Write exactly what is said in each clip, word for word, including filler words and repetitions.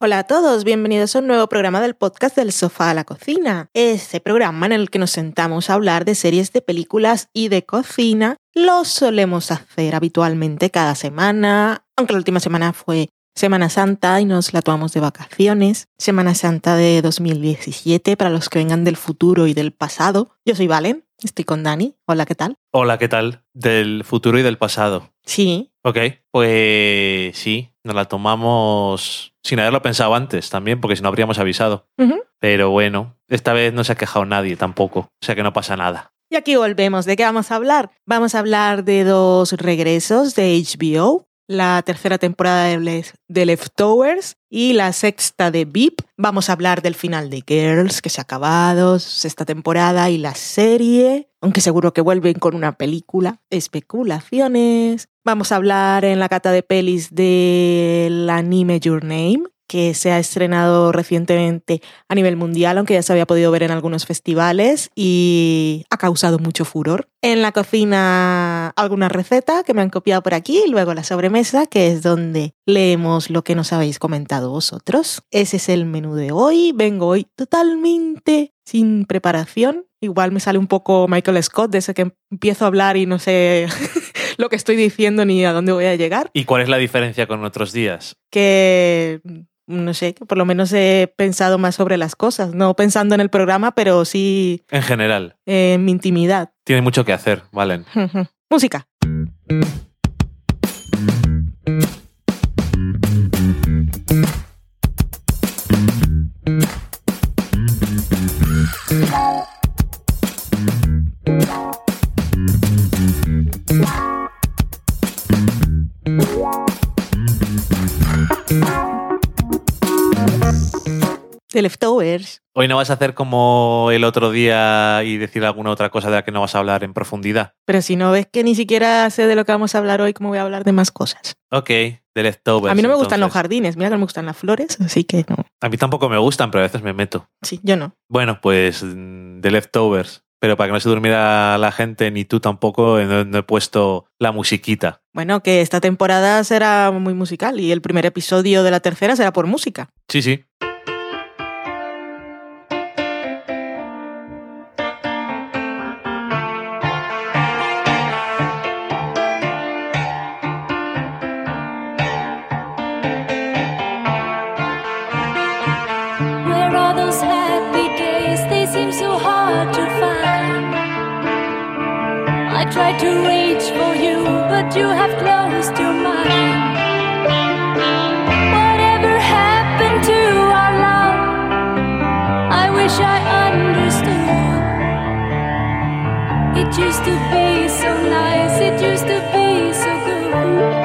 Hola a todos, bienvenidos a un nuevo programa del podcast del sofá a la cocina. Este programa en el que nos sentamos a hablar de series, de películas y de cocina. Lo solemos hacer habitualmente cada semana, aunque la última semana fue Semana Santa y nos la tomamos de vacaciones. Semana Santa de dos mil diecisiete para los que vengan del futuro y del pasado. Yo soy Valen, estoy con Dani. Hola, ¿qué tal? Hola, ¿qué tal? Del futuro y del pasado. Sí. Ok, pues sí, nos la tomamos sin haberlo pensado antes también, porque si no habríamos avisado. Uh-huh. Pero bueno, esta vez no se ha quejado nadie tampoco, o sea que no pasa nada. Y aquí volvemos. ¿De qué vamos a hablar? Vamos a hablar de dos regresos de H B O. La tercera temporada de, Le- de Leftovers y la sexta de V I P. Vamos a hablar del final de Girls, que se ha acabado, sexta temporada y la serie, aunque seguro que vuelven con una película. Especulaciones. Vamos a hablar en la cata de pelis del anime Your Name, que se ha estrenado recientemente a nivel mundial, aunque ya se había podido ver en algunos festivales y ha causado mucho furor. En la cocina, alguna receta que me han copiado por aquí, y luego la sobremesa, que es donde leemos lo que nos habéis comentado vosotros. Ese es el menú de hoy. Vengo hoy totalmente sin preparación. Igual me sale un poco Michael Scott, de ese que empiezo a hablar y no sé lo que estoy diciendo ni a dónde voy a llegar. ¿Y cuál es la diferencia con otros días? Que... no sé, que por lo menos he pensado más sobre las cosas, no pensando en el programa, pero sí... En general. Eh, en mi intimidad. Tiene mucho que hacer, Valen. Música. The Leftovers. Hoy no vas a hacer como el otro día y decir alguna otra cosa de la que no vas a hablar en profundidad. Pero si no ves que ni siquiera sé de lo que vamos a hablar hoy, ¿cómo voy a hablar de más cosas? Ok, The Leftovers. A mí no me entonces. gustan los jardines, mira que no me gustan las flores, así que no. A mí tampoco me gustan, pero a veces me meto. Sí, yo no. Bueno, pues mm, The Leftovers. Pero para que no se durmiera la gente, ni tú tampoco, no, no he puesto la musiquita. Bueno, que esta temporada será muy musical y el primer episodio de la tercera será por música. Sí, sí. I tried to reach for you, but you have closed your mind. Whatever happened to our love? I wish I understood. It used to be so nice, it used to be so good.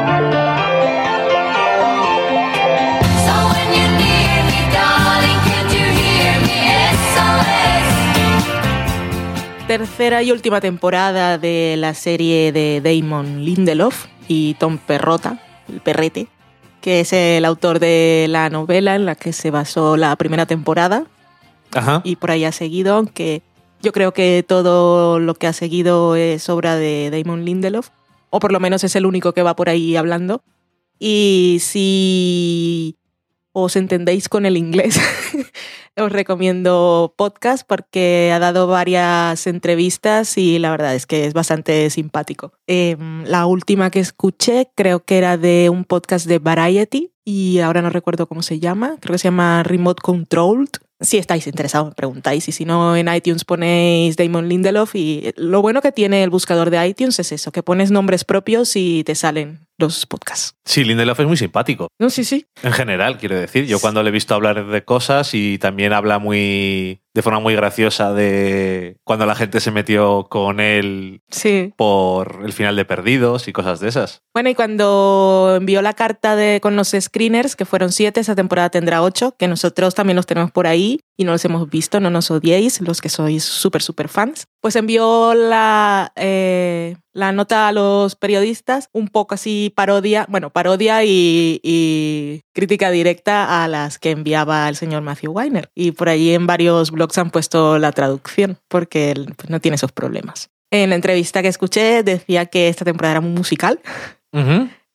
So when you're near me, darling, can't you hear me? S O S. Tercera y última temporada de la serie de Damon Lindelof y Tom Perrotta, el perrete, que es el autor de la novela en la que se basó la primera temporada. Ajá. Y por ahí ha seguido, aunque yo creo que todo lo que ha seguido es obra de Damon Lindelof, o por lo menos es el único que va por ahí hablando. Y si os entendéis con el inglés, os recomiendo podcast porque ha dado varias entrevistas y la verdad es que es bastante simpático. Eh, la última que escuché creo que era de un podcast de Variety y ahora no recuerdo cómo se llama, creo que se llama Remote Controlled. Si estáis interesados me preguntáis y si no en iTunes ponéis Damon Lindelof y lo bueno que tiene el buscador de iTunes es eso, que pones nombres propios y te salen los podcasts. Sí, Lindelof es muy simpático. No, sí, sí. En general, quiero decir. Yo cuando le he visto hablar de cosas y también habla muy de forma muy graciosa de cuando la gente se metió con él sí. por el final de Perdidos y cosas de esas. Bueno, y cuando envió la carta de, con los screeners, que fueron siete, esa temporada tendrá ocho, que nosotros también los tenemos por ahí y no los hemos visto, no nos odiéis, los que sois súper, súper fans. Pues envió la, eh, la nota a los periodistas, un poco así parodia, bueno, parodia y, y crítica directa a las que enviaba el señor Matthew Weiner. Y por allí en varios blogs han puesto la traducción, porque él pues, no tiene esos problemas. En la entrevista que escuché decía que esta temporada era muy musical. Uh-huh.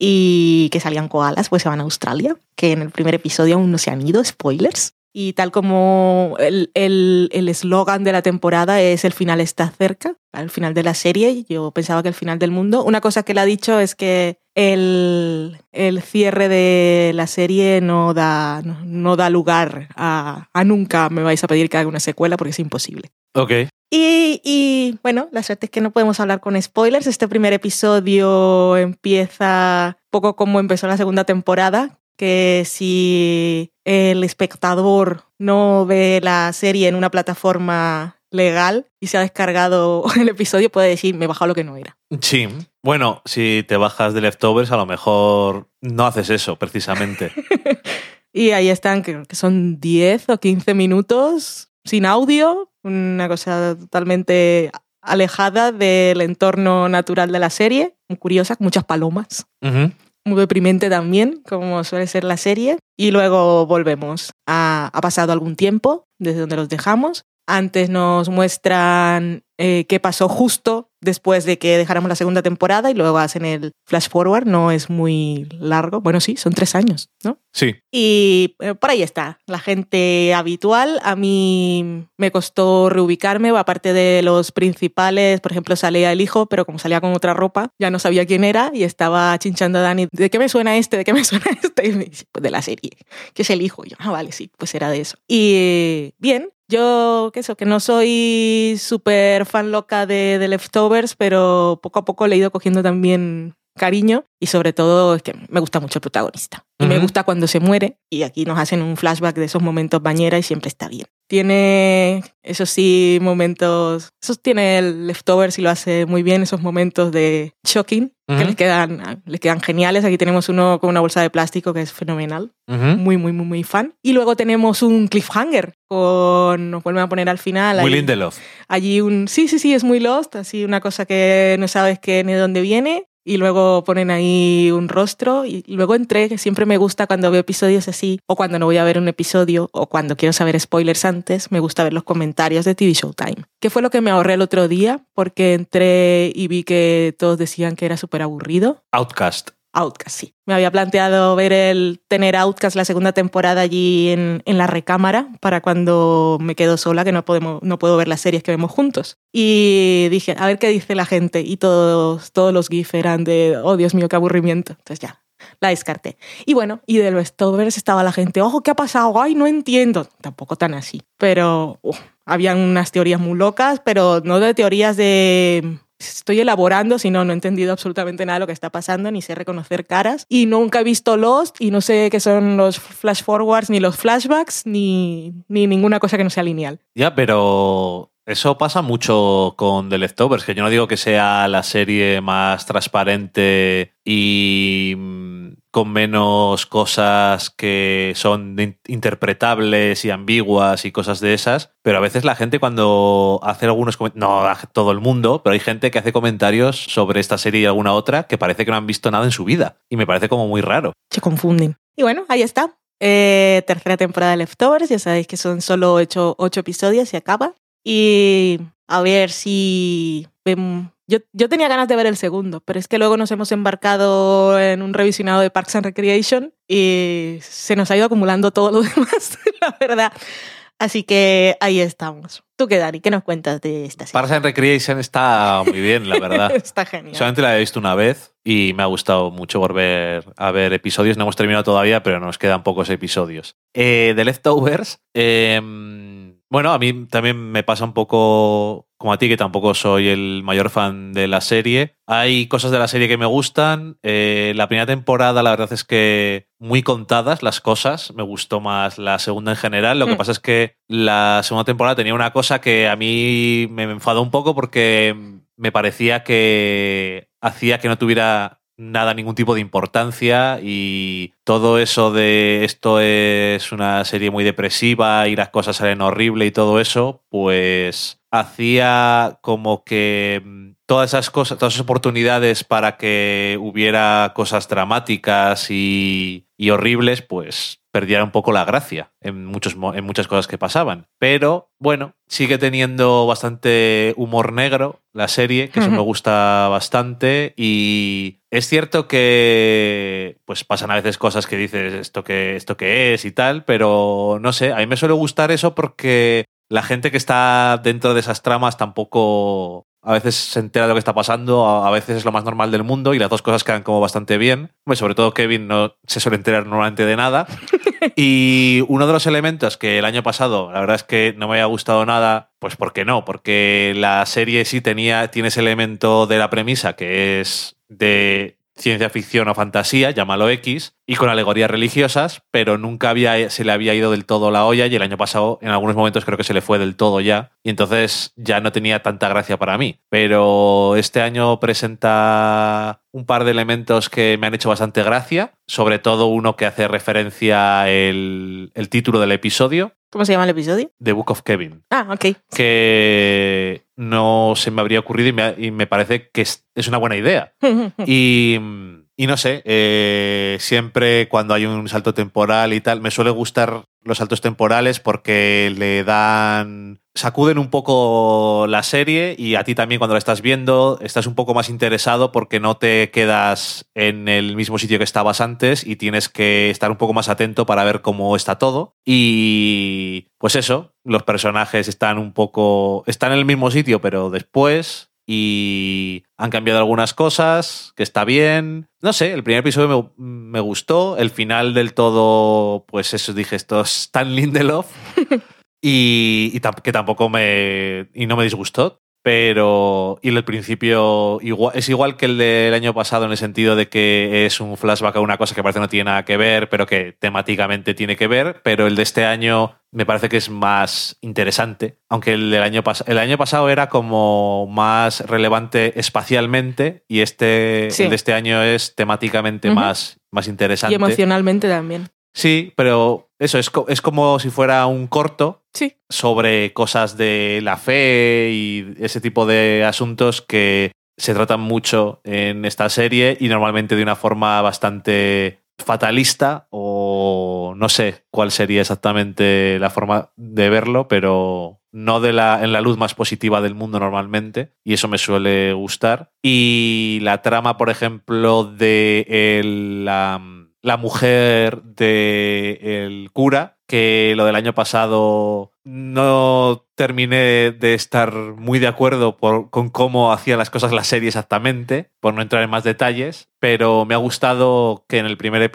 y que salían koalas, pues se van a Australia, que en el primer episodio aún no se han ido, spoilers. Y tal como el el el eslogan de la temporada es el final está cerca, al final de la serie, yo pensaba que el final del mundo. Una cosa que él ha dicho es que el, el cierre de la serie no da, no, no da lugar a, a nunca me vais a pedir que haga una secuela porque es imposible. Ok. Y, y bueno, la suerte es que no podemos hablar con spoilers. Este primer episodio empieza poco como empezó la segunda temporada, que si el espectador no ve la serie en una plataforma legal y se ha descargado el episodio, puede decir, me he bajado lo que no era. Sí. Bueno, si te bajas de Leftovers, a lo mejor no haces eso, precisamente. Y ahí están, creo que son diez o quince minutos sin audio, una cosa totalmente alejada del entorno natural de la serie, muy curiosa, con muchas palomas. Ujú. Muy deprimente también, como suele ser la serie. Y luego volvemos. Ha, ha pasado algún tiempo desde donde los dejamos. Antes nos muestran eh, qué pasó justo después de que dejáramos la segunda temporada y luego hacen el flash forward. No es muy largo. Bueno, sí, son tres años, ¿no? Sí. Y eh, por ahí está, la gente habitual. A mí me costó reubicarme, aparte de los principales, por ejemplo, salía el hijo, pero como salía con otra ropa, ya no sabía quién era y estaba chinchando a Dani, ¿de qué me suena este? ¿De qué me suena este? Y me dice, pues de la serie, que es el hijo. Y yo, ah, vale, sí, pues era de eso. Y eh, bien, yo, que eso, que no soy súper fan loca de, de Leftovers, pero poco a poco le he ido cogiendo también cariño y sobre todo es que me gusta mucho el protagonista. Y me Ujú. gusta cuando se muere y aquí nos hacen un flashback de esos momentos bañera y siempre está bien. Tiene, eso sí, momentos... Eso tiene el Leftovers y lo hace muy bien, esos momentos de shocking que Ujú. les quedan, les quedan geniales. Aquí tenemos uno con una bolsa de plástico que es fenomenal. Ujú. Muy, muy, muy, muy fan. Y luego tenemos un cliffhanger con... Nos vuelven a poner al final. Muy ahí- Lindelof. Allí un... Sí, sí, sí, es muy Lost. Así una cosa que no sabes qué ni de dónde viene. Y luego ponen ahí un rostro. Y luego entré, que siempre me gusta cuando veo episodios así, o cuando no voy a ver un episodio, o cuando quiero saber spoilers antes, me gusta ver los comentarios de T V Showtime. ¿Qué fue lo que me ahorré el otro día? Porque entré y vi que todos decían que era súper aburrido. Outcast. Outcast, sí. Me había planteado ver el tener Outcast la segunda temporada allí en, en la recámara para cuando me quedo sola, que no podemos, no puedo ver las series que vemos juntos. Y dije, a ver qué dice la gente. Y todos, todos los GIF eran de, oh Dios mío, qué aburrimiento. Entonces ya, la descarté. Y bueno, y de Leftovers estaba la gente, ojo, ¿qué ha pasado? Ay, no entiendo. Tampoco tan así. Pero uf, habían unas teorías muy locas, pero no de teorías de... Estoy elaborando, si no, no he entendido absolutamente nada de lo que está pasando, ni sé reconocer caras. Y nunca he visto Lost y no sé qué son los flash forwards, ni los flashbacks, ni, ni ninguna cosa que no sea lineal. Ya, pero eso pasa mucho con The Leftovers, que yo no digo que sea la serie más transparente y mm, con menos cosas que son in- interpretables y ambiguas y cosas de esas, pero a veces la gente cuando hace algunos comentarios, no a todo el mundo, pero hay gente que hace comentarios sobre esta serie y alguna otra que parece que no han visto nada en su vida y me parece como muy raro. Se confunden. Y bueno, ahí está. Eh, tercera temporada de Leftovers, ya sabéis que son solo ocho, ocho episodios y acaba. Y a ver si... vem- Yo, yo tenía ganas de ver el segundo, pero es que luego nos hemos embarcado en un revisionado de Parks and Recreation y se nos ha ido acumulando todo lo demás, la verdad. Así que ahí estamos. ¿Tú qué, Dani? ¿Qué nos cuentas de esta serie? Parks and Recreation está muy bien, la verdad. Está genial. Solamente la he visto una vez y me ha gustado mucho volver a ver episodios. No hemos terminado todavía, pero nos quedan pocos episodios. Eh, The Leftovers, eh, bueno, a mí también me pasa un poco como a ti, que tampoco soy el mayor fan de la serie. Hay cosas de la serie que me gustan. Eh, la primera temporada, la verdad es que muy contadas las cosas. Me gustó más la segunda en general. Lo que Mm. pasa es que la segunda temporada tenía una cosa que a mí me enfadó un poco porque me parecía que hacía que no tuviera nada, ningún tipo de importancia, y todo eso de esto es una serie muy depresiva y las cosas salen horrible y todo eso, pues hacía como que mm, todas esas cosas, todas esas oportunidades para que hubiera cosas dramáticas y, y horribles, pues perdiera un poco la gracia en, muchos, mo- en muchas cosas que pasaban. Pero, bueno, sigue teniendo bastante humor negro la serie, que eso me gusta bastante. Y es cierto que pues pasan a veces cosas que dices esto que, esto que es y tal, pero no sé, a mí me suele gustar eso porque la gente que está dentro de esas tramas tampoco a veces se entera de lo que está pasando, a a veces es lo más normal del mundo y las dos cosas quedan como bastante bien. Hombre, sobre todo Kevin no se suele enterar normalmente de nada. Y uno de los elementos que el año pasado, la verdad es que no me había gustado nada, pues ¿por qué no? Porque la serie sí tenía, tiene ese elemento de la premisa que es de ciencia ficción o fantasía, llámalo X, y con alegorías religiosas, pero nunca había, se le había ido del todo la olla y el año pasado en algunos momentos creo que se le fue del todo ya, y entonces ya no tenía tanta gracia para mí. Pero este año presenta un par de elementos que me han hecho bastante gracia, sobre todo uno que hace referencia el, el título del episodio, ¿Cómo se llama el episodio? The Book of Kevin, Ah, ok. que no se me habría ocurrido y me, y me parece que es, es una buena idea. Y, y no sé, eh, siempre cuando hay un salto temporal y tal, me suele gustar los saltos temporales porque le dan... sacuden un poco la serie y a ti también cuando la estás viendo estás un poco más interesado porque no te quedas en el mismo sitio que estabas antes y tienes que estar un poco más atento para ver cómo está todo. Y pues eso, los personajes están un poco... están en el mismo sitio pero después... y han cambiado algunas cosas, que está bien. No sé, el primer episodio me, me gustó. El final del todo, pues eso, dije, esto es Stan Lindelof. y y tam- que tampoco me... y no me disgustó. Pero... y el principio igual, es igual que el del año pasado en el sentido de que es un flashback a una cosa que parece no tiene nada que ver, pero que temáticamente tiene que ver. Pero el de este año me parece que es más interesante. Aunque el del año, pas- el año pasado era como más relevante espacialmente y este, Sí. el de este año es temáticamente Ujú. más, más interesante. Y emocionalmente también. Sí, pero eso es, co- es como si fuera un corto Sí. sobre cosas de la fe y ese tipo de asuntos que se tratan mucho en esta serie y normalmente de una forma bastante fatalista o no sé cuál sería exactamente la forma de verlo, pero no de la, en la luz más positiva del mundo normalmente y eso me suele gustar. Y la trama, por ejemplo, de el, la, la mujer de el cura, que lo del año pasado no terminé de estar muy de acuerdo por, con cómo hacía las cosas la serie exactamente, por no entrar en más detalles, pero me ha gustado que en el primer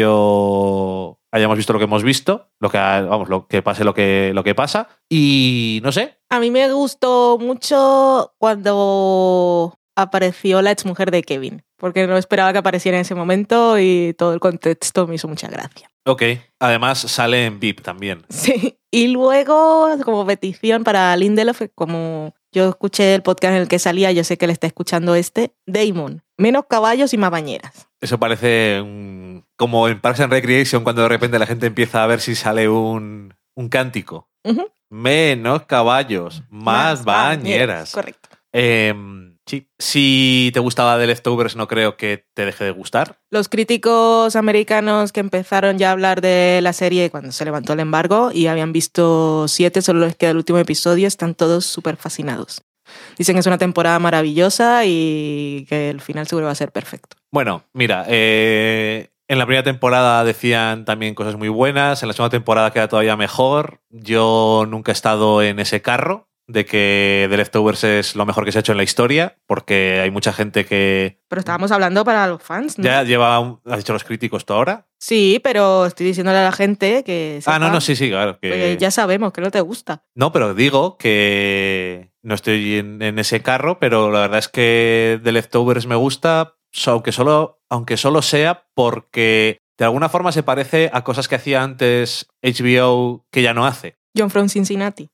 episodio hayamos visto lo que hemos visto, lo que, vamos, lo que pase lo que, lo que pasa, y no sé. A mí me gustó mucho cuando apareció la exmujer de Kevin, porque no esperaba que apareciera en ese momento y todo el contexto me hizo mucha gracia. Ok, además sale en V I P también. Sí, y luego como petición para Lindelof, como yo escuché el podcast en el que salía, yo sé que él está escuchando este, Damon, menos caballos y más bañeras. Eso parece un- como en Parks and Recreation cuando de repente la gente empieza a ver si sale un, un cántico. Ujú. Menos caballos, más, bañeras. Correcto. Eh, sí. Si te gustaba The Leftovers, no creo que te deje de gustar. Los críticos americanos que empezaron ya a hablar de la serie cuando se levantó el embargo y habían visto siete, solo les queda el último episodio, están todos súper fascinados. Dicen que es una temporada maravillosa y que el final seguro va a ser perfecto. Bueno, mira, eh, en la primera temporada decían también cosas muy buenas, en la segunda temporada queda todavía mejor. Yo nunca he estado en ese carro de que The Leftovers es lo mejor que se ha hecho en la historia, porque hay mucha gente que Pero estábamos hablando para los fans, ¿no? ya lleva, un- has dicho los críticos tú ahora. Sí, pero estoy diciéndole a la gente que... Ah, no, sepa, no, sí, sí, claro. Que... porque ya sabemos que no te gusta. No, pero digo que no estoy en, en ese carro, pero la verdad es que The Leftovers me gusta, so- aunque solo, aunque solo sea porque de alguna forma se parece a cosas que hacía antes H B O que ya no hace. John from Cincinnati.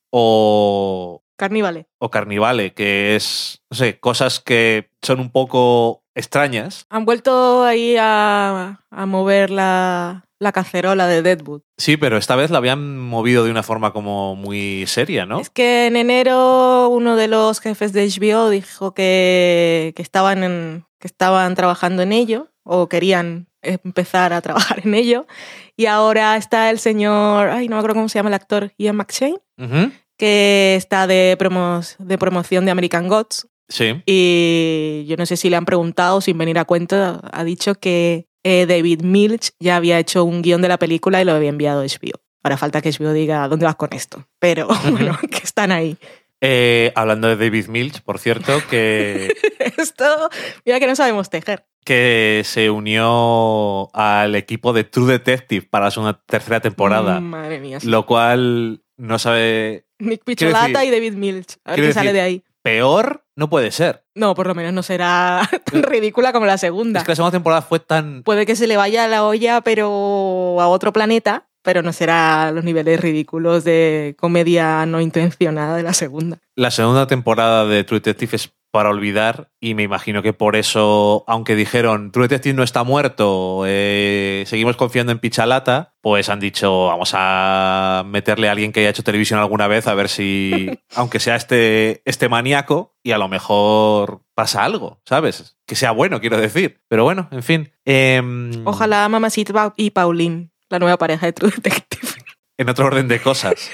O, Carnívale. o Carnivale, que es, no sé, cosas que son un poco extrañas. Han vuelto ahí a, a mover la, la cacerola de Deadwood. Sí, pero esta vez la habían movido de una forma como muy seria, ¿no? Es que en enero uno de los jefes de H B O dijo que, que, estaban en, que estaban trabajando en ello o querían empezar a trabajar en ello. Y ahora está el señor, ay, no me acuerdo cómo se llama el actor, Ian McShane, Ujú. que está de, promos, de promoción de American Gods. Sí. Y yo no sé si le han preguntado, sin venir a cuento, ha dicho que eh, David Milch ya había hecho un guión de la película y lo había enviado a H B O. Ahora falta que H B O diga dónde vas con esto. Pero bueno, que están ahí. Eh, hablando de David Milch, por cierto, que, Esto, mira que no sabemos tejer. que se unió al equipo de True Detective para su tercera temporada, Mm, madre mía. sí. lo cual no sabe... Nick quiero Picholata decir- y David Milch. A ver quiero qué sale decir- de ahí. Peor no puede ser. No, por lo menos no será tan ridícula como la segunda. Es que la segunda temporada fue tan... Puede que se le vaya a la olla, pero a otro planeta, pero no será a los niveles ridículos de comedia no intencionada de la segunda. La segunda temporada de True Detective es para olvidar y me imagino que por eso, aunque dijeron True Detective no está muerto, eh, seguimos confiando en Pichalata, pues han dicho vamos a meterle a alguien que haya hecho televisión alguna vez a ver si, aunque sea este, este maníaco, y a lo mejor pasa algo, ¿sabes? Que sea bueno, quiero decir. Pero bueno, en fin. em, Ojalá Mamacita y Pauline, la nueva pareja de True Detective. En otro orden de cosas.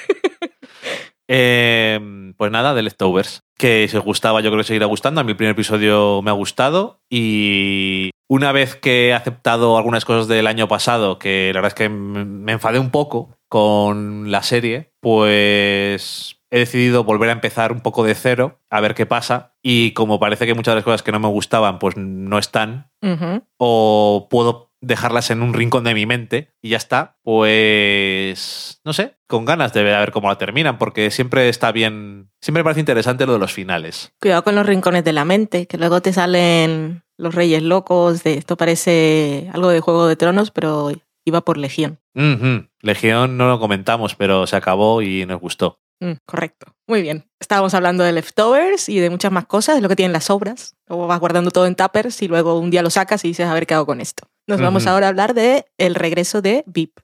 Eh, pues nada, de Leftovers. Que si os gustaba, yo creo que seguirá gustando. A mí el primer episodio me ha gustado. Y una vez que he aceptado algunas cosas del año pasado, que la verdad es que m- me enfadé un poco con la serie, pues he decidido volver a empezar un poco de cero, a ver qué pasa. Y como parece que muchas de las cosas que no me gustaban, pues no están, Ujú. o puedo dejarlas en un rincón de mi mente y ya está, pues no sé, con ganas de ver cómo la terminan, porque siempre está bien, siempre me parece interesante lo de los finales. Cuidado con los rincones de la mente, que luego te salen los reyes locos, de esto parece algo de Juego de Tronos, pero iba por Legión. Ujú. Legión no lo comentamos, pero se acabó y nos gustó. Mm, correcto. Muy bien. Estábamos hablando de Leftovers y de muchas más cosas, de lo que tienen las obras. Luego vas guardando todo en tuppers y luego un día lo sacas y dices, a ver qué hago con esto. Nos vamos Ujú. ahora a hablar de el regreso de V I P.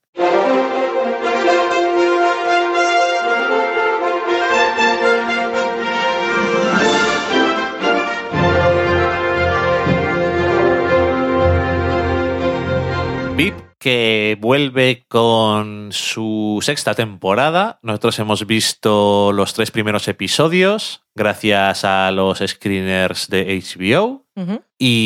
V I P, que vuelve con su sexta temporada. Nosotros hemos visto los tres primeros episodios gracias a los screeners de H B O. Ujú.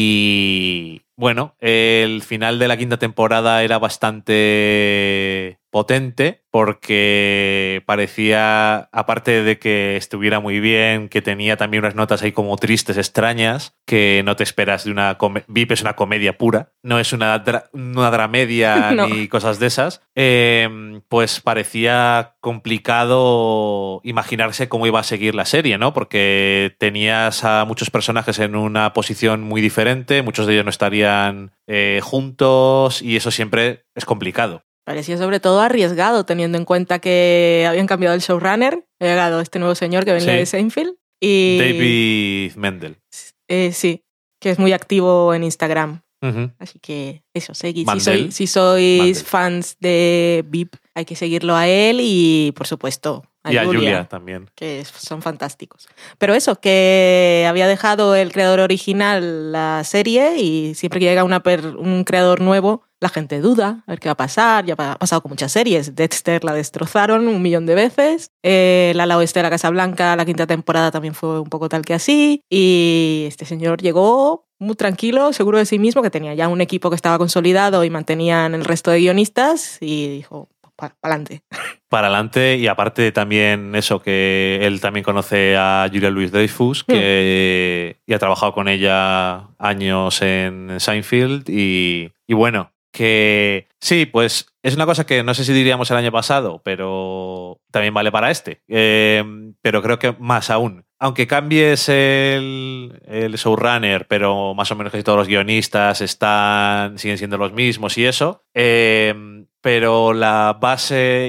Y bueno, el final de la quinta temporada era bastante potente porque parecía, aparte de que estuviera muy bien, que tenía también unas notas ahí como tristes, extrañas, que no te esperas de una... come- V I P es una comedia pura, no es una, dra- una dramedia No. ni cosas de esas, eh, pues parecía complicado imaginarse cómo iba a seguir la serie, ¿no? Porque tenías a muchos personajes en una posición muy diferente, muchos de ellos no estarían eh, juntos y eso siempre es complicado. Parecía sobre todo arriesgado, teniendo en cuenta que habían cambiado el showrunner, había llegado este nuevo señor que venía Sí. de Seinfeld. Y, David Mendel. eh, sí, que es muy activo en Instagram. Ujú. Así que eso, seguid. Si, Mandel. soy- si sois Mandel. fans de V I P, hay que seguirlo a él y, por supuesto, a Y a Julia, Julia también. que es- son fantásticos. Pero eso, que había dejado el creador original la serie y siempre que llega una per- un creador nuevo, la gente duda, a ver qué va a pasar. Ya ha pasado con muchas series. Dexter la destrozaron un millón de veces. Eh, La ala oeste de la Casa Blanca, la quinta temporada también fue un poco tal que así. Y este señor llegó muy tranquilo, seguro de sí mismo, que tenía ya un equipo que estaba consolidado y mantenían el resto de guionistas y dijo, para adelante. Para adelante, y aparte también eso, que él también conoce a Julia Louis-Dreyfus, que y ha trabajado con ella años en Seinfeld, y, y bueno, que sí, pues es una cosa que no sé si diríamos el año pasado, pero también vale para este. Eh, pero creo que más aún. Aunque cambies el, el showrunner, pero más o menos casi todos los guionistas están, siguen siendo los mismos y eso, eh, pero la base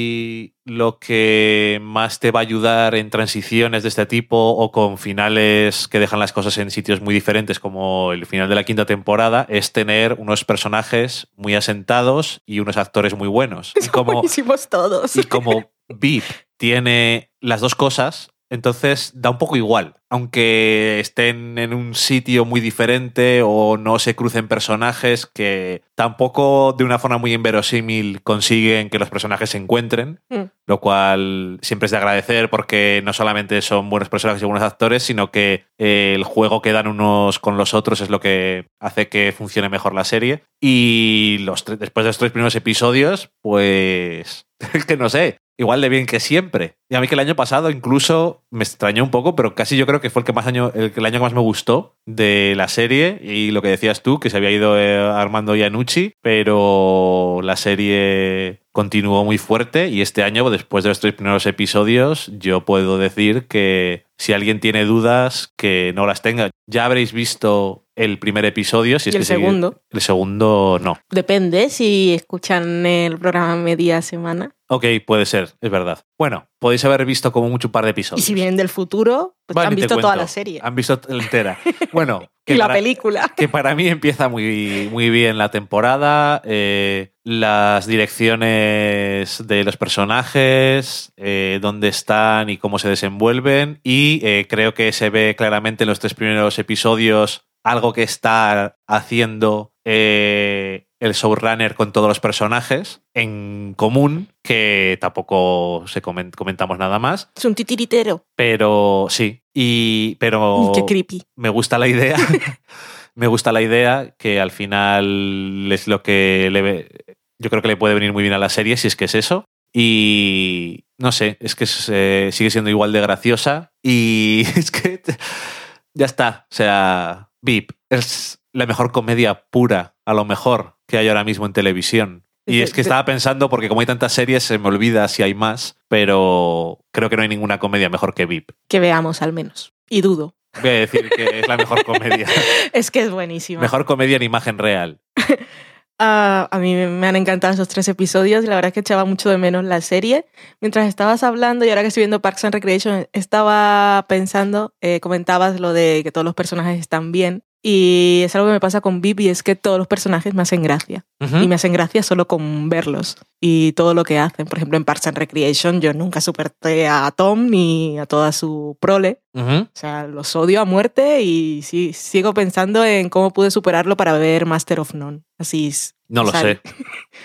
y lo que más te va a ayudar en transiciones de este tipo o con finales que dejan las cosas en sitios muy diferentes como el final de la quinta temporada es tener unos personajes muy asentados y unos actores muy buenos. Y Son como, buenísimos todos. y como V I P tiene las dos cosas, entonces da un poco igual. Aunque estén en un sitio muy diferente o no se crucen personajes, que tampoco de una forma muy inverosímil consiguen que los personajes se encuentren, Mm. lo cual siempre es de agradecer porque no solamente son buenos personajes y buenos actores, sino que eh, el juego que dan unos con los otros es lo que hace que funcione mejor la serie. Y los tres- después de los tres primeros episodios, pues es que no sé, igual de bien que siempre. Y a mí que el año pasado incluso me extrañó un poco, pero casi yo creo que fue el que más año, el, el año que más me gustó de la serie. Y lo que decías tú, que se había ido eh, Armando Iannucci, pero la serie continuó muy fuerte y este año, después de los tres primeros episodios, yo puedo decir que si alguien tiene dudas, que no las tenga. Ya habréis visto el primer episodio. Si es Y el que seguid- segundo. El segundo no. Depende si escuchan el programa media semana. Ok, puede ser, es verdad. Bueno, podéis haber visto como mucho un par de episodios. Y si vienen del futuro, pues Va, han ni te visto toda cuento. la serie. Han visto entera. Bueno, Y que la para- película. que para mí empieza muy, muy bien la temporada. eh, las direcciones de los personajes, eh, dónde están y cómo se desenvuelven. Y eh, creo que se ve claramente en los tres primeros episodios algo que está haciendo eh, el showrunner con todos los personajes en común, que tampoco se comen- comentamos nada más. Es un titiritero. Pero sí, y pero Qué creepy. me gusta la idea. Me gusta la idea que al final es lo que le ve- yo creo que le puede venir muy bien a la serie, si es que es eso. Y no sé, es que es, eh, sigue siendo igual de graciosa. Y es que ya está. O sea, V I P es la mejor comedia pura, a lo mejor, que hay ahora mismo en televisión. Y De- es que de- estaba pensando, porque como hay tantas series, se me olvida si hay más, pero creo que no hay ninguna comedia mejor que V I P. Que veamos al menos. Y dudo. Voy a decir que es la mejor comedia. Es que es buenísima. Mejor comedia en imagen real. Ah, a mí me han encantado esos tres episodios y la verdad es que echaba mucho de menos la serie. Mientras estabas hablando y ahora que estoy viendo Parks and Recreation, estaba pensando, eh, comentabas lo de que todos los personajes están bien y es algo que me pasa con V I P y es que todos los personajes me hacen gracia. Ujú. Y me hacen gracia solo con verlos y todo lo que hacen. Por ejemplo, en Parks and Recreation yo nunca superé a Tom ni a toda su prole. Ujú. O sea, los odio a muerte y sí, sigo pensando en cómo pude superarlo para ver Master of None. Así es. No lo sale. sé.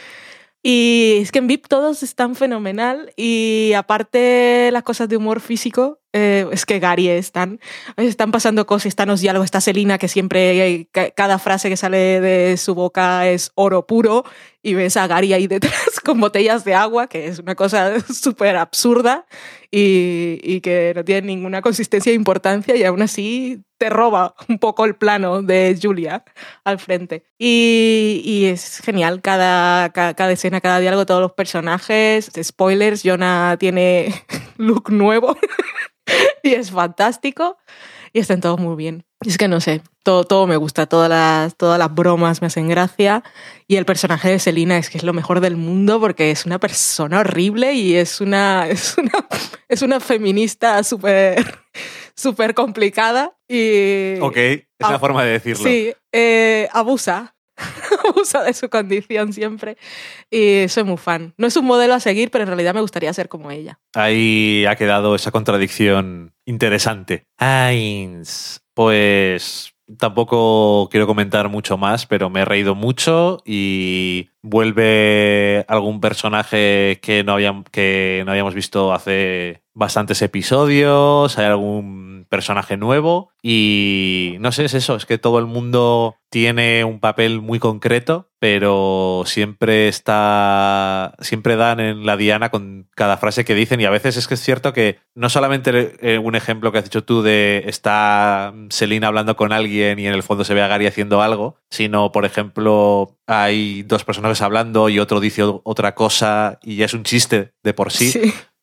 Y es que en V I P todos están fenomenal y aparte las cosas de humor físico, eh, es que Gary están, están pasando cosas, están los diálogos, está Selina que siempre, eh, ca- cada frase que sale de su boca es oro puro y ves a Gary ahí detrás con botellas de agua, que es una cosa súper absurda y, y que no tiene ninguna consistencia e importancia y aún así te roba un poco el plano de Julia al frente. Y, y es genial cada, cada, cada escena, cada diálogo, todos los personajes. Spoilers, Jonah tiene look nuevo y es fantástico y están todos muy bien. Es que no sé, todo, todo me gusta, todas las, todas las bromas me hacen gracia y el personaje de Selina es que es lo mejor del mundo porque es una persona horrible y es una, es una, es una feminista súper súper complicada y... Ok, es una Ah, forma de decirlo. Sí, eh, abusa. Abusa de su condición siempre. Y soy muy fan. No es un modelo a seguir, pero en realidad me gustaría ser como ella. Ahí ha quedado esa contradicción interesante. Heinz, pues tampoco quiero comentar mucho más, pero me he reído mucho y vuelve algún personaje que no, habían, que no habíamos visto hace bastantes episodios, hay algún personaje nuevo y no sé, es eso, es que todo el mundo tiene un papel muy concreto, pero siempre está, siempre dan en la diana con cada frase que dicen y a veces es que es cierto que no solamente eh, un ejemplo que has dicho tú de está Selina hablando con alguien y en el fondo se ve a Gary haciendo algo, sino por ejemplo hay dos personajes hablando y otro dice otra cosa y ya es un chiste de por sí. Sí.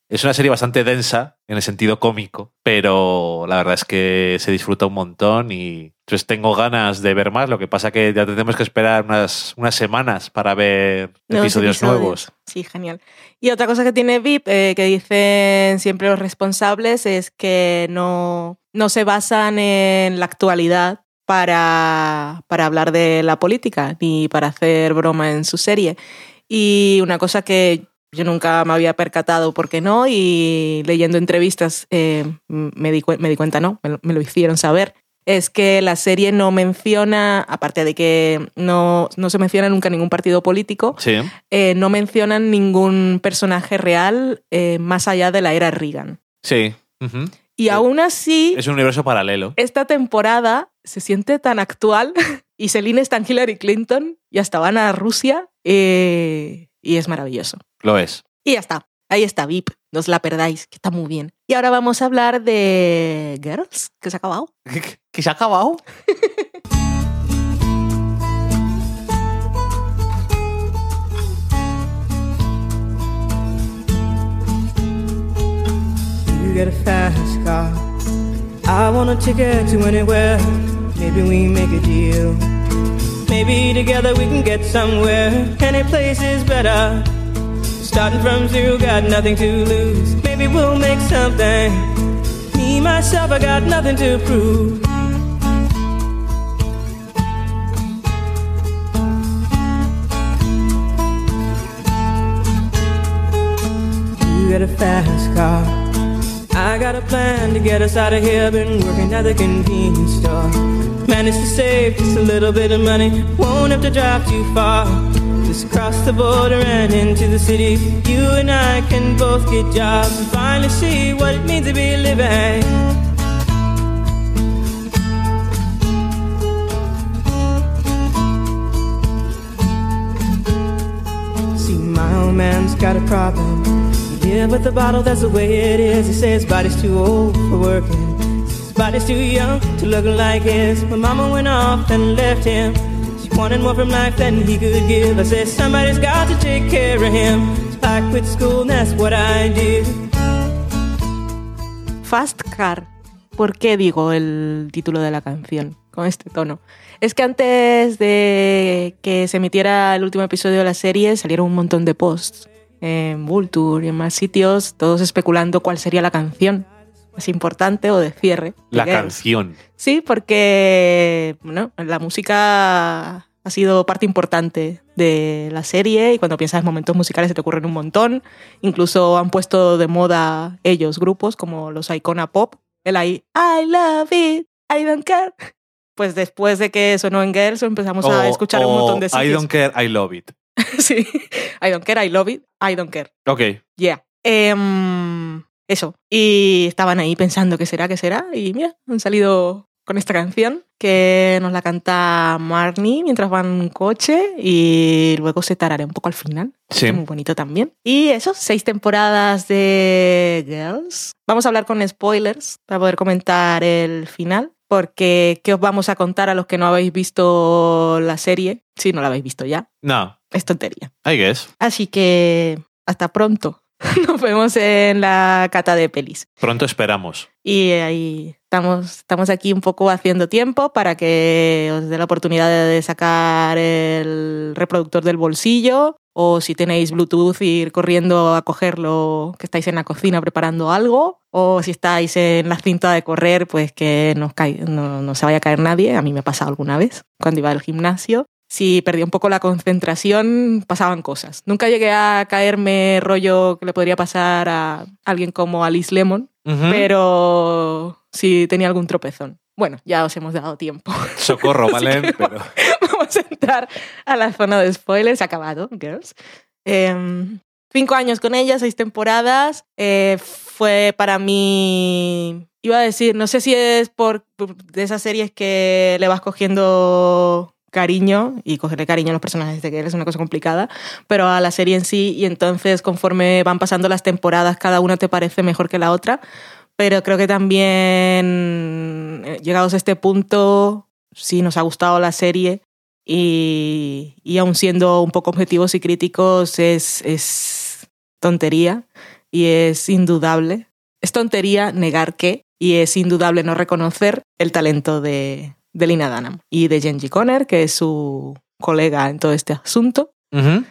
Es una serie bastante densa en el sentido cómico, pero la verdad es que se disfruta un montón y entonces tengo ganas de ver más. Lo que pasa que ya tenemos que esperar unas, unas semanas para ver Nuevos episodios, nuevos. Sí, genial. Y otra cosa que tiene V I P, eh, que dicen siempre los responsables, es que no, no se basan en la actualidad para, para hablar de la política ni para hacer broma en su serie. Y una cosa que yo nunca me había percatado por qué no, y leyendo entrevistas eh, me, di cu- me di cuenta, no, me lo, me lo hicieron saber, es que la serie no menciona, aparte de que no, no se menciona nunca ningún partido político, Sí. eh, no mencionan ningún personaje real eh, más allá de la era Reagan. Sí. Ujú. Y aún así, Es un universo paralelo. esta temporada se siente tan actual y Celine está en Hillary Clinton y hasta van a Rusia eh, y es maravilloso. Lo es. Y ya está. Ahí está V I P. No os la perdáis, que está muy bien. Y ahora vamos a hablar de Girls, que se ha acabado. ¿Que se ha acabado? You get a fast car. I want a ticket to anywhere. Maybe we make a deal. Maybe together we can get somewhere. Any place is better. Starting from zero, got nothing to lose. Maybe we'll make something. Me, myself, I got nothing to prove. You get a fast car. I got a plan to get us out of here. Been working at the convenience store. Managed to save just a little bit of money. Won't have to drive too far. Just across the border and into the city. You and I can both get jobs and finally see what it means to be living. See, my old man's got a problem. He live with the bottle, that's the way it is. He says his body's too old for working. His body's too young to look like his. My mama went off and left him. She wanted more from life than he could give. I said somebody's got to take care of him. So I quit school and that's what I did. Fast Car. ¿Por qué digo el título de la canción con este tono? Es que antes de que se emitiera el último episodio de la serie salieron un montón de posts en Vulture y en más sitios, todos especulando cuál sería la canción más importante o de cierre. de La Girls. canción. Sí, porque bueno, la música ha sido parte importante de la serie y cuando piensas en momentos musicales se te ocurren un montón. Incluso han puesto de moda ellos grupos como los Icona Pop, el ahí I love it, I don't care. Pues después de que sonó en Girls empezamos a O- escuchar o un montón de sitios. I don't care, I love it. Sí, I don't care, I love it, I don't care. Ok. Yeah. Em, eso. Y estaban ahí pensando qué será, qué será. Y mira, han salido con esta canción que nos la canta Marnie mientras va en un coche y luego se tararea un poco al final. Sí. Es muy bonito también. Y eso, seis temporadas de Girls. Vamos a hablar con spoilers para poder comentar el final. Porque, ¿qué os vamos a contar a los que no habéis visto la serie? Si no la habéis visto ya. No, Es tontería. I guess. Así que hasta pronto. Nos vemos en la cata de pelis. Pronto esperamos. Y ahí estamos, estamos aquí un poco haciendo tiempo para que os dé la oportunidad de sacar el reproductor del bolsillo o si tenéis Bluetooth ir corriendo a cogerlo que estáis en la cocina preparando algo o si estáis en la cinta de correr pues que no, os cae- no, no se vaya a caer nadie. A mí me ha pasado alguna vez cuando iba al gimnasio. Si perdía un poco la concentración, pasaban cosas. Nunca llegué a caerme rollo que le podría pasar a alguien como Alice Lemon, Ujú. pero sí tenía algún tropezón. Bueno, ya os hemos dado tiempo. Socorro, ¿vale? Pero... Vamos a entrar a la zona de spoilers. Acabado, Girls. Eh, cinco años con ella, seis temporadas. Eh, fue para mí... Iba a decir, no sé si es por, por de esas series que le vas cogiendo cariño, y cogerle cariño a los personajes de Girls es una cosa complicada, pero a la serie en sí, y entonces conforme van pasando las temporadas, cada una te parece mejor que la otra, pero creo que también, eh, llegados a este punto, sí nos ha gustado la serie, y, y aun siendo un poco objetivos y críticos, es, es tontería y es indudable. Es tontería negar que, y es indudable no reconocer el talento de, de Lena Dunham y de Jenji Conner, que es su colega en todo este asunto, Ujú.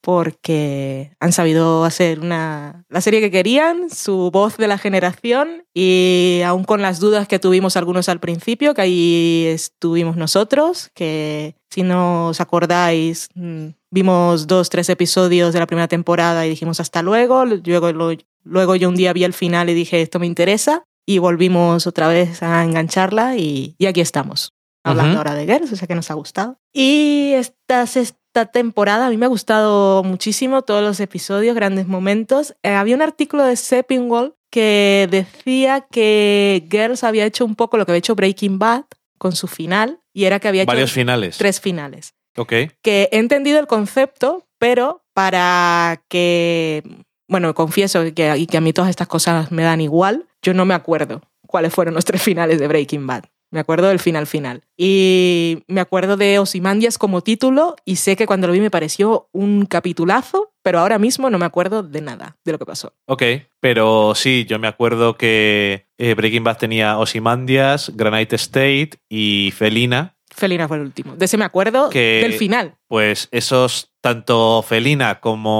porque han sabido hacer una, la serie que querían, su voz de la generación, y aún con las dudas que tuvimos algunos al principio, que ahí estuvimos nosotros, que si no os acordáis, mm, vimos dos, tres episodios de la primera temporada y dijimos hasta luego, luego, lo- luego yo un día vi el final y dije esto me interesa, y volvimos otra vez a engancharla y, y aquí estamos, hablando Ujú. ahora de Girls, o sea que nos ha gustado. Y esta sexta temporada a mí me ha gustado muchísimo, todos los episodios, grandes momentos. Eh, había un artículo de Sepinwall que decía que Girls había hecho un poco lo que había hecho Breaking Bad con su final, y era que había Varios hecho finales. tres finales. Ok. Que he entendido el concepto, pero para que... Bueno, confieso que, y que a mí todas estas cosas me dan igual, yo no me acuerdo cuáles fueron los tres finales de Breaking Bad. Me acuerdo del final final. Y me acuerdo de Ozymandias como título, y sé que cuando lo vi me pareció un capitulazo, pero ahora mismo no me acuerdo de nada de lo que pasó. Ok, pero sí, yo me acuerdo que eh, Breaking Bad tenía Ozymandias, Granite State y Felina. Felina fue el último. De ese me acuerdo Que- del final. Pues esos, tanto Felina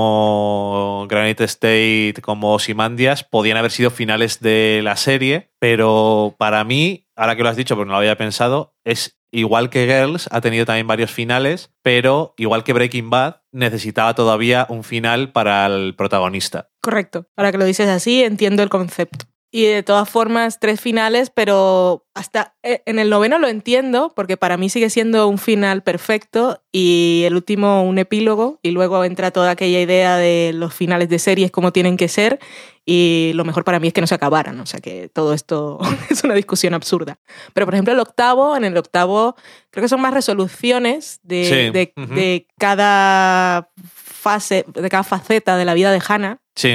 como Granite State como Ozymandias, podían haber sido finales de la serie, pero para mí, ahora que lo has dicho, porque no lo había pensado, es igual que Girls, ha tenido también varios finales, pero igual que Breaking Bad, necesitaba todavía un final para el protagonista. Correcto. Ahora que lo dices así, entiendo el concepto. Y de todas formas, tres finales, pero hasta eh, en el noveno lo entiendo, porque para mí sigue siendo un final perfecto, y el último un epílogo, y luego entra toda aquella idea de los finales de series, cómo tienen que ser, y lo mejor para mí es que no se acabaran, o sea que todo esto es una discusión absurda. Pero por ejemplo el octavo, en el octavo creo que son más resoluciones de, Sí, de, ujú. de cada fase, de cada faceta de la vida de Hannah. Sí.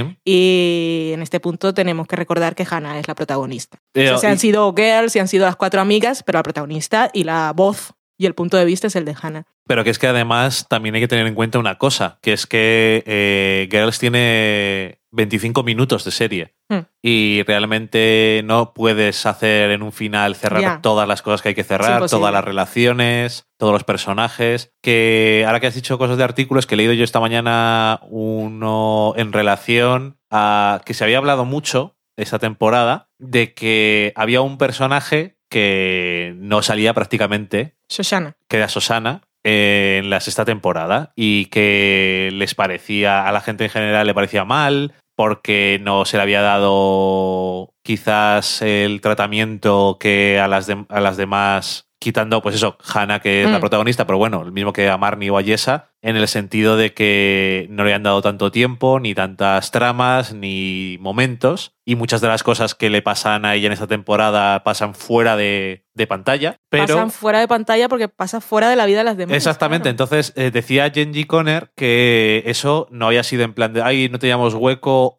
Y en este punto tenemos que recordar que Hannah es la protagonista. Pero, o sea, se han y- sido girls y han sido las cuatro amigas, pero la protagonista y la voz y el punto de vista es el de Hannah. Pero que es que además también hay que tener en cuenta una cosa, que es que eh, Girls tiene veinticinco minutos de serie Hmm. y realmente no puedes hacer en un final cerrar Ya. todas las cosas que hay que cerrar, imposible. todas las relaciones, todos los personajes. Que ahora que has dicho cosas de artículos, que he leído yo esta mañana uno en relación a que se había hablado mucho esta temporada de que había un personaje que no salía prácticamente, Shoshana. que era Susana, eh, en la sexta temporada, y que les parecía, a la gente en general le parecía mal, porque no se le había dado quizás el tratamiento que a las, de- a las demás, quitando, pues eso, Hannah, que es la Mm. protagonista, pero bueno, el mismo que a Marnie o a Yessa, en el sentido de que no le han dado tanto tiempo, ni tantas tramas, ni momentos, y muchas de las cosas que le pasan a ella en esta temporada pasan fuera de, de pantalla, pero... Pasan fuera de pantalla porque pasa fuera de la vida de las demás. Exactamente, claro. entonces eh, decía Jenji Conner que eso no había sido en plan de ay, no teníamos hueco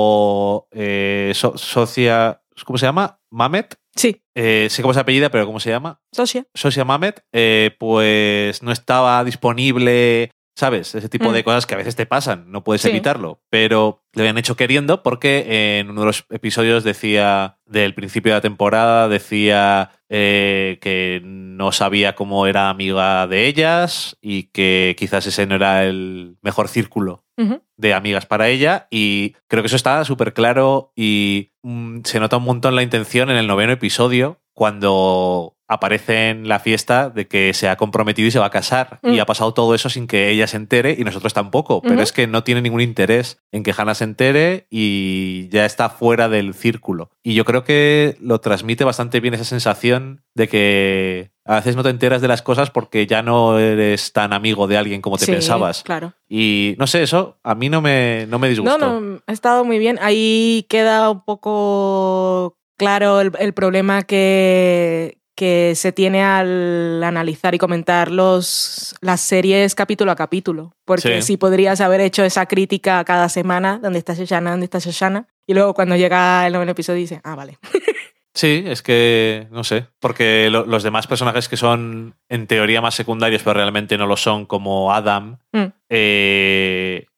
o eh, so- socia, ¿cómo se llama? Mamet, Sí, eh, sé cómo se apellida, pero ¿cómo se llama? Socia. Socia Mamet, eh, pues no estaba disponible, ¿sabes? Ese tipo Mm. de cosas que a veces te pasan, no puedes Sí. evitarlo, pero lo habían hecho queriendo porque en uno de los episodios decía, del principio de la temporada, decía eh, que no sabía cómo era amiga de ellas y que quizás ese no era el mejor círculo Ujú. de amigas para ella, y creo que eso está súper claro y mm, se nota un montón la intención en el noveno episodio cuando aparece en la fiesta de que se ha comprometido y se va a casar, Mm. y ha pasado todo eso sin que ella se entere y nosotros tampoco, pero Ujú. es que no tiene ningún interés en que Hannah se entere y ya está fuera del círculo, y yo creo que lo transmite bastante bien esa sensación de que a veces no te enteras de las cosas porque ya no eres tan amigo de alguien como te Sí, pensabas. Claro. Y no sé, eso a mí no me, no me disgustó. No, no, ha estado muy bien. Ahí queda un poco claro el, el problema que, que se tiene al analizar y comentar los, las series capítulo a capítulo. Porque Sí. sí podrías haber hecho esa crítica cada semana, ¿dónde está Shoshana? ¿Dónde está Shoshana? Y luego cuando llega el noveno episodio dice, ah, vale. Sí, es que no sé, porque lo- los demás personajes que son en teoría más secundarios, pero realmente no lo son, como Adam, Mm. eh,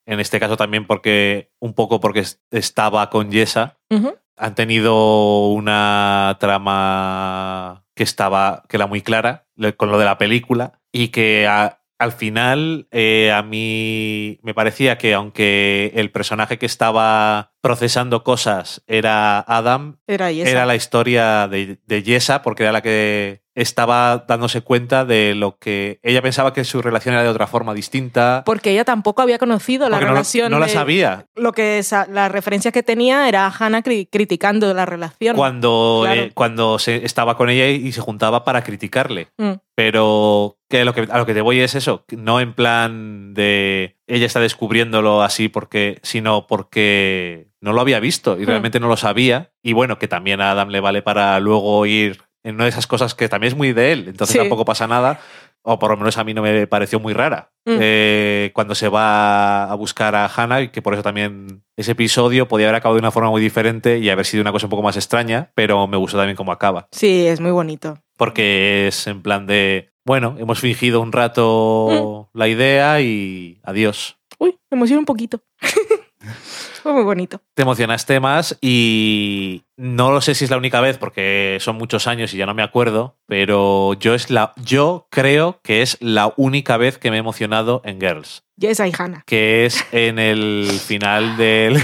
en este caso también porque un poco porque est- estaba con Yesa, Ujú. han tenido una trama que estaba que era muy clara le- con lo de la película y que a- al final eh, a mí me parecía que aunque el personaje que estaba procesando cosas era Adam, Era Yesa. era la historia de, de Yesa, porque era la que estaba dándose cuenta de lo que ella pensaba que su relación era de otra forma distinta. Porque ella tampoco había conocido la porque no, lo- relación. no la de- sabía. Lo que esa- la referencia que tenía era a Hannah cri- criticando la relación. Cuando, Claro. eh, cuando se estaba con ella y se juntaba para criticarle. Mm. Pero que lo que, a lo que te voy es eso, no en plan de ella está descubriéndolo así porque, sino porque no lo había visto y Hmm. realmente no lo sabía. Y bueno, que también a Adam le vale para luego ir en una de esas cosas que también es muy de él, entonces Sí. tampoco pasa nada. O por lo menos a mí no me pareció muy rara. Mm. Eh, cuando se va a buscar a Hannah, y que por eso también ese episodio podía haber acabado de una forma muy diferente y haber sido una cosa un poco más extraña, pero me gustó también cómo acaba. Sí, es muy bonito. Porque es en plan de, bueno, hemos fingido un rato la idea y adiós. Uy, me emociono un poquito. Fue muy bonito. Te emocionaste más y no lo sé si es la única vez porque son muchos años y ya no me acuerdo, pero yo, es la, yo creo que es la única vez que me he emocionado en Girls, Yesa y Hannah. que es en el final del...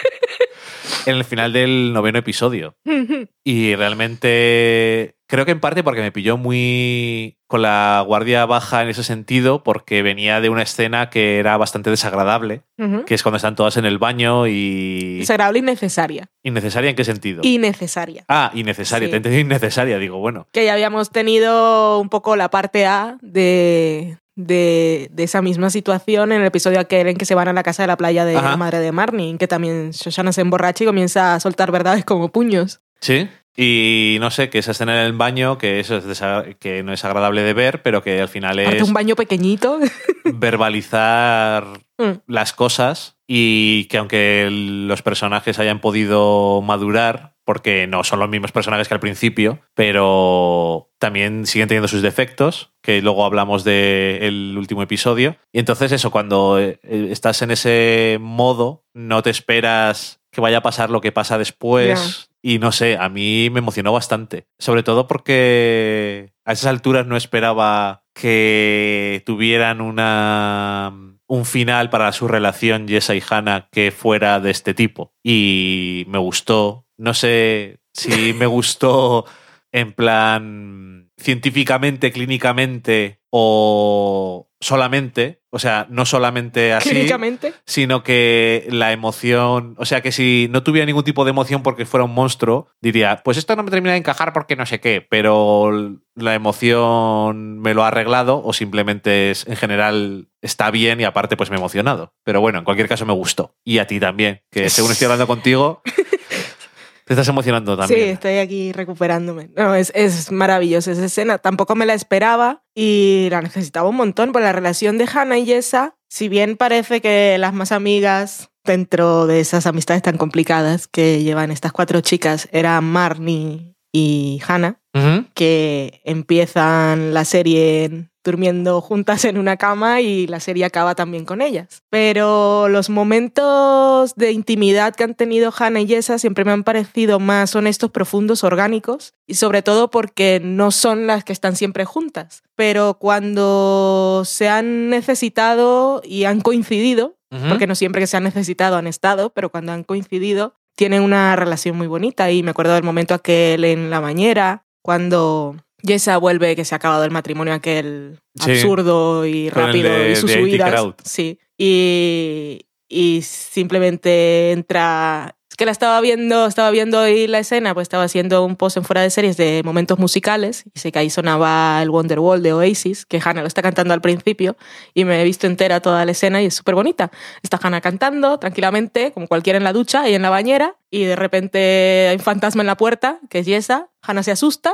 en el final del noveno episodio. Y realmente creo que en parte porque me pilló muy con la guardia baja en ese sentido, porque venía de una escena que era bastante desagradable, Ujú. que es cuando están todas en el baño y... Desagradable y necesaria. ¿Innecesaria en qué sentido? Innecesaria. Ah, innecesaria. Sí. Te he entendido innecesaria. Digo, bueno. Que ya habíamos tenido un poco la parte A de, de, de esa misma situación en el episodio aquel en que se van a la casa de la playa de Ajá. la madre de Marnie, en que también Shoshana se emborracha y comienza a soltar verdades como puños. Sí. Y no sé, que esa escena en el baño, que eso es desagra- que no es agradable de ver, pero que al final Aparte es un baño pequeñito. verbalizar Mm. las cosas y que aunque el- los personajes hayan podido madurar, porque no son los mismos personajes que al principio, pero también siguen teniendo sus defectos, que luego hablamos del último episodio. Y entonces eso, cuando eh, estás en ese modo, no te esperas que vaya a pasar lo que pasa después. Y no sé, a mí me emocionó bastante. Sobre todo porque a esas alturas no esperaba que tuvieran una un final para su relación Yesa y Hannah que fuera de este tipo. Y me gustó. No sé si me gustó en plan científicamente, clínicamente o solamente. O sea, no solamente así. Clínicamente. Sino que la emoción, o sea que si no tuviera ningún tipo de emoción porque fuera un monstruo, diría, pues esto no me termina de encajar porque no sé qué, pero la emoción me lo ha arreglado o simplemente es, en general está bien y aparte pues me he emocionado. Pero bueno, en cualquier caso me gustó. Y a ti también, que según estoy hablando contigo, te estás emocionando Sí, también. estoy aquí recuperándome. No, es, es maravillosa esa escena. Tampoco me la esperaba y la necesitaba un montón. Por la relación de Hannah y Yesa, si bien parece que las más amigas dentro de esas amistades tan complicadas que llevan estas cuatro chicas eran Marnie y Hannah, Ujú. que empiezan la serie durmiendo juntas en una cama y la serie acaba también con ellas. Pero los momentos de intimidad que han tenido Hannah y Yesa siempre me han parecido más honestos, profundos, orgánicos y sobre todo porque no son las que están siempre juntas. Pero cuando se han necesitado y han coincidido, Ujú. porque no siempre que se han necesitado han estado, pero cuando han coincidido tienen una relación muy bonita y me acuerdo del momento aquel en la bañera, cuando Yesa vuelve que se ha acabado el matrimonio aquel Sí. absurdo y Con el rápido de- y sus de A T huidas. Crowd. Sí. Y, y simplemente entra... Es que la estaba viendo, estaba viendo ahí la escena, pues estaba haciendo un post en Fuera de Series de momentos musicales y sé que ahí sonaba el Wonderwall de Oasis, que Hannah lo está cantando al principio y me he visto entera toda la escena y es súper bonita. Está Hannah cantando tranquilamente, como cualquiera en la ducha y en la bañera, y de repente hay un fantasma en la puerta, que es Yesa. Hannah se asusta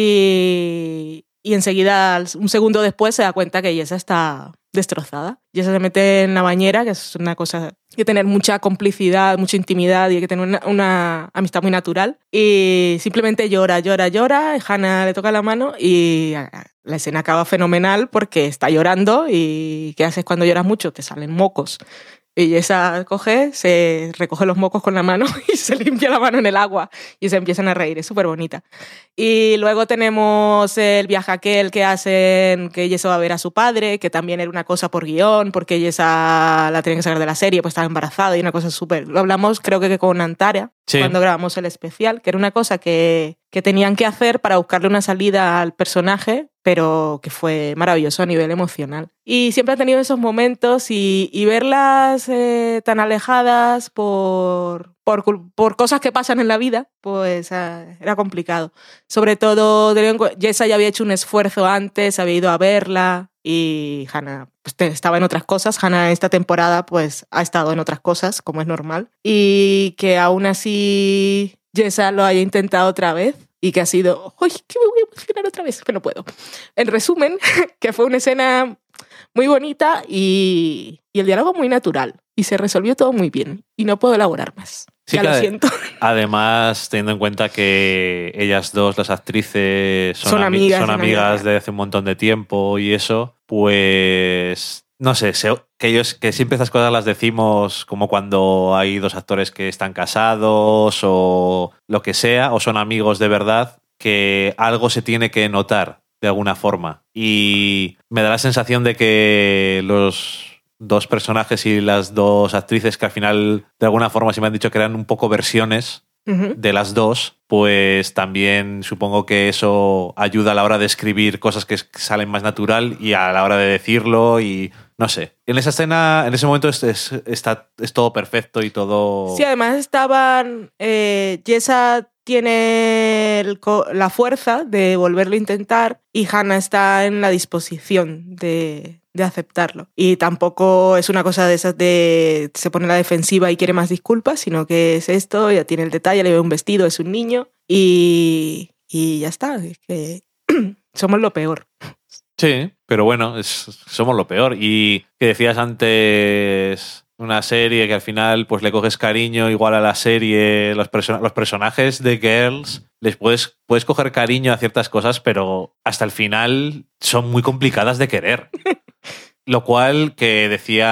y, y enseguida, un segundo después, se da cuenta que Yesa está destrozada. Yesa se mete en la bañera, que es una cosa... Hay que tener mucha complicidad, mucha intimidad y hay que tener una, una amistad muy natural. Y simplemente llora, llora, llora. Hannah le toca la mano y la escena acaba fenomenal porque está llorando y ¿qué haces cuando lloras mucho? Te salen mocos. Y esa coge, se recoge los mocos con la mano y se limpia la mano en el agua y se empiezan a reír. Es súper bonita. Y luego tenemos el viaje aquel que hacen, que ella se va a ver a su padre, que también era una cosa por guión, porque ella esa la tenían que sacar de la serie, pues estaba embarazada y una cosa súper... Lo hablamos creo que con Antara, Sí. cuando grabamos el especial, que era una cosa que, que tenían que hacer para buscarle una salida al personaje, pero que fue maravilloso a nivel emocional. Y siempre ha tenido esos momentos y, y verlas eh, tan alejadas por, por, cul- por cosas que pasan en la vida, pues eh, era complicado. Sobre todo, teniendo en cu- Jessa ya había hecho un esfuerzo antes, había ido a verla y Hannah pues, te- estaba en otras cosas. Hannah esta temporada pues ha estado en otras cosas, como es normal. Y que aún así Jessa lo haya intentado otra vez. Y que ha sido, ¡ay, que me voy a emocionar otra vez! Que no puedo. En resumen, que fue una escena muy bonita y, y el diálogo muy natural. Y se resolvió todo muy bien. Y no puedo elaborar más. Sí, ya que lo ade- siento. Además, teniendo en cuenta que ellas dos, las actrices, son, Son ami- amigas son de una amigas vida. de hace un montón de tiempo y eso, pues no sé, se- que ellos que siempre estas cosas las decimos como cuando hay dos actores que están casados o lo que sea, o son amigos de verdad, que algo se tiene que notar de alguna forma. Y me da la sensación de que los dos personajes y las dos actrices que al final de alguna forma se me han dicho que eran un poco versiones Ujú. de las dos, pues también supongo que eso ayuda a la hora de escribir cosas que s- que salen más natural y a la hora de decirlo y no sé. En esa escena, en ese momento es, es- está, es todo perfecto y todo... Sí, además estaban... Eh, Jessa tiene el co- la fuerza de volverlo a intentar y Hannah está en la disposición de, de aceptarlo. Y tampoco es una cosa de esas de se pone a la defensiva y quiere más disculpas, sino que es esto, ya tiene el detalle, le ve un vestido, es un niño y, y ya está. Es que somos lo peor. Sí, pero bueno, es- somos lo peor. Y que decías antes una serie que al final pues le coges cariño igual a la serie, los, perso- los personajes de Girls, les puedes, puedes coger cariño a ciertas cosas, pero hasta el final son muy complicadas de querer. Lo cual, que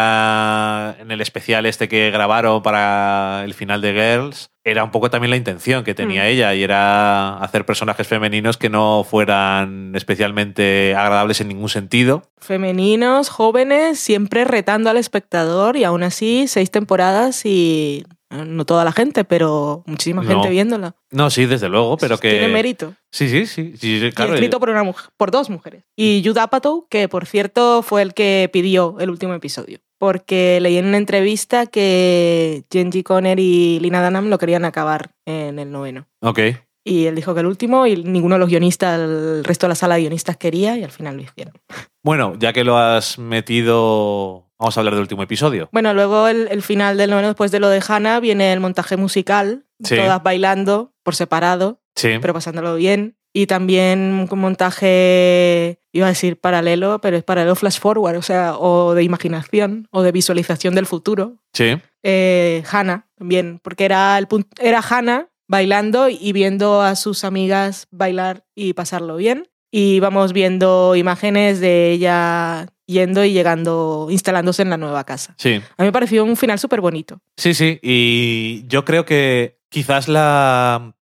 decía en el especial este que grabaron para el final de Girls, era un poco también la intención que tenía Mm. ella, y era hacer personajes femeninos que no fueran especialmente agradables en ningún sentido. Femeninos, jóvenes, siempre retando al espectador y aún así seis temporadas y eh, no toda la gente, pero muchísima No. gente viéndola. No, sí, desde luego, pero que... Tiene mérito. Sí, sí, sí. sí, sí, Y claro. escrito por, una mujer, por dos mujeres. Y Judd Apatow, que por cierto fue el que pidió el último episodio. Porque leí en una entrevista que Jenji Conner y Lina Dunham lo querían acabar en el noveno. Ok. Y él dijo que el último y ninguno de los guionistas, el resto de la sala de guionistas quería y al final lo hicieron. Bueno, ya que lo has metido, vamos a hablar del último episodio. Bueno, luego el, el final del noveno, después de lo de Hannah, viene el montaje musical, Sí. todas bailando por separado, Sí. pero pasándolo bien. Y también un montaje, iba a decir paralelo, pero es paralelo flash forward, o sea, o de imaginación, o de visualización del futuro. Sí. Eh, Hannah también, porque era, el punt- era Hannah bailando y viendo a sus amigas bailar y pasarlo bien. Y vamos viendo imágenes de ella yendo y llegando, instalándose en la nueva casa. Sí. A mí me pareció un final súper bonito. Sí, sí, y yo creo que quizás la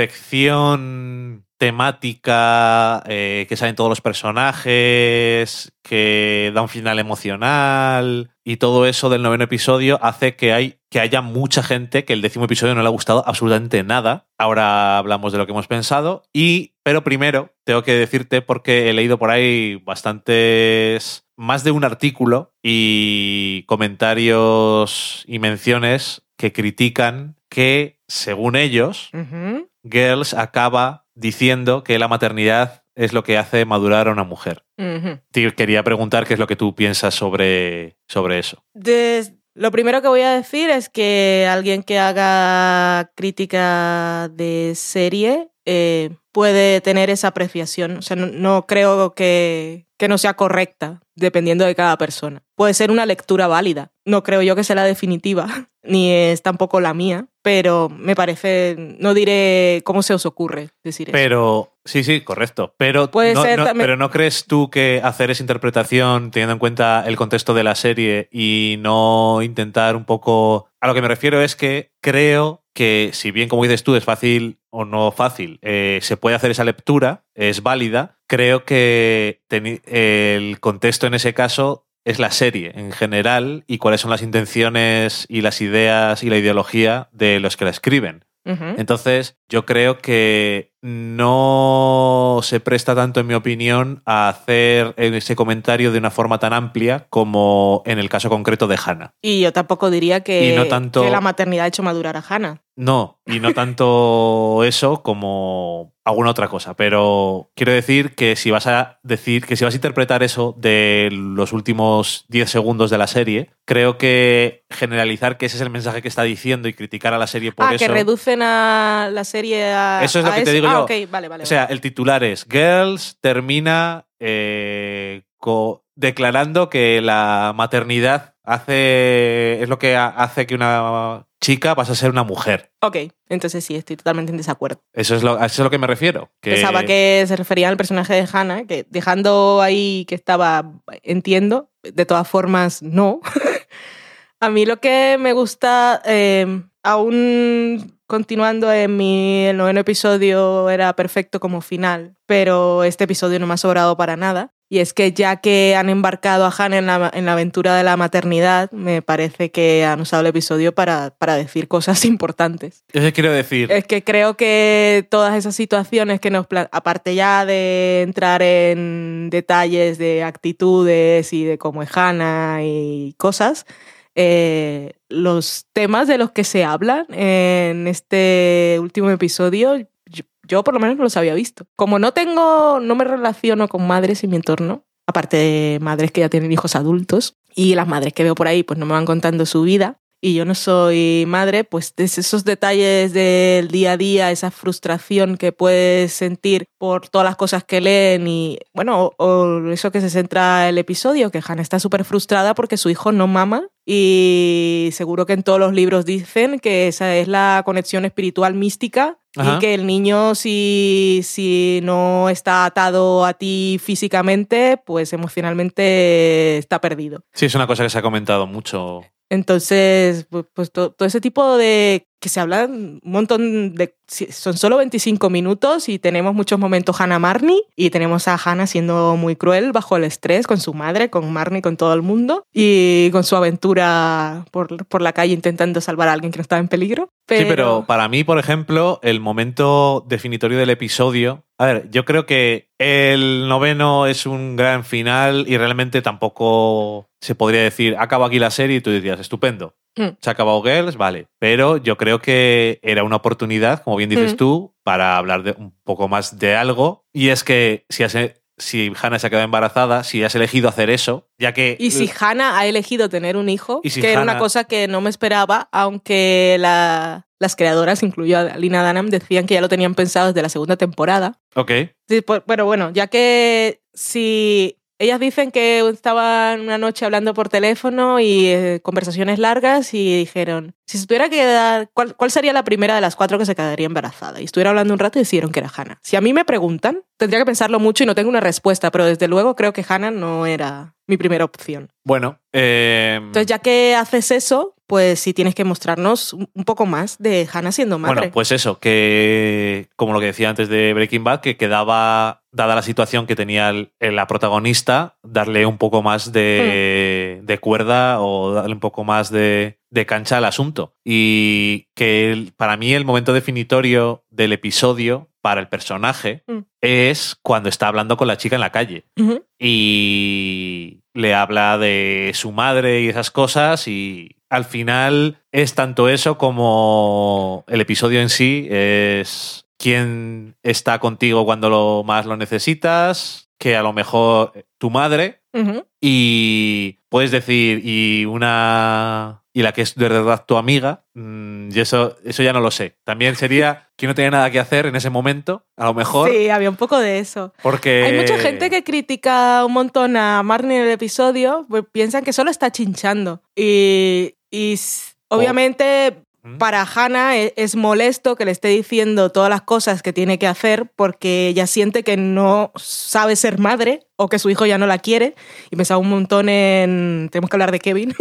perfección temática eh, que salen todos los personajes, que da un final emocional y todo eso del noveno episodio hace que, hay, que haya mucha gente que el décimo episodio no le ha gustado absolutamente nada. Ahora hablamos de lo que hemos pensado, y pero primero tengo que decirte, porque he leído por ahí bastantes, más de un artículo y comentarios y menciones que critican que, según ellos, Ujú. Girls acaba diciendo que la maternidad es lo que hace madurar a una mujer. Ujú. Te quería preguntar qué es lo que tú piensas sobre, sobre eso. Des- Lo primero que voy a decir es que alguien que haga crítica de serie eh, puede tener esa apreciación. O sea, no, no creo que, que no sea correcta, dependiendo de cada persona. Puede ser una lectura válida. No creo yo que sea la definitiva, ni es tampoco la mía, pero me parece, no diré cómo se os ocurre decir eso. Pero, sí, sí, correcto. Pero Puede no, ser no- también- pero ¿no crees tú que hacer esa interpretación teniendo en cuenta el contexto de la serie y no intentar un poco... A lo que me refiero es que creo que, si bien, como dices tú, es fácil o no fácil, eh, se puede hacer esa lectura, es válida, creo que teni- el contexto en ese caso es la serie en general y cuáles son las intenciones y las ideas y la ideología de los que la escriben. Ujú. Entonces, yo creo que no se presta tanto, en mi opinión, a hacer ese comentario de una forma tan amplia como en el caso concreto de Hannah. Y yo tampoco diría que, Y no tanto- que la maternidad ha hecho madurar a Hannah. No, y no tanto eso como alguna otra cosa, pero quiero decir que si vas a decir que si vas a interpretar eso de los últimos diez segundos de la serie, creo que generalizar que ese es el mensaje que está diciendo y criticar a la serie por ah, eso. que reducen a la serie a. Eso es lo a que te digo ah, yo. ok, vale, vale. O sea, vale. el titular es Girls termina eh, co- declarando que la maternidad hace es lo que ha- hace que una chica pase a ser una mujer. Ok, entonces sí, estoy totalmente en desacuerdo. Eso es lo, a eso es a lo que me refiero. Que... Pensaba que se refería al personaje de Hannah, que dejando ahí que estaba, entiendo, de todas formas, no. A mí lo que me gusta, eh, aún continuando en mi el noveno episodio, era perfecto como final, pero este episodio no me ha sobrado para nada. Y es que ya que han embarcado a Hannah en la, en la aventura de la maternidad, me parece que han usado el episodio para, para decir cosas importantes. Eso quiero decir. Es que creo que todas esas situaciones que nos... pla- aparte ya de entrar en detalles de actitudes y de cómo es Hannah y cosas, eh, los temas de los que se hablan en este último episodio, yo, yo por lo menos no los había visto. Como no tengo, no me relaciono con madres en mi entorno, aparte de madres que ya tienen hijos adultos, y las madres que veo por ahí pues no me van contando su vida, y yo no soy madre, pues de esos detalles del día a día, esa frustración que puedes sentir por todas las cosas que leen y, bueno, o, o eso que se centra el episodio, que Hannah está súper frustrada porque su hijo no mama y seguro que en todos los libros dicen que esa es la conexión espiritual mística. Ajá. Y que el niño, si, si no está atado a ti físicamente, pues emocionalmente está perdido. Sí, es una cosa que se ha comentado mucho. Entonces, pues, pues to- todo ese tipo de... que se hablan un montón de... si- son solo veinticinco minutos y tenemos muchos momentos Hannah Marnie y tenemos a Hannah siendo muy cruel bajo el estrés con su madre, con Marnie, con todo el mundo y con su aventura por, por la calle intentando salvar a alguien que no estaba en peligro. Pero... Sí, pero para mí, por ejemplo, el momento definitorio del episodio... A ver, yo creo que el noveno es un gran final y realmente tampoco se podría decir, acaba aquí la serie y tú dirías, estupendo. Mm. Se ha acabado Girls, vale. Pero yo creo que era una oportunidad, como bien dices Mm. tú, para hablar de un poco más de algo. Y es que si, has, si Hannah se ha quedado embarazada, si has elegido hacer eso, ya que... Y si Hannah ha elegido tener un hijo, Y si que era Hannah- una cosa que no me esperaba, aunque la- las creadoras, incluyo a Lina Dunham, decían que ya lo tenían pensado desde la segunda temporada. Ok. Sí, pues, pero bueno, ya que si ellas dicen que estaban una noche hablando por teléfono y eh, conversaciones largas y dijeron, si se tuviera que quedar, ¿cuál, ¿cuál sería la primera de las cuatro que se quedaría embarazada? Y estuvieron hablando un rato y decidieron que era Hannah. Si a mí me preguntan, tendría que pensarlo mucho y no tengo una respuesta, pero desde luego creo que Hannah no era mi primera opción. Bueno, eh, Entonces, ya que haces eso, pues sí tienes que mostrarnos un un poco más de Hannah siendo madre. bueno, pues eso, que como lo que decía antes de Breaking Bad, que quedaba, dada la situación que tenía el- la protagonista, darle un poco más de, de cuerda o darle un poco más de, de cancha al asunto. Y que el- para mí el momento definitorio del episodio para el personaje Mm. es cuando está hablando con la chica en la calle. Ujú. Y le habla de su madre y esas cosas y al final es tanto eso como el episodio en sí, es quién está contigo cuando lo más lo necesitas, que a lo mejor tu madre Ujú. y puedes decir y una y la que es de verdad tu amiga, mm, y eso, eso ya no lo sé. También sería que no tenía nada que hacer en ese momento, a lo mejor, Sí, había un poco de eso. porque... Hay mucha gente que critica un montón a Marnie en el episodio, pues piensan que solo está chinchando. Y, y s- Obviamente, ¿Mm? para Hannah e- es molesto que le esté diciendo todas las cosas que tiene que hacer porque ella siente que no sabe ser madre o que su hijo ya no la quiere. Y pensaba un montón en... Tenemos que hablar de Kevin.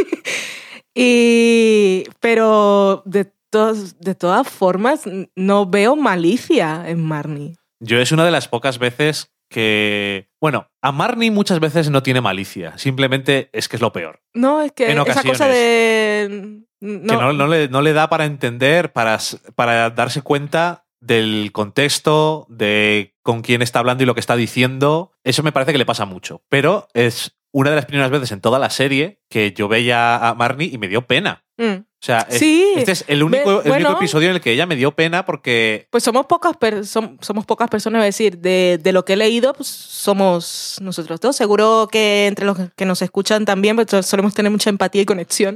y... Pero de, tos- de todas formas, no veo malicia en Marnie. Yo es una de las pocas veces que... Bueno, a Marnie muchas veces no tiene malicia. Simplemente es que es lo peor. No, es que En esa cosa ocasiones. de... No, Que no, no le, no le da para entender, para, s- para darse cuenta del contexto, de con quién está hablando y lo que está diciendo. Eso me parece que le pasa mucho. Pero es una de las primeras veces en toda la serie que yo veía a Marnie y me dio pena. Mm. O sea, es- Sí. este es el único, Ve- el bueno. único episodio en el que ella me dio pena porque... Pues somos pocas, per- som- somos pocas personas, es decir, de, de lo que he leído, pues somos nosotros dos. Seguro que entre los que nos escuchan también, pues solemos tener mucha empatía y conexión.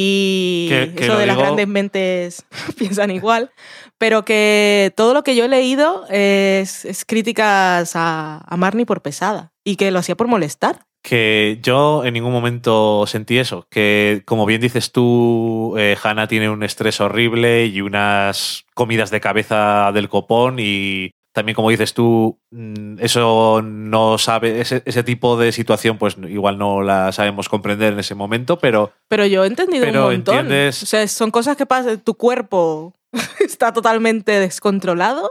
Y Que- que eso lo de las digo- grandes mentes piensan igual. Pero que todo lo que yo he leído es, es críticas a, a Marnie por pesada. Y que lo hacía por molestar. Que yo en ningún momento sentí eso. Que, como bien dices tú, eh, Hannah tiene un estrés horrible y unas comidas de cabeza del copón. Y también, como dices tú, mm, eso no sabe, ese, ese tipo de situación, pues igual no la sabemos comprender en ese momento, pero Pero yo he entendido Pero un montón. entiendes- O sea, son cosas que pasan. Tu cuerpo está totalmente descontrolado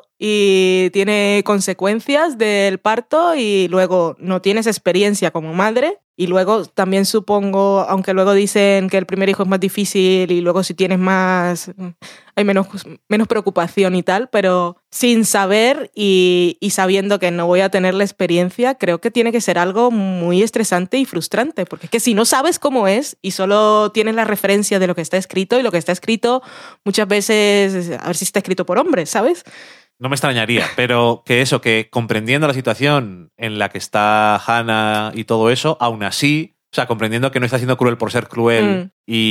y tiene consecuencias del parto y luego no tienes experiencia como madre. Y luego también supongo, aunque luego dicen que el primer hijo es más difícil y luego si tienes más, hay menos, menos preocupación y tal, pero sin saber y, y sabiendo que no voy a tener la experiencia, creo que tiene que ser algo muy estresante y frustrante, porque es que si no sabes cómo es y solo tienes la referencia de lo que está escrito, y lo que está escrito muchas veces, a ver si está escrito por hombres, ¿sabes? no me extrañaría. Pero que eso, que comprendiendo la situación en la que está Hannah y todo eso, aún así, o sea, comprendiendo que no está siendo cruel por ser cruel Mm.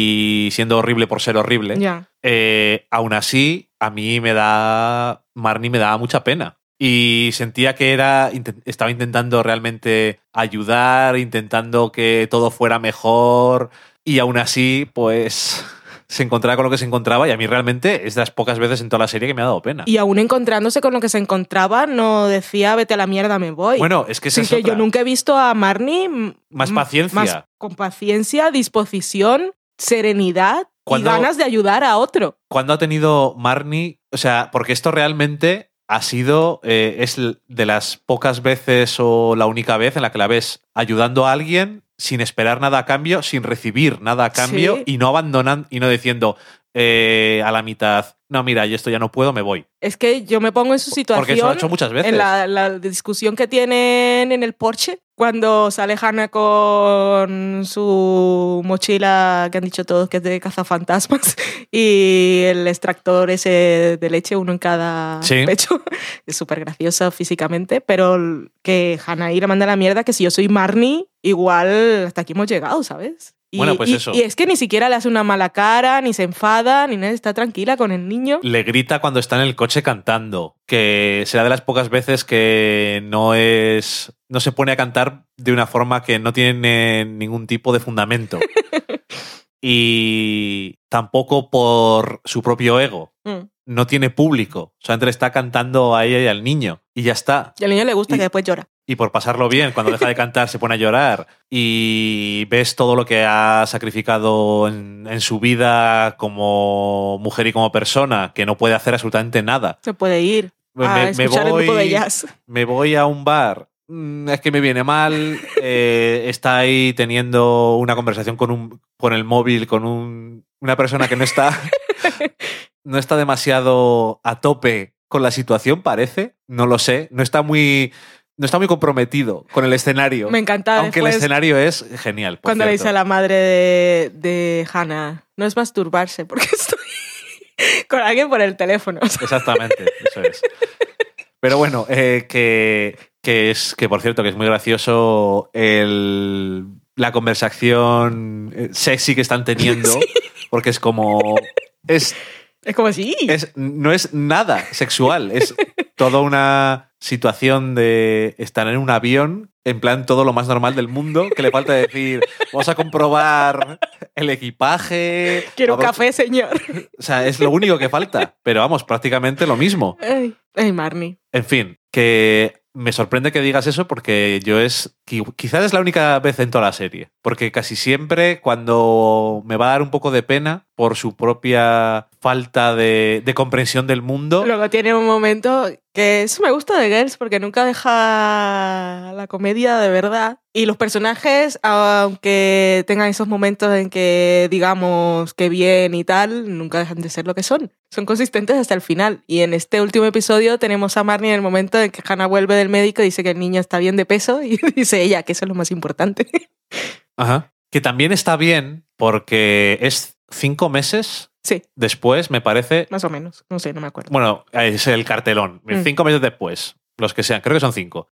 y siendo horrible por ser horrible, Ya. eh, aún así, a mí me da. Marnie me daba mucha pena. Y sentía que era. intent- estaba intentando realmente ayudar, intentando que todo fuera mejor. Y aún así, pues. Se encontraba con lo que se encontraba. Y a mí realmente es de las pocas veces en toda la serie que me ha dado pena. Y aún encontrándose con lo que se encontraba, no decía vete a la mierda, me voy. Bueno, es que esa Sí, es que otra. yo nunca he visto a Marnie m- Más m- paciencia. más con paciencia, disposición, serenidad Cuando- y ganas de ayudar a otro. ¿Cuándo ha tenido Marnie? O sea, porque esto realmente ha sido, eh, es l- de las pocas veces o la única vez en la que la ves ayudando a alguien sin esperar nada a cambio, sin recibir nada a cambio Sí. y no abandonando y no diciendo eh, a la mitad, no, mira, yo esto ya no puedo, me voy. Es que yo me pongo en su situación. Porque eso lo ha hecho muchas veces. En la, la discusión que tienen en el porche, cuando sale Hannah con su mochila, que han dicho todos que es de cazafantasmas, y el extractor ese de leche, uno en cada Sí. pecho. Es súper gracioso físicamente, pero que Hannah ahí le manda la mierda, que si yo soy Marnie, igual hasta aquí hemos llegado, ¿sabes? Y, Bueno, pues y- eso. y es que ni siquiera le hace una mala cara, ni se enfada, ni nada, está tranquila con el niño. Le grita cuando está en el coche cantando, que será de las pocas veces que no es no se pone a cantar de una forma que no tiene ningún tipo de fundamento. Y tampoco por su propio ego. Mm. No tiene público. Solamente le está cantando a ella y al niño. Y ya está. Y al niño le gusta Y- que después llora. Y por pasarlo bien, cuando deja de cantar se pone a llorar y ves todo lo que ha sacrificado en, en su vida como mujer y como persona, que no puede hacer absolutamente nada. Se puede ir Me- a me- me escuchar el grupo de voy- jazz. Me voy a un bar, mm, es que me viene mal, eh, está ahí teniendo una conversación con, un, con el móvil, con un, una persona que no está, no está demasiado a tope con la situación, parece, no lo sé, no está muy... No está muy comprometido con el escenario. Me encanta Aunque el después escenario es genial. por cuando le cierto. dice a la madre de, de Hannah, no es masturbarse porque estoy con alguien por el teléfono. Exactamente, eso es. Pero bueno, eh, que, que es que por cierto que es muy gracioso el, la conversación eh, sexy que están teniendo, porque es como es, Es como si... es no es nada sexual, es toda una situación de estar en un avión, en plan todo lo más normal del mundo, que le falta decir, vamos a comprobar el equipaje. Quiero un vamos- café, señor. O sea, es lo único que falta, pero vamos, prácticamente lo mismo. Ay, ay, Marnie. En fin, que me sorprende que digas eso porque yo es... qui- Quizás es la única vez en toda la serie. Porque casi siempre cuando me va a dar un poco de pena por su propia falta de, de comprensión del mundo... Luego tiene un momento que eso me gusta de Girls porque nunca deja la comedia de verdad. Y los personajes, aunque tengan esos momentos en que digamos que bien y tal, nunca dejan de ser lo que son. Son consistentes hasta el final. Y en este último episodio tenemos a Marnie en el momento en que Hannah vuelve del médico y dice que el niño está bien de peso y dice ella que eso es lo más importante. Ajá. Que también está bien porque es cinco meses Sí, después, me parece... más o menos. No sé, no me acuerdo. Bueno, es el cartelón. Mm. Cinco meses después, los que sean, creo que son cinco.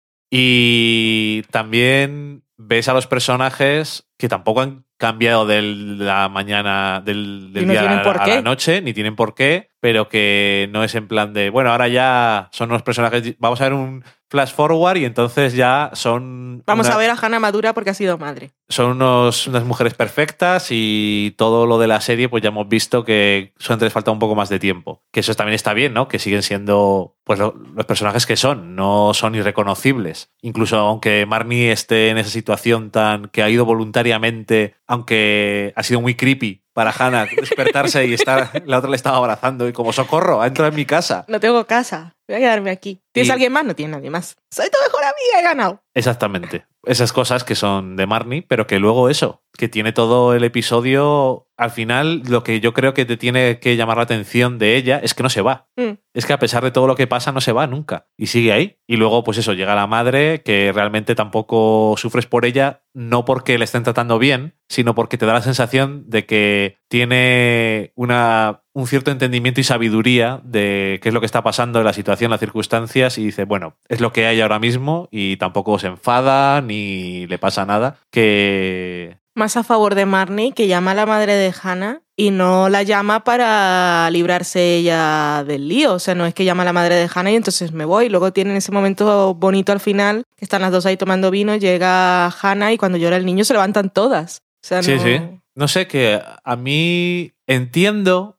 Y también ves a los personajes que tampoco han cambiado de la mañana, del, del Y no día a tienen la, por a qué. la noche, ni tienen por qué, pero que no es en plan de, bueno, ahora ya son unos personajes, vamos a ver un flash forward y entonces ya son... Vamos una- a ver a Hannah madura porque ha sido madre. son unos, unas mujeres perfectas y todo lo de la serie pues ya hemos visto que solamente les falta un poco más de tiempo. Que eso también está bien, ¿no? Que siguen siendo pues lo- los personajes que son, no son irreconocibles. Incluso aunque Marnie esté en esa situación tan que ha ido voluntariamente, aunque ha sido muy creepy para Hannah despertarse y estar, la otra le estaba abrazando y como socorro, ha entrado en mi casa. No tengo casa, voy a quedarme aquí. ¿Tienes Y- alguien más? No tiene nadie más. Soy tu mejor amiga, he ganado. Exactamente. Esas cosas que son de Marnie, pero que luego eso, que tiene todo el episodio, al final lo que yo creo que te tiene que llamar la atención de ella es que no se va. Mm. Es que a pesar de todo lo que pasa, no se va nunca. Y sigue ahí. Y luego, pues eso, llega la madre, que realmente tampoco sufres por ella, no porque le estén tratando bien, sino porque te da la sensación de que tiene una, un cierto entendimiento y sabiduría de qué es lo que está pasando en la situación, las circunstancias, y dice, bueno, es lo que hay ahora mismo, y tampoco se enfada ni le pasa nada, que... Más a favor de Marnie, que llama a la madre de Hannah y no la llama para librarse ella del lío. O sea, no es que llama a la madre de Hannah y entonces me voy. Luego tienen ese momento bonito al final, que están las dos ahí tomando vino, llega Hannah y cuando llora el niño se levantan todas. O sea, Sí, no... sí. No sé, que a mí entiendo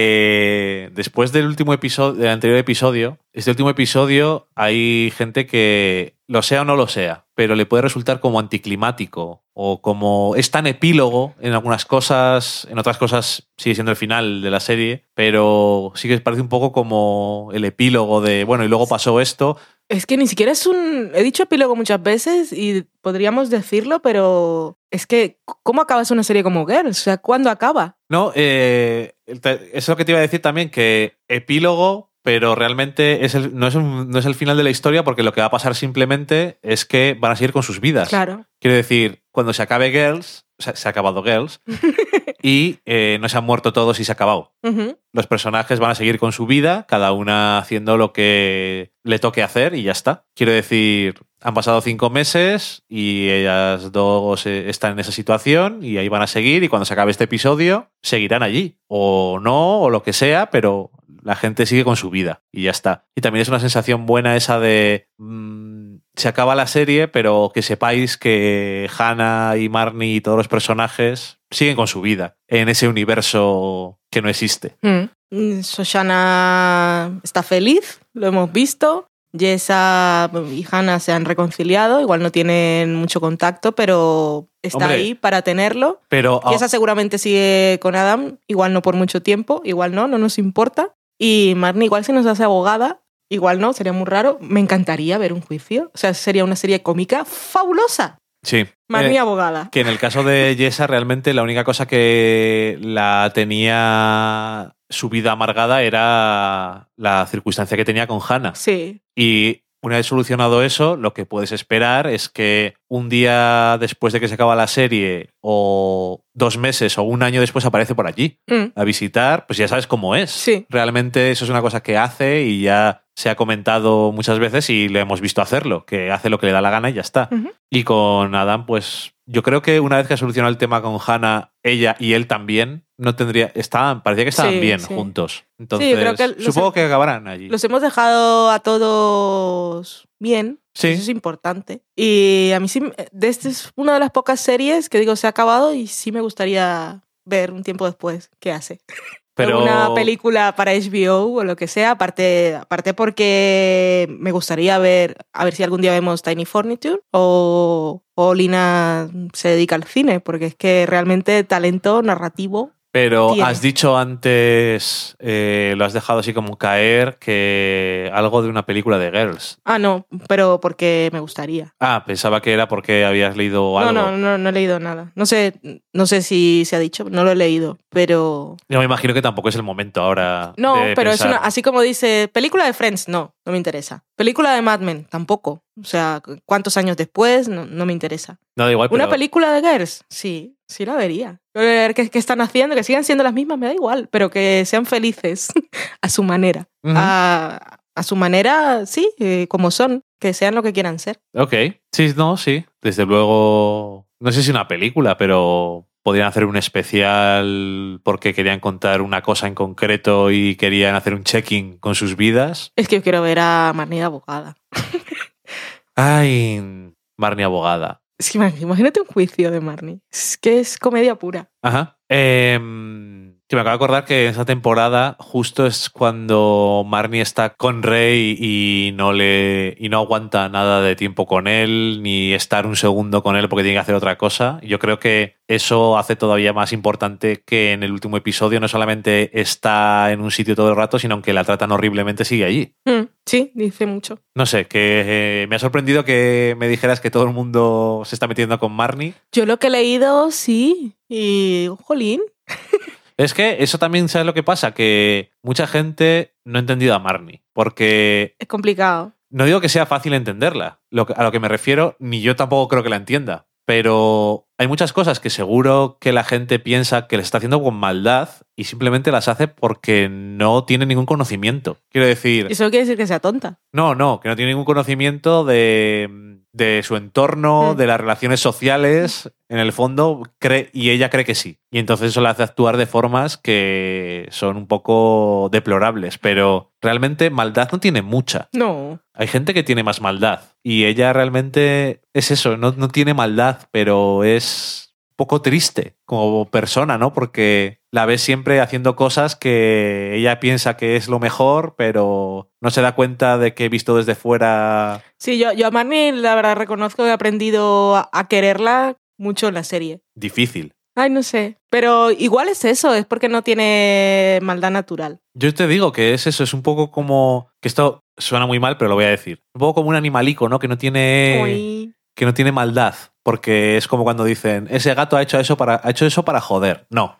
que después del último episodio, del anterior episodio, este último episodio hay gente que lo sea o no lo sea, pero le puede resultar como anticlimático o como es tan epílogo en algunas cosas, en otras cosas sigue siendo el final de la serie, pero sí que parece un poco como el epílogo de, bueno, y luego pasó esto. Es que ni siquiera es un... He dicho epílogo muchas veces y podríamos decirlo, pero es que ¿cómo acabas una serie como Girls? O sea, ¿cuándo acaba? No, eh, te- es lo que te iba a decir también, que epílogo, pero realmente es el, no, es un- no es el final de la historia porque lo que va a pasar simplemente es que van a seguir con sus vidas. Claro. Quiero decir, cuando se acabe Girls, o sea, se ha acabado Girls, y eh, no se han muerto todos y se ha acabado. Ujú. Los personajes van a seguir con su vida, cada una haciendo lo que le toque hacer y ya está. Quiero decir, han pasado cinco meses y ellas dos eh, están en esa situación y ahí van a seguir y cuando se acabe este episodio seguirán allí. O no, o lo que sea, pero la gente sigue con su vida y ya está. Y también es una sensación buena esa de... mmm, se acaba la serie, pero que sepáis que Hannah y Marnie y todos los personajes siguen con su vida en ese universo que no existe. Mm. Shoshana está feliz, lo hemos visto. Jessa y Hannah se han reconciliado, igual no tienen mucho contacto, pero está Hombre, ahí para tenerlo. Pero Jessa seguramente sigue con Adam, igual no por mucho tiempo, igual no, no nos importa. Y Marnie igual se nos hace abogada, igual no, sería muy raro. Me encantaría ver un juicio, o sea, sería una serie cómica fabulosa. sí. Marnie Eh, abogada. que en el caso de Jessa realmente la única cosa que la tenía su vida amargada era la circunstancia que tenía con Hannah. Sí, Y una vez solucionado eso, lo que puedes esperar es que un día después de que se acaba la serie o dos meses o un año después aparece por allí Mm. a visitar, pues ya sabes cómo es. Sí. Realmente eso es una cosa que hace y ya se ha comentado muchas veces y le hemos visto hacerlo, que hace lo que le da la gana y ya está. Ujú. Y con Adam, pues yo creo que una vez que ha solucionado el tema con Hannah, ella y él también, no tendría, estaban, parecía que estaban Sí, bien sí. juntos. Entonces, Sí, yo creo que los- supongo que acabarán allí. Los hemos dejado a todos bien. Sí. Eso es importante. Y a mí sí, de esta es una de las pocas series que digo se ha acabado y sí me gustaría ver un tiempo después qué hace. Pero Una película para H B O o lo que sea, aparte, aparte porque me gustaría ver, a ver si algún día vemos Tiny Furniture o, o Lina se dedica al cine, porque es que realmente talento narrativo. Pero tiene. has dicho antes, eh, lo has dejado así como caer, que algo de una película de Girls. Ah, no, pero porque me gustaría. Ah, pensaba que era porque habías leído algo. No, no, no, no he leído nada. No sé, no sé si se ha dicho, no lo he leído, pero... Yo me imagino que tampoco es el momento ahora. No, de pero es pensar. una, así como dice, película de Friends, no, no me interesa. Película de Mad Men, tampoco. O sea, ¿cuántos años después? No, no me interesa. No, da igual, pero ¿Una película de Girls? Sí, sí la vería. Ver qué, qué están haciendo, que sigan siendo las mismas, me da igual, pero que sean felices a su manera. Ujú. a, a su manera, sí, eh, como son, que sean lo que quieran ser. Ok. Sí, no, sí. Desde luego, no sé si una película, pero podrían hacer un especial porque querían contar una cosa en concreto y querían hacer un check-in con sus vidas. Es que yo quiero ver a Marnie de abogada. Ay, Marnie abogada. Es que imag- imagínate un juicio de Marnie. Es que es comedia pura. Ajá. Em, que me acabo de acordar que en esa temporada justo es cuando Marnie está con Ray y no le y no aguanta nada de tiempo con él ni estar un segundo con él porque tiene que hacer otra cosa. Yo creo que eso hace todavía más importante que en el último episodio no solamente está en un sitio todo el rato, sino que la tratan horriblemente sigue allí. Mm, sí, dice mucho. No sé, que eh, me ha sorprendido que me dijeras que todo el mundo se está metiendo con Marnie. Yo lo que he leído, sí. Y, jolín. Es que eso también, ¿sabes lo que pasa? Que mucha gente no ha entendido a Marnie. Porque Es complicado. no digo que sea fácil entenderla. Lo que- a lo que me refiero, ni yo tampoco creo que la entienda. Pero hay muchas cosas que seguro que la gente piensa que les está haciendo con maldad y simplemente las hace porque no tiene ningún conocimiento. Quiero decir, Eso no quiere decir que sea tonta. no, no, que no tiene ningún conocimiento de, de su entorno, Mm. de las relaciones sociales. En el fondo, cree, y ella cree que sí. Y entonces eso la hace actuar de formas que son un poco deplorables. Pero realmente maldad no tiene mucha. No. Hay gente que tiene más maldad. Y ella realmente es eso, no, no tiene maldad, pero es un poco triste como persona, ¿no? Porque la ves siempre haciendo cosas que ella piensa que es lo mejor, pero no se da cuenta de que visto desde fuera. Sí, yo, yo a Marnie, la verdad, reconozco que he aprendido a, a quererla mucho en la serie. Difícil. Ay, no sé. Pero igual es eso, es porque no tiene maldad natural. Yo te digo que es eso, es un poco como. Que esto suena muy mal, pero lo voy a decir. Un poco como un animalico, ¿no? Que no tiene. Uy. Que no tiene maldad. Porque es como cuando dicen, ese gato ha hecho eso para, ha hecho eso para joder. No.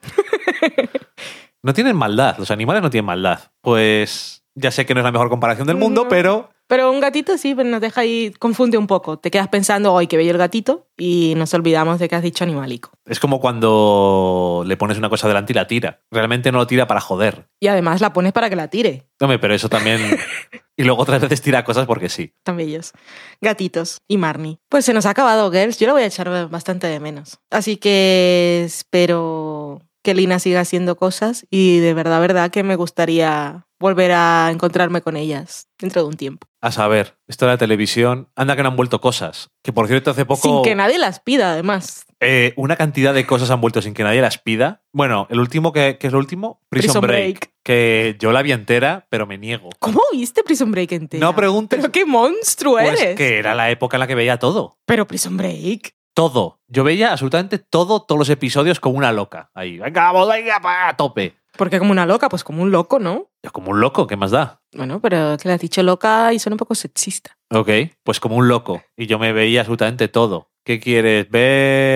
No tienen maldad. Los animales no tienen maldad. Pues ya sé que no es la mejor comparación del mundo, No. pero Pero un gatito sí, pues nos deja ahí, confunde un poco. Te quedas pensando, ¡ay, qué bello el gatito! Y nos olvidamos de que has dicho animalico. es como cuando le pones una cosa delante y la tira. Realmente no lo tira para joder. Y además la pones para que la tire. Hombre, pero eso también... y luego otras veces tira cosas porque sí. Tan bellos. Gatitos y Marnie. Pues se nos ha acabado, Girls. Yo lo voy a echar bastante de menos. Así que espero que Lina siga haciendo cosas y de verdad, verdad que me gustaría volver a encontrarme con ellas dentro de un tiempo. A saber, esto de la televisión, anda que no han vuelto cosas. Que por cierto, hace poco... Sin que nadie las pida, además. eh, una cantidad de cosas han vuelto sin que nadie las pida. Bueno, el último, que, que es lo último? Prison, Prison Break, Break. Que yo la vi entera, pero me niego. ¿Cómo viste Prison Break entera? No preguntes. Pero qué monstruo Pues eres. que era la época en la que veía todo. Pero Prison Break. Todo. Yo veía absolutamente todo, todos los episodios como una loca. Ahí, venga, vamos, venga, pa, a tope. ¿Por qué como una loca? Pues como un loco, ¿no? Yo como un loco, ¿qué más da? Bueno, pero que le has dicho loca y suena un poco sexista. Ok, pues como un loco. Y yo me veía absolutamente todo. ¿Qué quieres ver?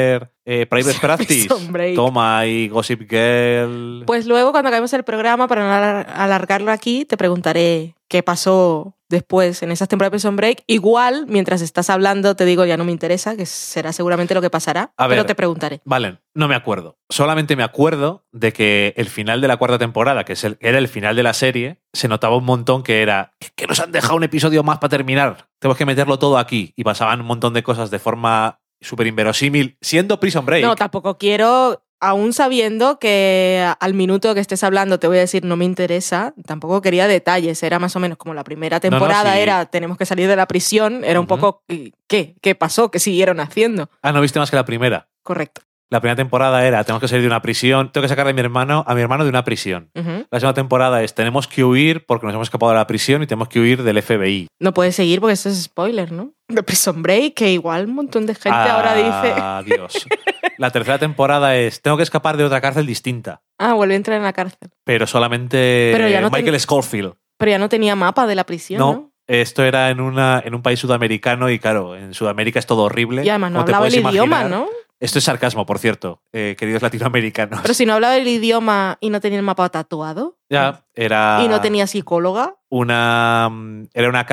Eh, Private Practice. Prison Break. Toma ahí Gossip Girl. Pues luego, cuando acabemos el programa, para no alar- alargarlo aquí, te preguntaré qué pasó después en esas temporadas de Prison Break. Igual, mientras estás hablando, te digo, ya no me interesa, que será seguramente lo que pasará, A pero ver. te preguntaré. Vale, no me acuerdo. Solamente me acuerdo de que el final de la cuarta temporada, que es el, era el final de la serie, se notaba un montón que era que nos han dejado un episodio más para terminar. Tenemos que meterlo todo aquí. Y pasaban un montón de cosas de forma súper inverosímil, siendo Prison Break. No, tampoco quiero, aún sabiendo que al minuto que estés hablando te voy a decir no me interesa, tampoco quería detalles, era más o menos como la primera No, no, temporada sí. era tenemos que salir de la prisión, era un Ujú. poco ¿qué? ¿Qué pasó? ¿Qué siguieron haciendo? Ah, no viste más que la primera. Correcto. La primera temporada era tenemos que salir de una prisión, tengo que sacar a mi hermano, a mi hermano de una prisión. Ujú. La segunda temporada es tenemos que huir porque nos hemos escapado de la prisión y tenemos que huir del F B I. No puedes seguir porque esto es spoiler, ¿no? De Prison Break, que igual un montón de gente ahora dice Adiós. La tercera temporada es tengo que escapar de otra cárcel distinta, ah, vuelve a entrar en la cárcel. pero solamente Pero ya no Michael ten- Scofield. Pero ya no tenía mapa de la prisión, ¿no? No, esto era en, una, en un país sudamericano y claro, en Sudamérica es todo horrible. Y además no como te hablaba el puedes idioma, imaginar. ¿no? Esto es sarcasmo, por cierto, eh, queridos latinoamericanos. Pero si no hablaba el idioma y no tenía el mapa tatuado. Ya, era... Y no tenía psicóloga. una mm, era una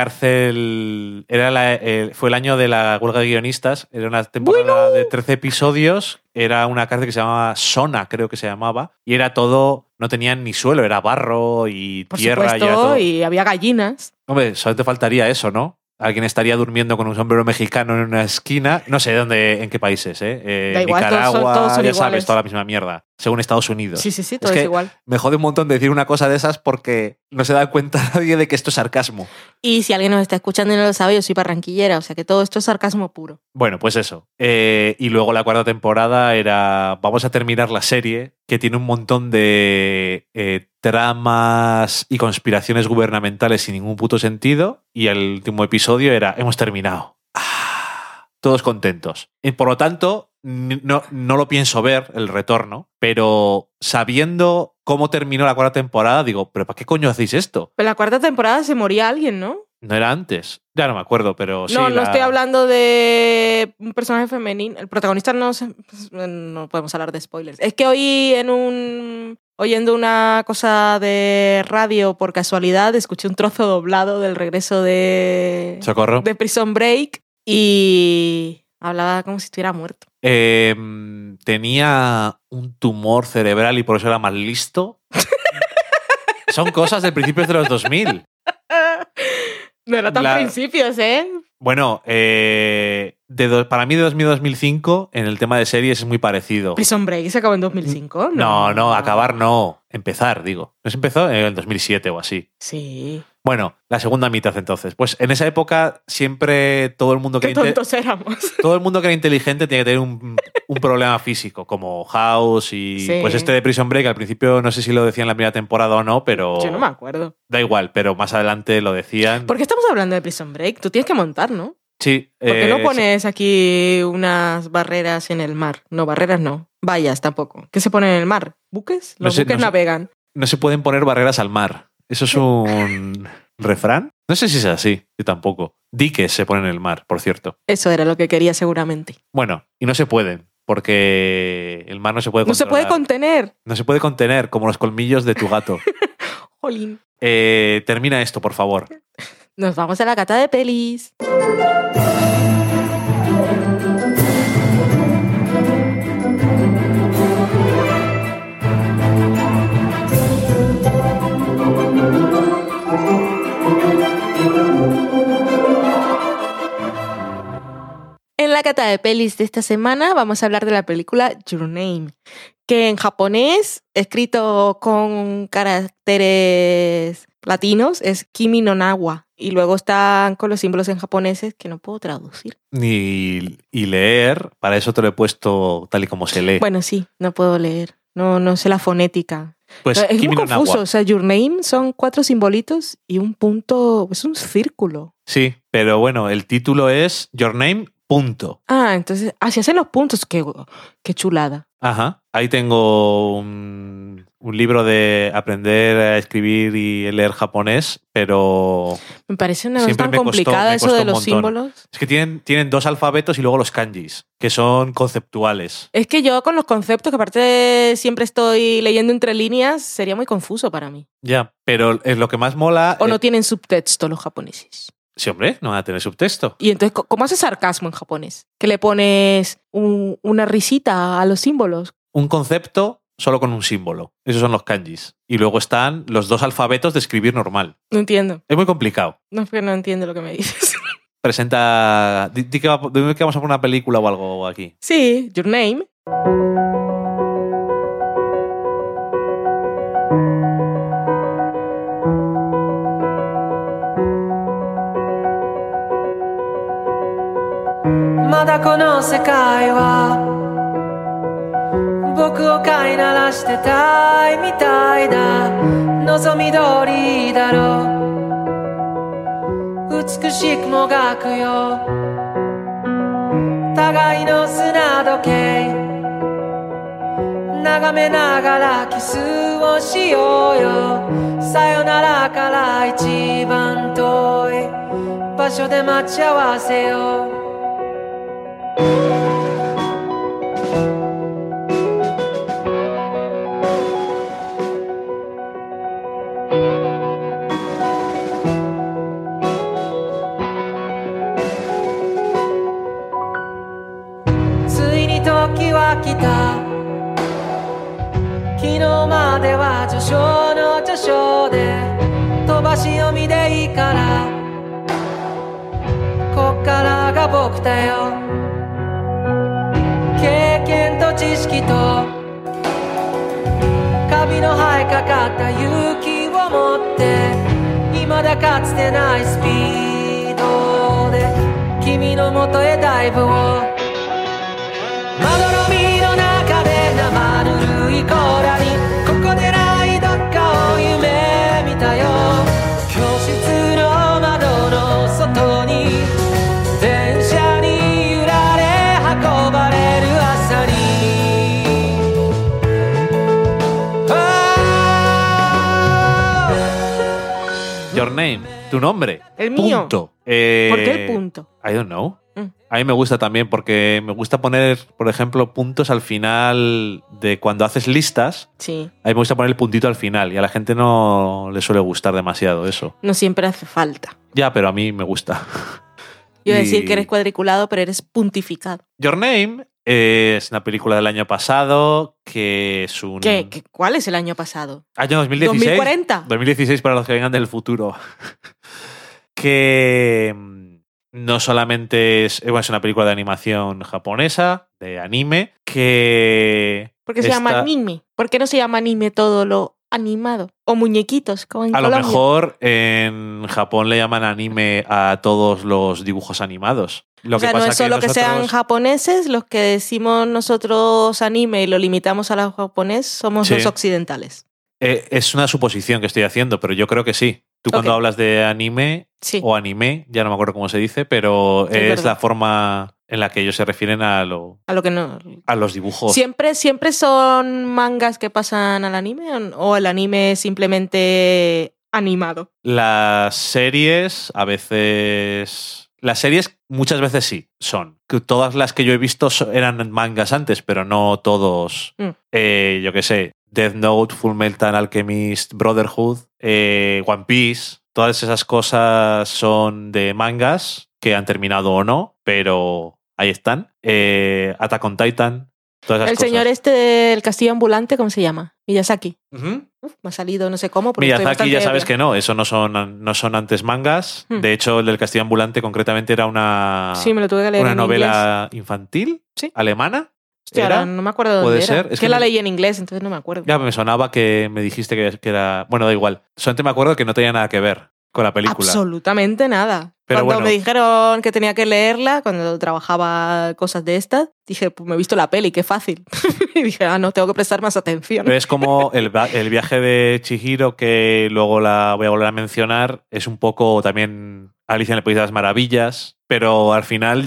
cárcel era la- eh, fue el año de la huelga de guionistas, era una temporada de trece episodios, era una cárcel que se llamaba Sona, creo que se llamaba, y era todo, no tenían ni suelo, era barro y Por tierra y era supuesto, todo. y había gallinas. Hombre, solo te faltaría eso, ¿no? Alguien estaría durmiendo con un sombrero mexicano en una esquina. No sé dónde, en qué países, ¿eh? Eh, Da igual, todos son- Nicaragua, todos son ya iguales. sabes, toda la misma mierda. Según Estados Unidos. Sí, sí, sí, todo es es, que igual. me jode un montón decir una cosa de esas porque no se da cuenta nadie de que esto es sarcasmo. Y si alguien nos está escuchando y no lo sabe, yo soy barranquillera, o sea que todo esto es sarcasmo puro. Bueno, pues eso. Eh, y luego la cuarta temporada era vamos a terminar la serie que tiene un montón de eh, tramas y conspiraciones gubernamentales sin ningún puto sentido. Y el último episodio era hemos terminado. Ah, todos contentos. Y por lo tanto, n- no, no lo pienso ver, el retorno, pero sabiendo cómo terminó la cuarta temporada, digo, ¿pero para qué coño hacéis esto? Pero en la cuarta temporada se moría alguien, ¿no? No era antes. Ya no me acuerdo, pero sí. no, no la- estoy hablando de un personaje femenino. El protagonista no se- pues, no podemos hablar de spoilers. Es que hoy en un oyendo una cosa de radio por casualidad escuché un trozo doblado del regreso de Socorro. de Prison Break y hablaba como si estuviera muerto. Eh, tenía un tumor cerebral y por eso era más listo. Son cosas de principios de los dos mil. No era tan La- principios, ¿eh? Bueno, eh, de do- para mí de dos mil a dos mil cinco en el tema de series es muy parecido. Prison Break se acabó en dos mil cinco, No, no, acabar no. Empezar, digo. ¿No se empezó en el dos mil siete o así? Sí. Bueno, la segunda mitad entonces. Pues en esa época siempre todo el mundo que Qué era inte- tontos éramos. todo el mundo que era inteligente tiene que tener un, un problema físico, como House y Sí. pues este de Prison Break. Al principio no sé si lo decían en la primera temporada o no, pero Yo no me acuerdo. da igual, pero más adelante lo decían. ¿Por qué estamos hablando de Prison Break? Tú tienes que montar, ¿no? Sí. ¿Por qué eh, no pones aquí unas barreras en el mar? No, barreras no. Vallas tampoco. ¿Qué se pone en el mar? ¿Buques? No Los sé, buques no sé. navegan. no se pueden poner barreras al mar. ¿Eso es un refrán? No sé si es así, yo tampoco. Diques se ponen en el mar, por cierto. Eso era lo que quería seguramente. Bueno, y no se pueden, porque el mar no se puede No se puede controlar. contener. No se puede contener, como los colmillos de tu gato. Jolín. Eh, termina esto, por favor. Nos vamos a la cata de pelis. En la cata de pelis de esta semana vamos a hablar de la película Your Name, que en japonés, escrito con caracteres latinos, es Kimi no Nawa. Y luego están con los símbolos en japoneses que no puedo traducir. Ni, y leer, para eso te lo he puesto tal y como se lee. Bueno, sí, no puedo leer. No, no sé la fonética. pues es muy Kimi no confuso. Nawa. O sea, Your Name son cuatro simbolitos y un punto, es un círculo. Sí, pero bueno, el título es Your Name, punto. Ah, entonces, así hacen los puntos. Qué, qué chulada. Ajá. Ahí tengo un, un libro de aprender a escribir y leer japonés, pero Me parece una cosa siempre tan me costó- complicada me eso costó de un los montón. símbolos. Es que tienen, tienen dos alfabetos y luego los kanjis, que son conceptuales. Es que yo con los conceptos, que aparte siempre estoy leyendo entre líneas, sería muy confuso para mí. Ya, pero es lo que más mola... O no eh, tienen subtexto los japoneses. sí, hombre, no van a tener subtexto. Y entonces, ¿cómo haces sarcasmo en japonés? Que le pones un- una risita a los símbolos. Un concepto solo con un símbolo. Esos son los kanjis. Y luego están los dos alfabetos de escribir normal. No entiendo. Es muy complicado. No es que no entiendo lo que me dices. Presenta... Di, di que, va- di que vamos a poner una película o algo aquí. Sí, Your Name. 「まだこの世界は僕を飼いならしてたいみたいだ」「望み通りだろう美しくもがくよ」「互いの砂時計」「眺めながらキスをしようよ」「さよならから一番遠い場所で待ち合わせよう」ついに時は来た昨日までは序章の序章で飛ばし読みでいいからこっからが僕だよ経験と知識とカビの生えかかった勇気を持って未だかつてないスピードで君の元へダイブをまどろみの中で生ぬるい甲羅にここでないどっかを夢見たよ教室の窓の外に電車に揺られ運ばれる朝に Your name, tu nombre. El mío. Punto. Eh, ¿Por qué el punto? I don't know. Mm. A mí me gusta también porque me gusta poner, por ejemplo, puntos al final de cuando haces listas. Sí. A mí me gusta poner el puntito al final y a la gente no le suele gustar demasiado eso. No siempre hace falta. Ya, pero a mí me gusta. Iba a Y- decir que eres cuadriculado, pero eres puntificado. Your Name es una película del año pasado que es un... ¿Qué, qué, ¿Cuál es el año pasado? Año dos mil dieciséis. ¿dos mil cuarenta? dos mil dieciséis para los que vengan del futuro. que mm, no solamente es, eh, bueno, es una película de animación japonesa, de anime, que... ¿Por qué se llama está- anime? ¿Por qué no se llama anime todo lo animado? O muñequitos, como en A lo Colombia. mejor en Japón le llaman anime a todos los dibujos animados. Lo O sea, que pasa no es solo que, que sean nosotros- japoneses, los que decimos nosotros anime y lo limitamos a los japonés, somos Sí. los occidentales. Eh, es una suposición que estoy haciendo, pero yo creo que sí. Tú cuando Ok. hablas de anime Sí. o anime, ya no me acuerdo cómo se dice, pero Es es, verdad. la forma en la que ellos se refieren a, lo, A lo que no. a los dibujos. ¿Siempre, ¿Siempre son mangas que pasan al anime o- o el anime es simplemente animado? Las series, a veces... Las series muchas veces sí son. Que todas las que yo he visto so- eran mangas antes, pero no todos. Mm. Eh, yo qué sé, Death Note, Full Metal Alchemist, Brotherhood, eh, One Piece. Todas esas cosas son de mangas que han terminado o no, pero ahí están. Eh, Attack on Titan. Todas esas El cosas. señor este del castillo ambulante, ¿cómo se llama? Miyazaki. Ujú. Uf, me ha salido no sé cómo. porque estoy Miyazaki ya bastante sabes ebria. que no, eso no son, no son antes mangas. Hmm. De hecho, el del Castillo Ambulante concretamente era una, Sí, me lo tuve que leer una en novela infantil Sí. alemana. Hostia, ¿Era? ahora no me acuerdo de dónde ¿Puede era. ser? Es Es que que la me- leí en inglés, entonces no me acuerdo. Ya me sonaba que me dijiste que, que era... Bueno, da igual. Solamente me acuerdo que no tenía nada que ver con la película. Absolutamente nada. Pero cuando bueno. me dijeron que tenía que leerla, cuando trabajaba cosas de estas, dije, pues me he visto la peli, qué fácil. Y dije, ah, no, tengo que prestar más atención. Pero es como el, va- el viaje de Chihiro, que luego la voy a volver a mencionar, es un poco también Alicia en el País de las Maravillas, pero al final yo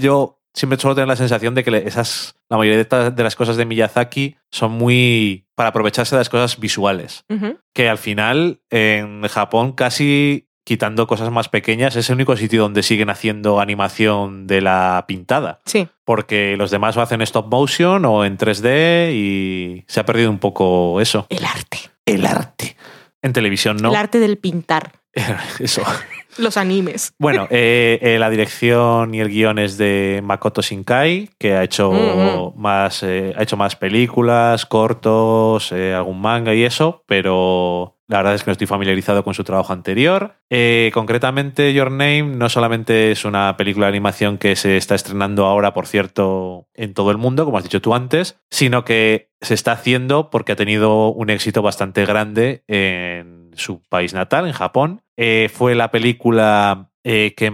siempre suelo tener la sensación de que le- esas, la mayoría de, estas- de las cosas de Miyazaki son muy para aprovecharse de las cosas visuales. Ujú. Que al final, en Japón, casi quitando cosas más pequeñas, es el único sitio donde siguen haciendo animación de la pintada. Sí. Porque los demás lo hacen en stop motion o en tres D y se ha perdido un poco eso. El arte. El arte. En televisión no. El arte del pintar. Eso. Los animes. Bueno, eh, eh, la dirección y el guión es de Makoto Shinkai, que ha hecho, Mm, más, eh, ha hecho más películas, cortos, eh, algún manga y eso, pero la verdad es que no estoy familiarizado con su trabajo anterior. Eh, concretamente, Your Name no solamente es una película de animación que se está estrenando ahora, por cierto, en todo el mundo, como has dicho tú antes, sino que se está haciendo porque ha tenido un éxito bastante grande en su país natal, en Japón. Eh, fue la película eh, que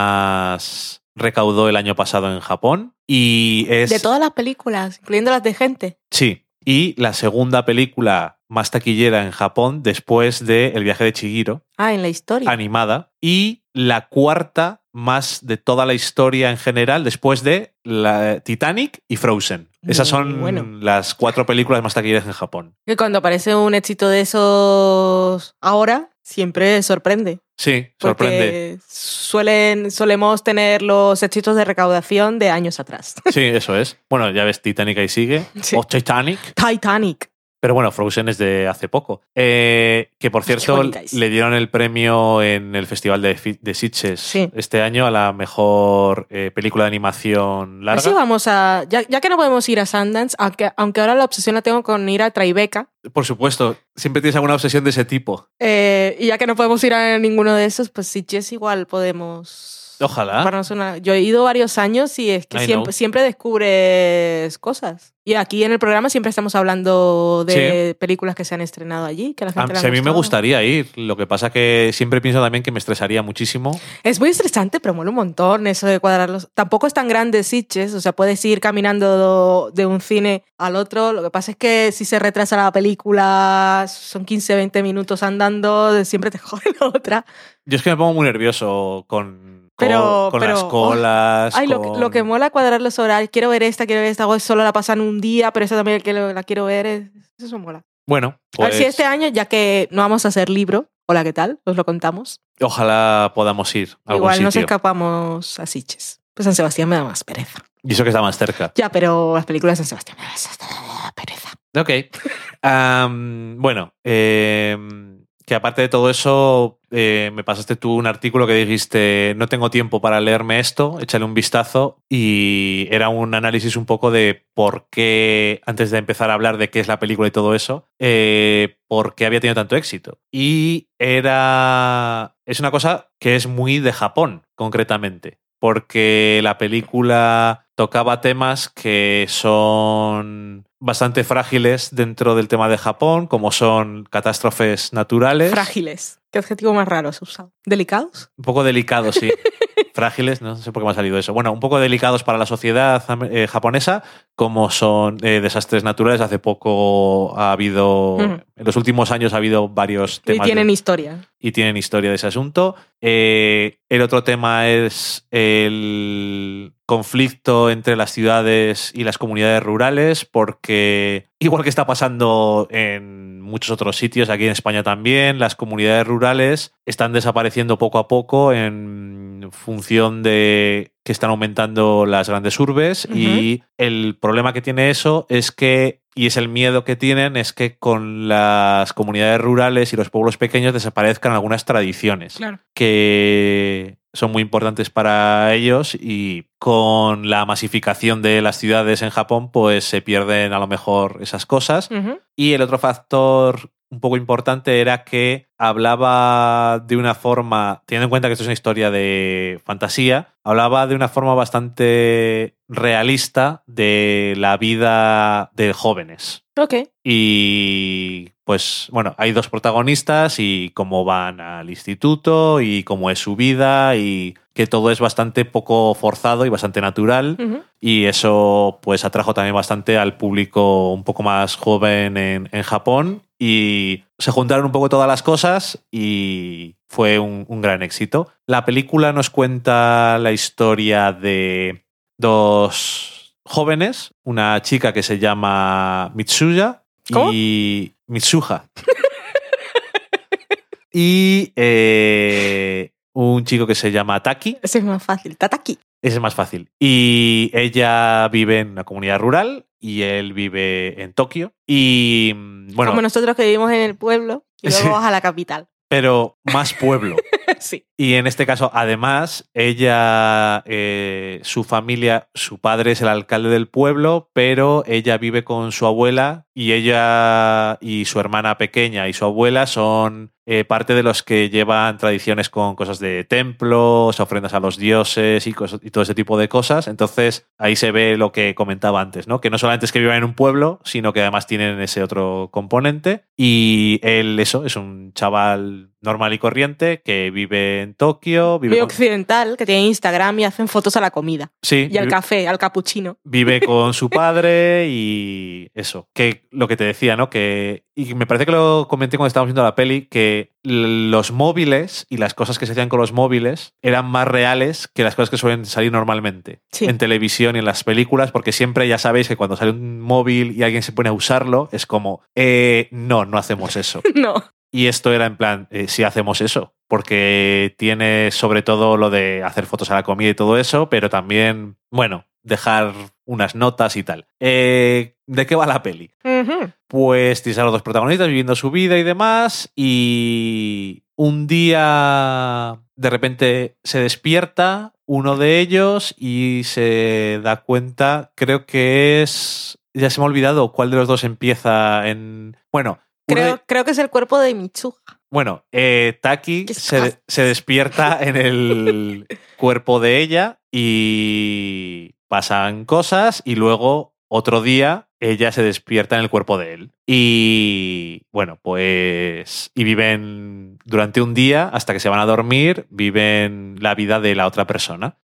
más recaudó el año pasado en Japón y es... De todas las películas, incluyendo las de gente. Sí, y la segunda película más taquillera en Japón después de El viaje de Chihiro, Ah, en la historia. animada, y la cuarta más de toda la historia en general después de la Titanic y Frozen. Esas son Bueno. las cuatro películas más taquilleras en Japón. Que cuando aparece un éxito de esos ahora, siempre sorprende. Sí, sorprende. Porque suelen, solemos tener los éxitos de recaudación de años atrás. Sí, eso es. Bueno, ya ves, Titanic ahí sigue. Sí. O Titanic. Titanic. Pero bueno, Frozen es de hace poco. Eh, que por Qué cierto, bonita es. le dieron el premio en el Festival de, Fi- de Sitges Sí. este año a la mejor eh, película de animación larga. Así vamos a. Ya, ya que no podemos ir a Sundance, aunque, aunque ahora la obsesión la tengo con ir a Tribeca. Por supuesto, siempre tienes alguna obsesión de ese tipo. eh, y ya que no podemos ir a ninguno de esos, pues sí, Jess, igual podemos. Ojalá. tomarnos una- Yo he ido varios años y es que I siempre, know. siempre descubres cosas. Y aquí en el programa siempre estamos hablando de películas que se han estrenado allí, que a la A, gente le si han a mí me gustado. gustaría ir. Lo que pasa que siempre pienso también que me estresaría muchísimo. Es muy estresante, pero mola un montón eso de cuadrarlos. Tampoco es tan grande Sitges, o sea, puedes ir caminando de un cine al otro. Lo que pasa es que si se retrasa la película, son quince, veinte minutos andando, siempre te jode la otra. Yo es que me pongo muy nervioso con, con, Pero- con pero- las colas. Ay, lo, que- con- lo que mola cuadrar los horarios. Quiero ver esta, quiero ver esta, o solo la pasan un día, pero esa también que lo- la quiero ver. es- Eso mola. Bueno, A ver si pues este año, ya que no vamos a hacer libro, hola, ¿qué tal? Os lo contamos. ojalá podamos ir a algún Igual nos sitio. escapamos a Sitges. Pues San Sebastián me da más pereza. Y eso que está más cerca. Ya, pero las películas de San Sebastián me da pereza. Ok. Am, bueno, em, que aparte de todo eso, eh, me pasaste tú un artículo que dijiste, no tengo tiempo para leerme esto, échale un vistazo, y era un análisis un poco de por qué, antes de empezar a hablar de qué es la película y todo eso, eh, por qué había tenido tanto éxito. Y era... es una cosa que es muy de Japón, concretamente, porque la película tocaba temas que son bastante frágiles dentro del tema de Japón, como son catástrofes naturales. Frágiles. ¿Qué adjetivo más raro has usado? ¿Delicados? Un poco delicados, sí. Frágiles, no sé por qué me ha salido eso. Bueno, un poco delicados para la sociedad eh, japonesa, como son eh, desastres naturales. Hace poco ha habido, Ujú. en los últimos años ha habido varios Y temas. tienen de- historia. y tienen historia de ese asunto. Eh, el otro tema es el conflicto entre las ciudades y las comunidades rurales, porque igual que está pasando en muchos otros sitios, aquí en España también, las comunidades rurales están desapareciendo poco a poco en función de que están aumentando las grandes urbes. Ujú. Y el problema que tiene eso es que, y es el miedo que tienen, es que con las comunidades rurales y los pueblos pequeños desaparezcan algunas tradiciones Claro. que son muy importantes para ellos, y con la masificación de las ciudades en Japón pues se pierden a lo mejor esas cosas. Ujú. Y el otro factor un poco importante era que hablaba de una forma, teniendo en cuenta que esto es una historia de fantasía, hablaba de una forma bastante realista de la vida de jóvenes. Ok. Y pues bueno, hay dos protagonistas y cómo van al instituto y cómo es su vida, y que todo es bastante poco forzado y bastante natural. Ujú. Y eso pues atrajo también bastante al público un poco más joven en, en Japón, y se juntaron un poco todas las cosas y fue un, un gran éxito. La película nos cuenta la historia de dos jóvenes, una chica que se llama Mitsuya ¿Cómo? y Mitsuha. y eh, un chico que se llama Taki. Ese es más fácil. Tataki. Ese es más fácil. Y ella vive en una comunidad rural y él vive en Tokio. Y bueno, Como nosotros que vivimos en el pueblo y luego Sí. vas a la capital. pero más pueblo. Sí. Y en este caso, además, ella, eh, su familia, su padre es el alcalde del pueblo, pero ella vive con su abuela y ella y su hermana pequeña y su abuela son eh, parte de los que llevan tradiciones con cosas de templos, ofrendas a los dioses y, cosas, y todo ese tipo de cosas. Entonces, ahí se ve lo que comentaba antes, ¿no? Que no solamente es que vivan en un pueblo, sino que además tienen ese otro componente. Y él, eso, es un chaval normal y corriente que vive en Tokio. Vive Muy con- occidental, que tiene Instagram y hacen fotos a la comida. sí, Y al vive- café, al capuchino. vive con su padre y eso, que lo que te decía, ¿no? Que, y me parece que lo comenté cuando estábamos viendo la peli, que l- los móviles y las cosas que se hacían con los móviles eran más reales que las cosas que suelen salir normalmente Sí. en televisión y en las películas, porque siempre ya sabéis que cuando sale un móvil y alguien se pone a usarlo, es como, eh, no, no hacemos eso. No. Y esto era en plan, eh, sí hacemos eso, porque tiene sobre todo lo de hacer fotos a la comida y todo eso, pero también, bueno, dejar unas notas y tal. Eh, ¿De qué va la peli? Ujú. Pues tienes a los dos protagonistas viviendo su vida y demás, y un día de repente se despierta uno de ellos y se da cuenta, creo que es... Ya se me ha olvidado cuál de los dos empieza en... Bueno, uno de- Creo, creo que es el cuerpo de Mitsuha. bueno, eh, Taki Qué se, asco. se despierta en el cuerpo de ella y pasan cosas y luego otro día ella se despierta en el cuerpo de él. Y bueno, pues... Y viven durante un día hasta que se van a dormir, viven la vida de la otra persona.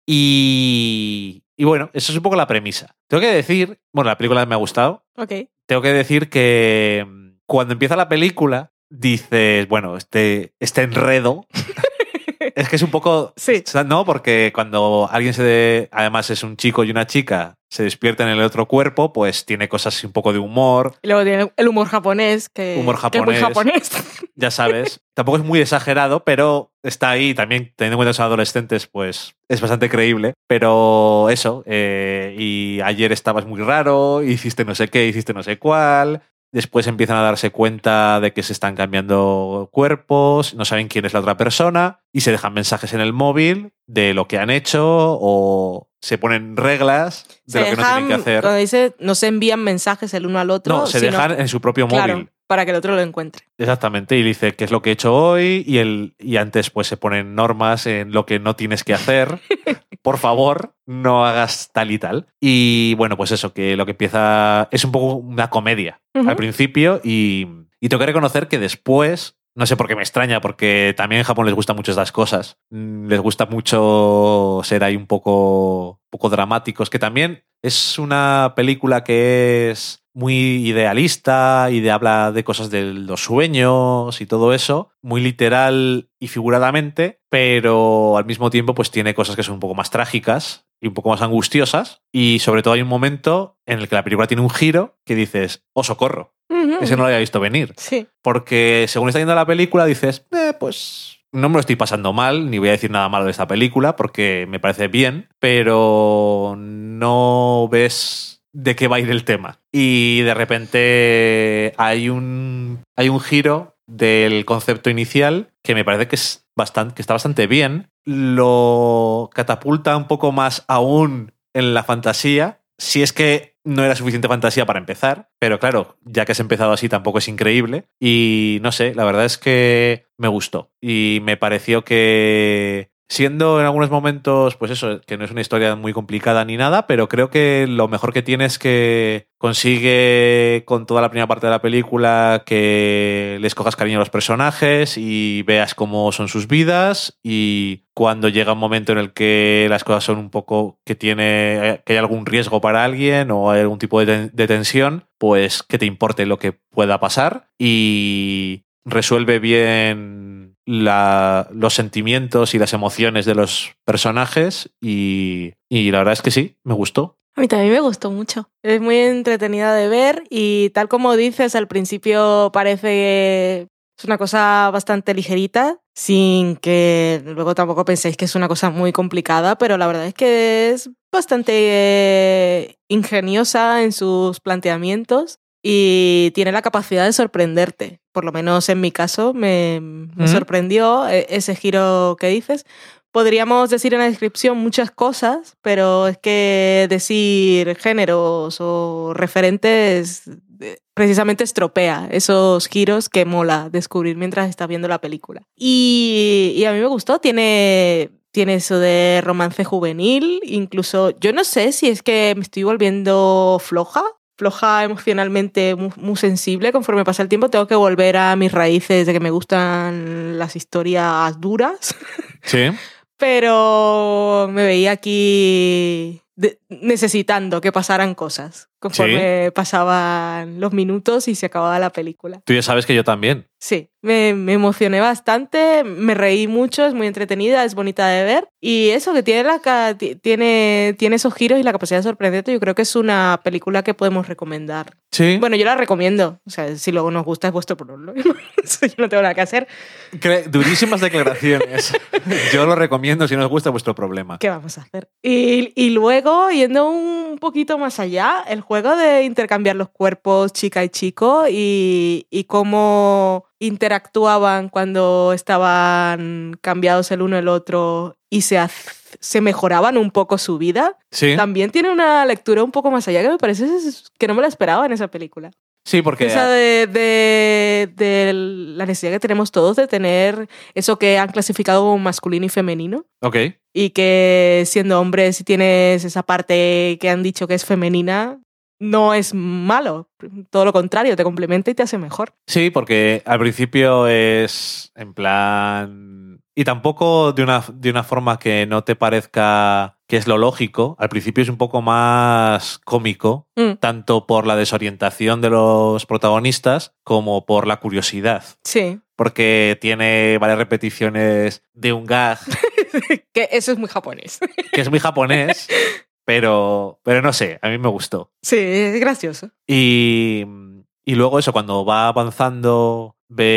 Y... Y bueno, eso es un poco la premisa. Tengo que decir, bueno, la película me ha gustado, Ok. tengo que decir que mm, cuando empieza la película dices, bueno, este, este enredo es que es un poco... Sí. ¿no? Porque cuando alguien se... De, además es un chico y una chica, se despierta en el otro cuerpo, pues tiene cosas así un poco de humor, Y luego tiene el humor japonés, que, Humor que es muy japonés. japonés. ya sabes. Tampoco es muy exagerado, pero está ahí también, teniendo en cuenta que son adolescentes, pues es bastante creíble. Pero eso, eh, y ayer estabas muy raro, hiciste no sé qué, hiciste no sé cuál. Después empiezan a darse cuenta de que se están cambiando cuerpos, no saben quién es la otra persona y se dejan mensajes en el móvil de lo que han hecho o se ponen reglas de Se lo que no tienen que hacer. Cuando dice, no se envían mensajes el uno al otro. No, se sino- dejan en su propio claro, móvil. para que el otro lo encuentre. Exactamente, y dice qué es lo que he hecho hoy y, el, y antes pues se ponen normas en lo que no tienes que hacer. Por favor, no hagas tal y tal. Y bueno, pues eso, que lo que empieza es un poco una comedia Ujú. al principio y, y tengo que reconocer que después, no sé por qué me extraña, porque también en Japón les gustan mucho estas cosas. Mm, Les gusta mucho ser ahí un poco, poco dramáticos, que también es una película que es muy idealista y de habla de cosas de los sueños y todo eso, muy literal y figuradamente, pero al mismo tiempo pues tiene cosas que son un poco más trágicas y un poco más angustiosas y sobre todo hay un momento en el que la película tiene un giro que dices, oh socorro, Ujú. ese no lo había visto venir, Sí. porque según está yendo la película dices, eh, pues no me lo estoy pasando mal, ni voy a decir nada malo de esta película porque me parece bien, pero no ves de qué va a ir el tema. Y de repente hay un, hay un giro del concepto inicial que me parece que, es bastante, que está bastante bien. Lo catapulta un poco más aún en la fantasía, si es que no era suficiente fantasía para empezar, pero claro, ya que has empezado así tampoco es increíble y no sé, la verdad es que me gustó y me pareció que siendo en algunos momentos, pues eso, que no es una historia muy complicada ni nada, pero creo que lo mejor que tiene es que consigue con toda la primera parte de la película que les cojas cariño a los personajes y veas cómo son sus vidas y cuando llega un momento en el que las cosas son un poco que tiene que hay algún riesgo para alguien o hay algún tipo de, ten- de tensión, pues que te importe lo que pueda pasar y resuelve bien la, los sentimientos y las emociones de los personajes y, y la verdad es que sí, me gustó. A mí también me gustó mucho. Es muy entretenida de ver y tal como dices, al principio parece que es una cosa bastante ligerita, sin que luego tampoco penséis que es una cosa muy complicada, pero la verdad es que es bastante eh, ingeniosa en sus planteamientos y tiene la capacidad de sorprenderte. Por lo menos en mi caso me, me ¿Mm? sorprendió eh, ese giro que dices. Podríamos decir en la descripción muchas cosas, pero es que decir géneros o referentes eh, precisamente estropea esos giros que mola descubrir mientras estás viendo la película. Y, y a mí me gustó, tiene, tiene eso de romance juvenil, incluso yo no sé si es que me estoy volviendo floja, floja emocionalmente, muy, muy sensible. Conforme pasa el tiempo tengo que volver a mis raíces de que me gustan las historias duras. Sí. Pero me veía aquí de- necesitando que pasaran cosas conforme pasaban los minutos y se acababa la película. Tú ya sabes que yo también. Sí, me, me emocioné bastante, me reí mucho, es muy entretenida, es bonita de ver. Y eso, que tiene, la, ca- ti- tiene, tiene esos giros y la capacidad de sorprenderte, yo creo que es una película que podemos recomendar. Sí. Bueno, yo la recomiendo. O sea, si luego nos gusta es vuestro problema. Eso yo no tengo nada que hacer. Cre- durísimas declaraciones. Yo lo recomiendo, si no os gusta, vuestro problema. ¿Qué vamos a hacer? Y, y luego, yendo un poquito más allá, el juego de intercambiar los cuerpos chica y chico y, y cómo interactuaban cuando estaban cambiados el uno el otro y se, haz- se mejoraban un poco su vida, Sí. también tiene una lectura un poco más allá que me parece que no me la esperaba en esa película. Sí, porque... Esa de, de, de la necesidad que tenemos todos de tener eso que han clasificado como masculino y femenino. Ok. Y que siendo hombre, si tienes esa parte que han dicho que es femenina, no es malo. Todo lo contrario, te complementa y te hace mejor. Sí, porque al principio es en plan... Y tampoco de una, de una forma que no te parezca que es lo lógico. Al principio es un poco más cómico, Mm, tanto por la desorientación de los protagonistas como por la curiosidad. sí, Porque tiene varias repeticiones de un gag que eso es muy japonés. que es muy japonés, pero, pero no sé, a mí me gustó. Sí, es gracioso. Y, y luego eso, cuando va avanzando,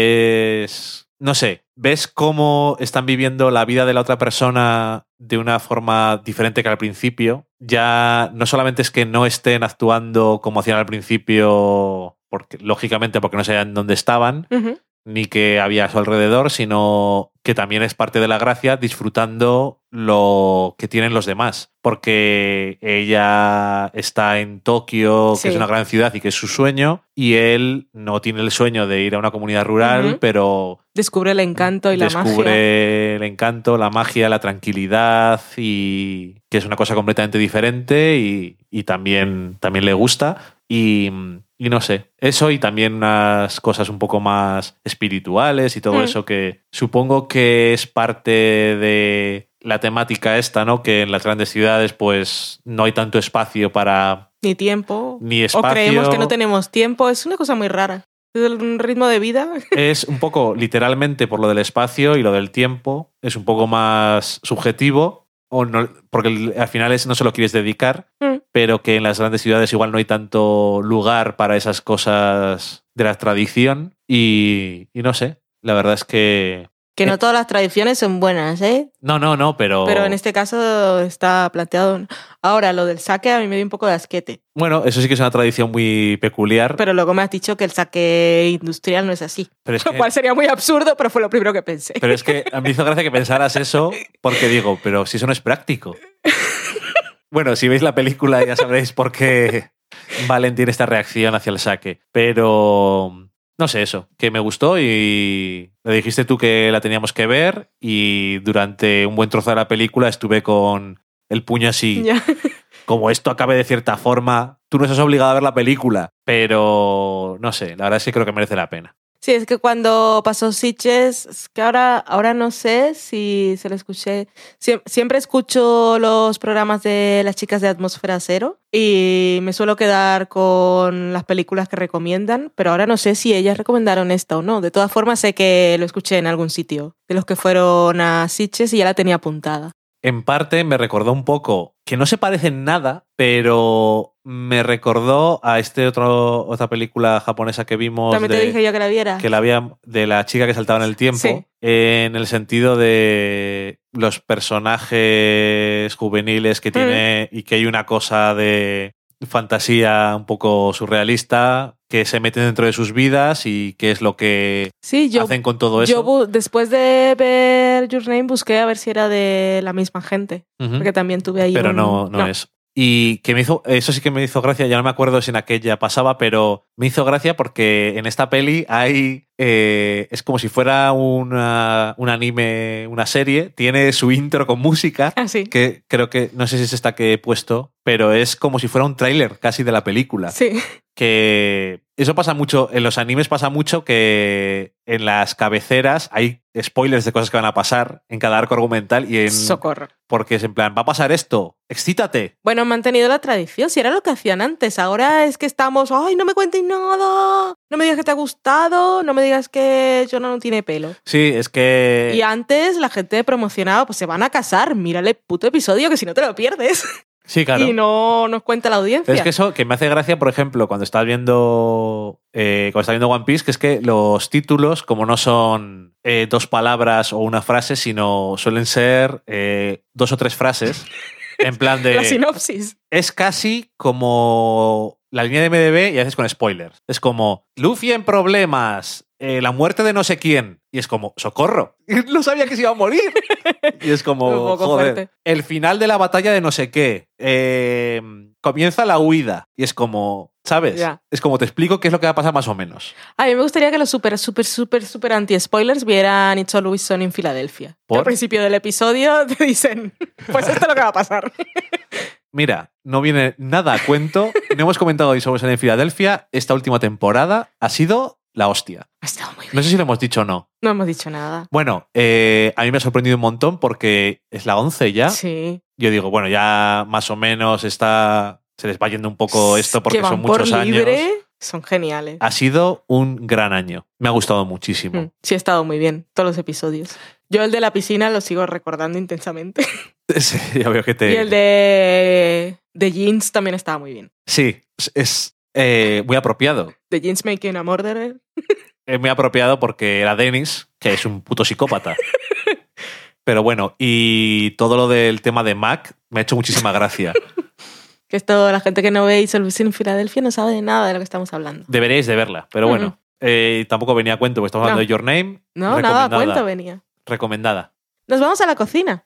ves, no sé, ves cómo están viviendo la vida de la otra persona de una forma diferente que al principio. Ya no solamente es que no estén actuando como hacían al principio, porque, lógicamente porque no sabían dónde estaban, Ujú. ni que había a su alrededor, sino que también es parte de la gracia disfrutando lo que tienen los demás. Porque ella está en Tokio, Sí. que es una gran ciudad y que es su sueño, y él no tiene el sueño de ir a una comunidad rural, Ujú. pero Descubre el encanto y la magia. descubre el encanto, la magia, la tranquilidad, y que es una cosa completamente diferente y, y también, también le gusta. Y, y no sé, eso y también unas cosas un poco más espirituales y todo Mm. eso que supongo que es parte de la temática esta, ¿no? Que en las grandes ciudades pues no hay tanto espacio para... Ni tiempo. Ni O espacio. creemos que no tenemos tiempo. Es una cosa muy rara. Es un ritmo de vida. Es un poco literalmente por lo del espacio y lo del tiempo, es un poco más subjetivo, o no, porque al final es, no se lo quieres dedicar, Mm. pero que en las grandes ciudades igual no hay tanto lugar para esas cosas de la tradición y, y no sé, la verdad es que... Que no todas las tradiciones son buenas, ¿eh? No, no, no, pero... Pero en este caso está planteado. Ahora, lo del sake a mí me dio un poco de asquete. Bueno, eso sí que es una tradición muy peculiar. Pero luego me has dicho que el sake industrial no es así. Pero es Lo que- cual sería muy absurdo, pero fue lo primero que pensé. Pero es que a mí me hizo gracia que pensaras eso porque digo, pero si eso no es práctico. Bueno, si veis la película ya sabréis por qué Valen tiene esta reacción hacia el saque. Pero no sé eso, que me gustó y le dijiste tú que la teníamos que ver y durante un buen trozo de la película estuve con el puño así. Ya. Como esto acabe de cierta forma, tú no estás obligado a ver la película. Pero no sé, la verdad es que creo que merece la pena. Sí, es que cuando pasó Sitges, es que ahora, ahora no sé si se lo escuché. Siem- siempre escucho los programas de las chicas de Atmósfera Cero y me suelo quedar con las películas que recomiendan, pero ahora no sé si ellas recomendaron esta o no. De todas formas, sé que lo escuché en algún sitio de los que fueron a Sitges y ya la tenía apuntada. En parte me recordó un poco, que no se parece en nada, pero me recordó a este otro otra película japonesa que vimos También de, te dije yo que la viera. que la había de la chica que saltaba en el tiempo, Sí. en el sentido de los personajes juveniles que tiene y que hay una cosa de fantasía un poco surrealista que se meten dentro de sus vidas y qué es lo que Sí, yo, hacen con todo eso. yo bu- después de ver Your Name busqué a ver si era de la misma gente, Ujú. porque también tuve ahí Pero un- no, no, es. Y que me hizo, eso sí que me hizo gracia, ya no me acuerdo si en aquella pasaba, pero me hizo gracia porque en esta peli hay, eh, es como si fuera una, un anime, una serie, tiene su intro con música, Ah, sí. que creo que, no sé si es esta que he puesto, pero es como si fuera un tráiler casi de la película. Sí. Que eso pasa mucho, en los animes pasa mucho que en las cabeceras hay spoilers de cosas que van a pasar en cada arco argumental y en... Socorro. Porque es en plan, va a pasar esto, excítate. Bueno, han mantenido la tradición, si era lo que hacían antes. Ahora es que estamos, ay, no me cuentes nada, no me digas que te ha gustado, no me digas que yo no tiene pelo. Sí, es que... Y antes la gente promocionaba, pues se van a casar, mírale puto episodio que si no te lo pierdes. Sí, claro. Y no nos cuenta la audiencia. Pero es que eso que me hace gracia, por ejemplo, cuando estás viendo eh, cuando estás viendo One Piece, que es que los títulos, como no son eh, dos palabras o una frase, sino suelen ser eh, dos o tres frases, en plan de... La sinopsis. Es casi como la línea de M D B y a veces con spoilers. Es como, Luffy en problemas, eh, la muerte de no sé quién. Y es como, socorro, no sabía que se iba a morir. Y es como, Un poco joder, fuerte. el final de la batalla de no sé qué. Eh, comienza la huida. Y es como, ¿sabes? Ya. Es como, te explico qué es lo que va a pasar más o menos. A mí me gustaría que los super, super, super, super anti-spoilers vieran It's Always Sunny en Filadelfia. ¿Por? Al principio del episodio te dicen, pues esto es lo que va a pasar. Mira, no viene nada a cuento. No hemos comentado It's Always Sunny en Filadelfia. Esta última temporada ha sido la hostia. Ha estado muy bien. No sé si lo hemos dicho o no. No hemos dicho nada. Bueno, eh, a mí me ha sorprendido un montón porque es la once ya. Sí. Yo digo, bueno, ya más o menos está, se les va yendo un poco esto porque que van son muchos por años. libre, son geniales. Ha sido un gran año. Me ha gustado muchísimo. Mm, Sí, ha estado muy bien, todos los episodios. Yo el de la piscina lo sigo recordando intensamente. Sí, ya veo que te... Y el de, de Jeans también estaba muy bien. Sí, es, es, eh, muy apropiado. The Jeans Making a Murderer. Es muy apropiado porque era Dennis, que es un puto psicópata. Pero bueno, y todo lo del tema de Mac me ha hecho muchísima gracia. Que esto, la gente que no ve It's Always Sunny en Filadelfia no sabe de nada de lo que estamos hablando. Deberíais de verla, pero bueno. Ujú. eh, tampoco venía a cuento, porque estamos hablando No. de Your Name. No, nada a recomendada. cuento venía. Recomendada. Nos vamos a la cocina.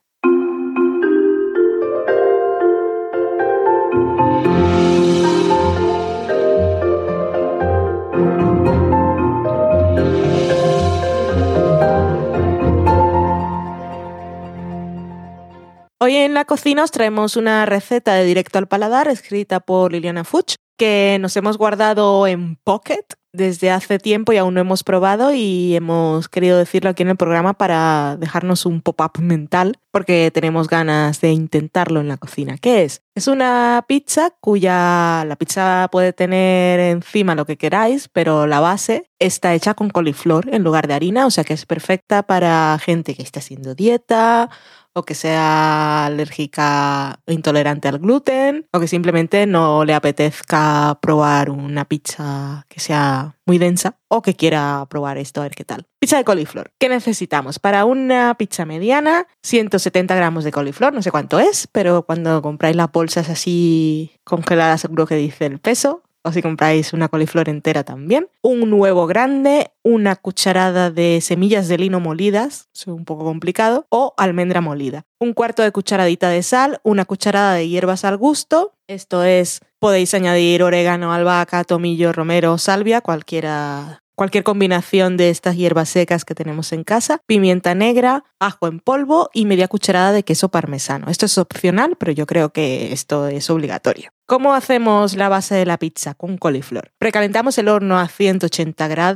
Hoy en la cocina os traemos una receta de directo al paladar escrita por Liliana Fuchs que nos hemos guardado en Pocket desde hace tiempo y aún no hemos probado y hemos querido decirlo aquí en el programa para dejarnos un pop-up mental porque tenemos ganas de intentarlo en la cocina. ¿Qué es? Es una pizza cuya la pizza puede tener encima lo que queráis, pero la base está hecha con coliflor en lugar de harina, o sea que es perfecta para gente que está haciendo dieta o que sea alérgica o intolerante al gluten, o que simplemente no le apetezca probar una pizza que sea muy densa, o que quiera probar esto a ver qué tal. Pizza de coliflor. ¿Qué necesitamos? Para una pizza mediana, ciento setenta gramos de coliflor, no sé cuánto es, pero cuando compráis las bolsas así congeladas seguro que dice el peso. O si compráis una coliflor entera también. Un huevo grande, una cucharada de semillas de lino molidas, es un poco complicado, o almendra molida. Un cuarto de cucharadita de sal, una cucharada de hierbas al gusto. Esto es, podéis añadir orégano, albahaca, tomillo, romero, salvia, cualquiera... Cualquier combinación de estas hierbas secas que tenemos en casa, pimienta negra, ajo en polvo y media cucharada de queso parmesano. Esto es opcional, pero yo creo que esto es obligatorio. ¿Cómo hacemos la base de la pizza? Con coliflor. Precalentamos el horno a ciento ochenta grados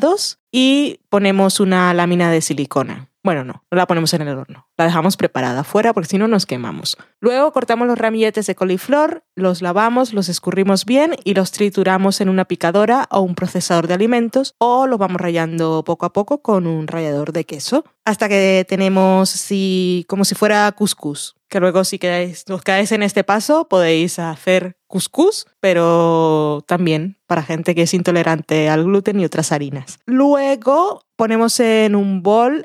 y ponemos una lámina de silicona. Bueno, no, no la ponemos en el horno. La dejamos preparada afuera porque si no nos quemamos. Luego cortamos los ramilletes de coliflor, los lavamos, los escurrimos bien y los trituramos en una picadora o un procesador de alimentos o los vamos rallando poco a poco con un rallador de queso hasta que tenemos si, como si fuera couscous. Que luego si quedáis, os quedáis en este paso podéis hacer couscous, pero también para gente que es intolerante al gluten y otras harinas. Luego ponemos en un bol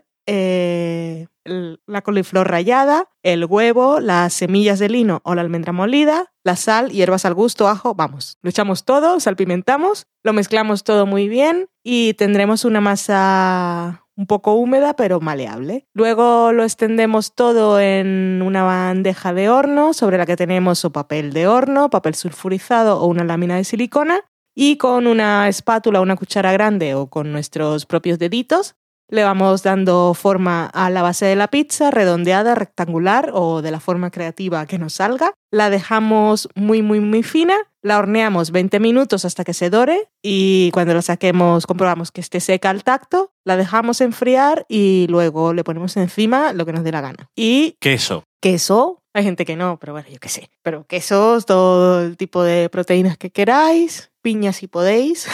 Eh, la coliflor rallada, el huevo, las semillas de lino o la almendra molida, la sal, hierbas al gusto, ajo, vamos. Lo echamos todo, salpimentamos, lo mezclamos todo muy bien y tendremos una masa un poco húmeda pero maleable. Luego lo extendemos todo en una bandeja de horno sobre la que tenemos o papel de horno, papel sulfurizado o una lámina de silicona y con una espátula, una cuchara grande o con nuestros propios deditos le vamos dando forma a la base de la pizza, redondeada, rectangular o de la forma creativa que nos salga. La dejamos muy, muy, muy fina, la horneamos veinte minutos hasta que se dore y cuando la saquemos comprobamos que esté seca al tacto, la dejamos enfriar y luego le ponemos encima lo que nos dé la gana. Y Queso. queso, hay gente que no, pero bueno, yo qué sé. Pero quesos, todo el tipo de proteínas que queráis, piña si podéis,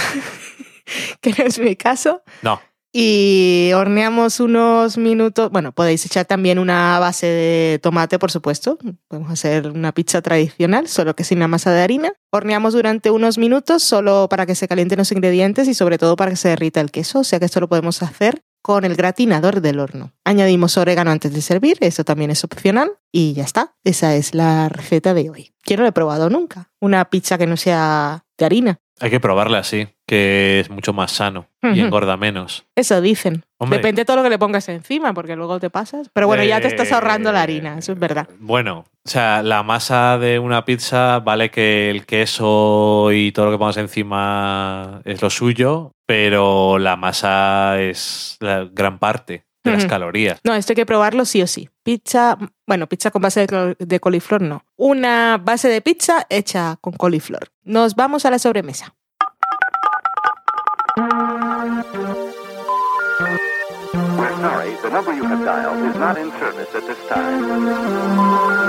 que no es mi caso. No. Y horneamos unos minutos. Bueno, podéis echar también una base de tomate, por supuesto. Podemos hacer una pizza tradicional, solo que sin la masa de harina. Horneamos durante unos minutos solo para que se calienten los ingredientes y sobre todo para que se derrita el queso. O sea que esto lo podemos hacer con el gratinador del horno. Añadimos orégano antes de servir, eso también es opcional. Y ya está, esa es la receta de hoy. Yo no lo he probado nunca. Una pizza que no sea de harina. Hay que probarla así, que es mucho más sano Ujú. y engorda menos. Eso dicen. Hombre. Depende de todo lo que le pongas encima, porque luego te pasas. Pero bueno, ya te estás Eh, ahorrando la harina, eso es verdad. Bueno, o sea, la masa de una pizza vale que el queso y todo lo que pongas encima es lo suyo, pero la masa es la gran parte de las Ujú. calorías. No, esto hay que probarlo sí o sí. Pizza, bueno, pizza con base de, col- de coliflor no. Una base de pizza hecha con coliflor. Nos vamos a la sobremesa. We're sorry, the number you have dialed is not in service at this time.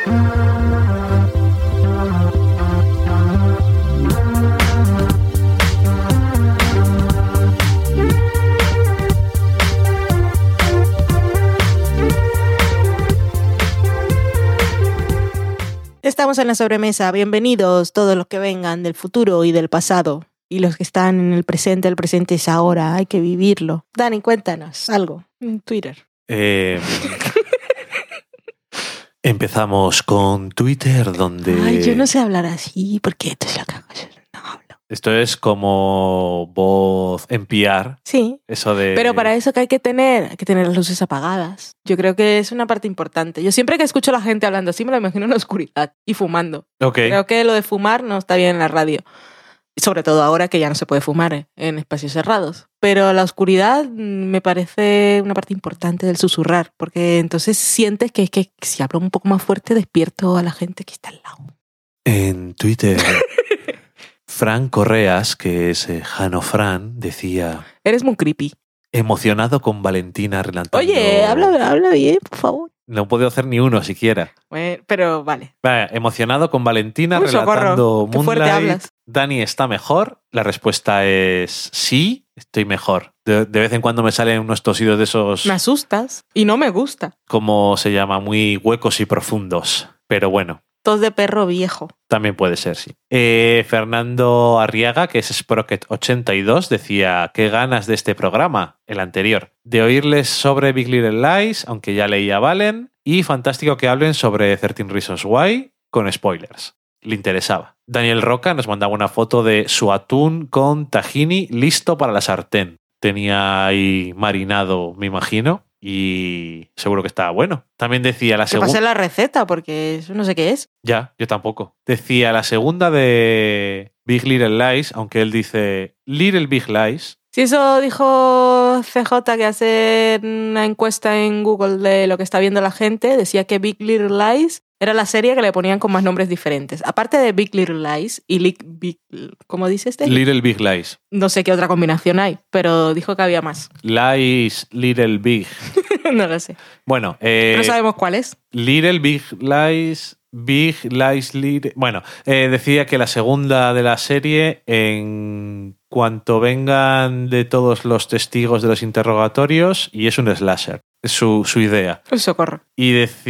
Estamos en la sobremesa. Bienvenidos todos los que vengan del futuro y del pasado. Y los que están en el presente, el presente es ahora. Hay que vivirlo. Dani, cuéntanos algo en Twitter. Eh, empezamos con Twitter, donde... Ay, yo no sé hablar así porque esto es lo que hago. Yo no hablo. Esto es como voz N P R, Sí, eso de... pero para eso que hay que tener, hay que tener las luces apagadas. Yo creo que es una parte importante. Yo siempre que escucho a la gente hablando así me lo imagino en la oscuridad y fumando. Ok. Creo que lo de fumar no está bien en la radio. Sobre todo ahora que ya no se puede fumar eh, en espacios cerrados. Pero la oscuridad mm, me parece una parte importante del susurrar, porque entonces sientes que es que si hablo un poco más fuerte despierto a la gente que está al lado. En Twitter, Fran Correas, que es eh, Jano Fran, decía... Eres muy creepy. Emocionado con Valentina relatando... Oye, habla, habla bien, por favor. No puedo hacer ni uno siquiera. Bueno, pero vale. Vale, emocionado con Valentina Uy, socorro, relatando qué fuerte Moonlight. hablas. Dani está mejor. La respuesta es sí, estoy mejor. De, de vez en cuando me salen unos tosidos de esos, Me asustas y no me gusta. como se llama, muy huecos y profundos. Pero bueno, Tos de perro viejo. también puede ser, sí. Eh, Fernando Arriaga, que es Sprocket ochenta y dos, decía, qué ganas de este programa, el anterior, de oírles sobre Big Little Lies, aunque ya leía Valen, y fantástico que hablen sobre trece Reasons Why con spoilers. Le interesaba. Daniel Roca nos mandaba una foto de su atún con tahini listo para la sartén. Tenía ahí marinado, me imagino, y seguro que estaba bueno. También decía la Que segunda... pasé la receta porque eso no sé qué es. Ya, yo tampoco. Decía la segunda de Big Little Lies, aunque él dice Little Big Lies. Si eso dijo C J que hacer una encuesta en Google de lo que está viendo la gente, decía que Big Little Lies Era la serie que le ponían con más nombres diferentes. Aparte de Big Little Lies y Li- Big... ¿Cómo dice este? Little Big Lies. No sé qué otra combinación hay, pero dijo que había más. Lies, Little Big. No lo sé. Bueno, eh, Pero sabemos cuál es. Little Big Lies, Big Lies, Little... Bueno, eh, decía que la segunda de la serie, en cuanto vengan de todos los testigos de los interrogatorios, y es un slasher, es su, su idea. Socorro. Y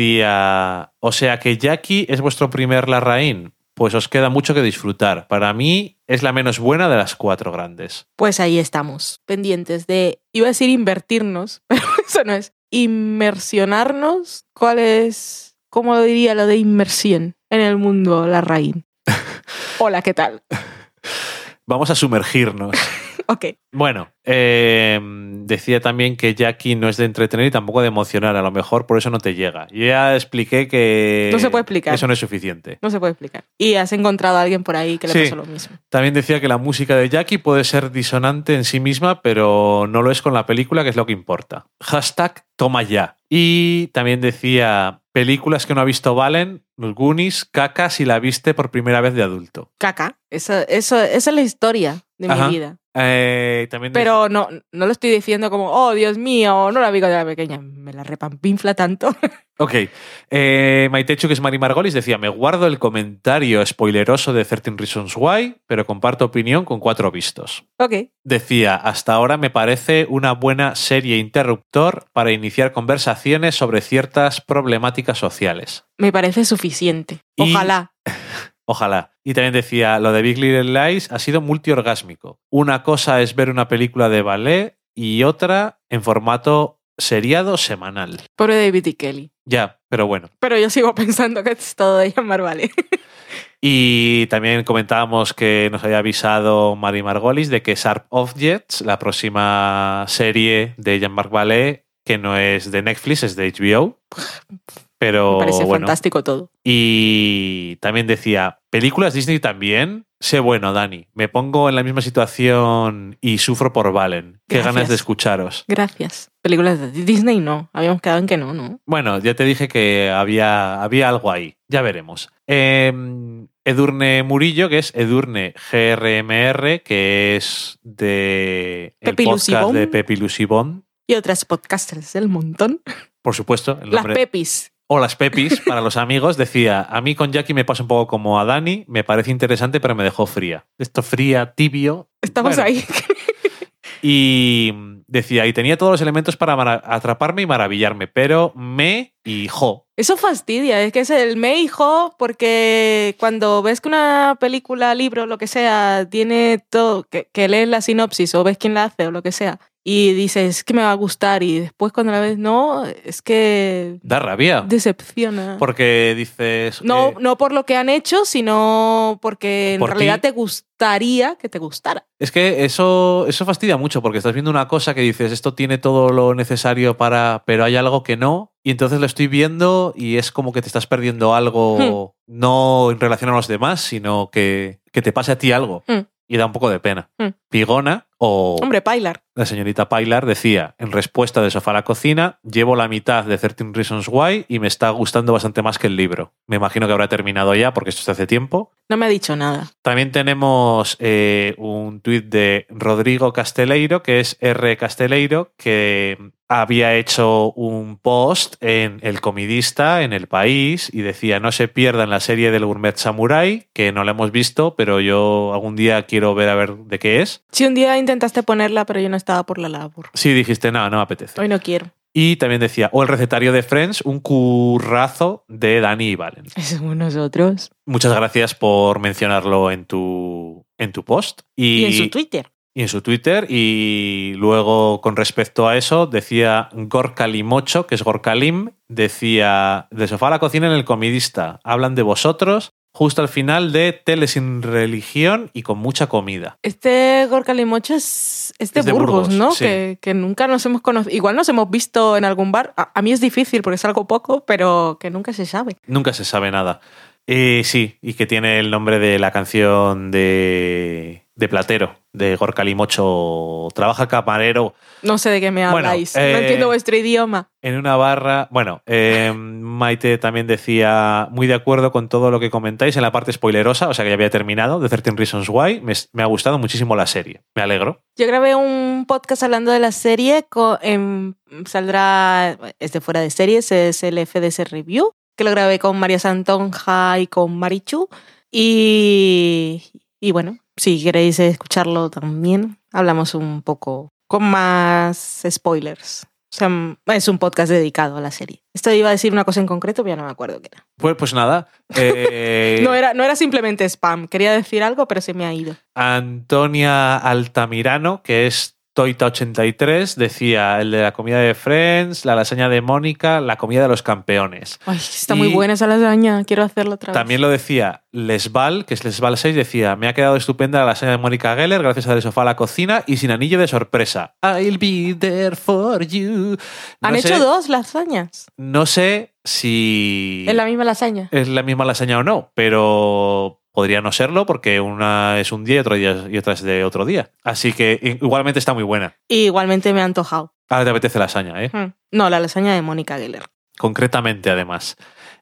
decía, o sea que Jackie es vuestro primer Larraín, pues os queda mucho que disfrutar. Para mí es la menos buena de las cuatro grandes. Pues ahí estamos, pendientes de, iba a decir invertirnos, pero eso no es, inmersionarnos. ¿Cuál es, cómo diría lo de inmersión en el mundo Larraín? Hola, ¿qué tal? Vamos a sumergirnos. Ok. Bueno, eh, decía también que Jackie no es de entretener y tampoco de emocionar. A lo mejor por eso no te llega. Yo ya expliqué que No se puede explicar. eso no es suficiente. No se puede explicar. Y has encontrado a alguien por ahí que le Sí. pasó lo mismo. También decía que la música de Jackie puede ser disonante en sí misma, pero no lo es con la película, que es lo que importa. Hashtag toma ya. Y también decía, películas que no ha visto valen, los Goonies, caca si la viste por primera vez de adulto. Caca. Eso, eso, esa es la historia de Ajá. mi vida. Eh, también Pero no, no lo estoy diciendo como, oh, Dios mío, no la vi cuando era pequeña. Me la repampinfla tanto. Ok. Eh, Maitechu, que es Mari Margolis, decía, me guardo el comentario spoileroso de trece Reasons Why, pero comparto opinión con cuatro vistos. Ok. Decía, hasta ahora me parece una buena serie interruptor para iniciar conversaciones sobre ciertas problemáticas sociales. Me parece suficiente. Y- Ojalá. Ojalá. Y también decía, lo de Big Little Lies ha sido multiorgásmico. Una cosa es ver una película de ballet y otra en formato seriado semanal. Pobre David y Kelly. Ya, pero bueno. Pero yo sigo pensando que es todo de llamar vale. Y también comentábamos que nos había avisado Mari Margolis de que Sharp Objects, la próxima serie de Jean-Marc Vallée, que no es de Netflix, es de H B O. Pero Me parece bueno. fantástico todo. Y también decía, películas Disney también. Sé bueno, Dani. Me pongo en la misma situación y sufro por Valen. Qué Gracias. ganas de escucharos. Gracias. Películas de Disney no. Habíamos quedado en que no, ¿no? Bueno, ya te dije que había, había algo ahí. Ya veremos. Eh, Edurne Murillo, que es Edurne G R M R, que es de el Pepi podcast Lucibón. de Pepi Lucibón. Y otras podcasters del montón. Por supuesto. El Las nombre- Pepis. O las Pepis, para los amigos, decía, a mí con Jackie me pasa un poco como a Dani, me parece interesante, pero me dejó fría. Esto fría, tibio. Estamos Bueno, ahí. Y decía, y tenía todos los elementos para mara- atraparme y maravillarme, pero me y jo. Eso fastidia, es que es el me hijo, porque cuando ves que una película, libro, lo que sea, tiene todo, que, que lees la sinopsis o ves quién la hace o lo que sea, y dices que me va a gustar y después cuando la ves no, es que Da rabia. decepciona. Porque dices... No, eh, no por lo que han hecho, sino porque en Por realidad ti. te gustaría que te gustara. Es que eso, eso fastidia mucho, porque estás viendo una cosa que dices, esto tiene todo lo necesario para... pero hay algo que no, y entonces lo estoy viendo y es como que te estás perdiendo algo, no en relación a los demás, sino que, que te pase a ti algo. Hmm. Y da un poco de pena. Hmm. Pigona o Hombre, Pilar. la señorita Pilar decía, en respuesta de Sofá a la Cocina, llevo la mitad de trece Reasons Why y me está gustando bastante más que el libro. Me imagino que habrá terminado ya, porque esto es hace tiempo. No me ha dicho nada. También tenemos eh, un tuit de Rodrigo Casteleiro, que es R. Casteleiro, que había hecho un post en El Comidista, en El País, y decía, no se pierdan la serie del Gourmet Samurai, que no la hemos visto, pero yo algún día quiero ver a ver de qué es. Si un día intentaste ponerla, pero yo no estaba por la labor. Sí, dijiste, no, no me apetece. Hoy no quiero. Y también decía, o el recetario de Friends, un currazo de Dani y Valen. Somos nosotros. Muchas gracias por mencionarlo en tu, en tu post. Y en su Twitter. Y en su Twitter. Y luego, con respecto a eso, decía Gorka Limocho, que es Gorka Lim, decía, de Sofá a la Cocina en El Comidista, hablan de vosotros justo al final de Tele sin religión y con mucha comida. Este Gorka Limocho es, es de, Es de Burgos, Burgos, ¿no? sí. Que, que nunca nos hemos conocido. Igual nos hemos visto en algún bar. A, a mí es difícil porque es algo poco, pero que nunca se sabe. Nunca se sabe nada. Eh, sí, y que tiene el nombre de la canción de, de Platero. de Gorka Limocho. Trabaja camarero No sé de qué me Bueno, habláis. eh, No entiendo vuestro idioma. en una barra. Bueno, eh, Maite también decía, muy de acuerdo con todo lo que comentáis en la parte spoilerosa, o sea que ya había terminado, de trece Reasons Why. Me, me ha gustado muchísimo la serie. Me alegro. Yo grabé un podcast hablando de la serie. co- en- saldrá, es de fuera de series, es el F D S Review, que lo grabé con María Santonja y con Marichu. Y, y bueno, si queréis escucharlo también, hablamos un poco con más spoilers. O sea, es un podcast dedicado a la serie. Esto iba a decir una cosa en concreto, pero ya no me acuerdo qué era. Pues, pues nada. eh, No era, no era simplemente spam. Quería decir algo, pero se me ha ido. Antonia Altamirano, que es Toita ochenta y tres, decía el de la comida de Friends, la lasaña de Mónica, la comida de los campeones. Ay, está Y muy buena esa lasaña. Quiero hacerlo otra vez. También lo decía Lesval, que es Lesval seis, decía, me ha quedado estupenda la lasaña de Mónica Geller gracias al sofá a la cocina y sin anillo de sorpresa. I'll be there for you. No Han sé- hecho dos lasañas. No sé si Es la misma lasaña. es la misma lasaña o no, pero podría no serlo porque una es un día y otro día y otra es de otro día. Así que i- igualmente está muy buena. Y igualmente me ha antojado. Ahora te apetece lasaña, ¿eh? Hmm. No, la lasaña de Mónica Geller. Concretamente, además.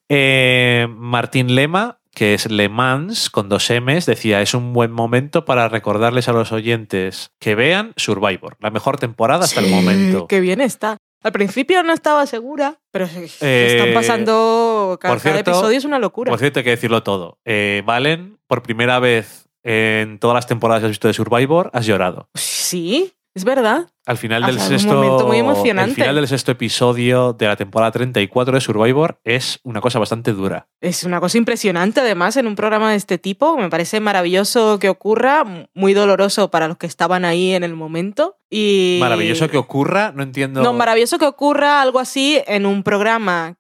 Eh, Martín Lema, que es Le Mans con dos M's, decía, es un buen momento para recordarles a los oyentes que vean Survivor, la mejor temporada hasta el Sí, momento. Qué bien está. Al principio no estaba segura, pero se se Eh, están pasando. Cada, por cierto- cada episodio es una locura. Por cierto, hay que decirlo todo. Eh, Valen, por primera vez en todas las temporadas que has visto de Survivor, has llorado. Sí, es verdad. Al final Ha del sido un sexto, momento muy emocionante. el final del sexto episodio de la temporada treinta y cuatro de Survivor es una cosa bastante dura. Es una cosa impresionante, además, en un programa de este tipo. Me parece maravilloso que ocurra, muy doloroso para los que estaban ahí en el momento. Y... Maravilloso que ocurra, no entiendo. No, maravilloso que ocurra algo así en un programa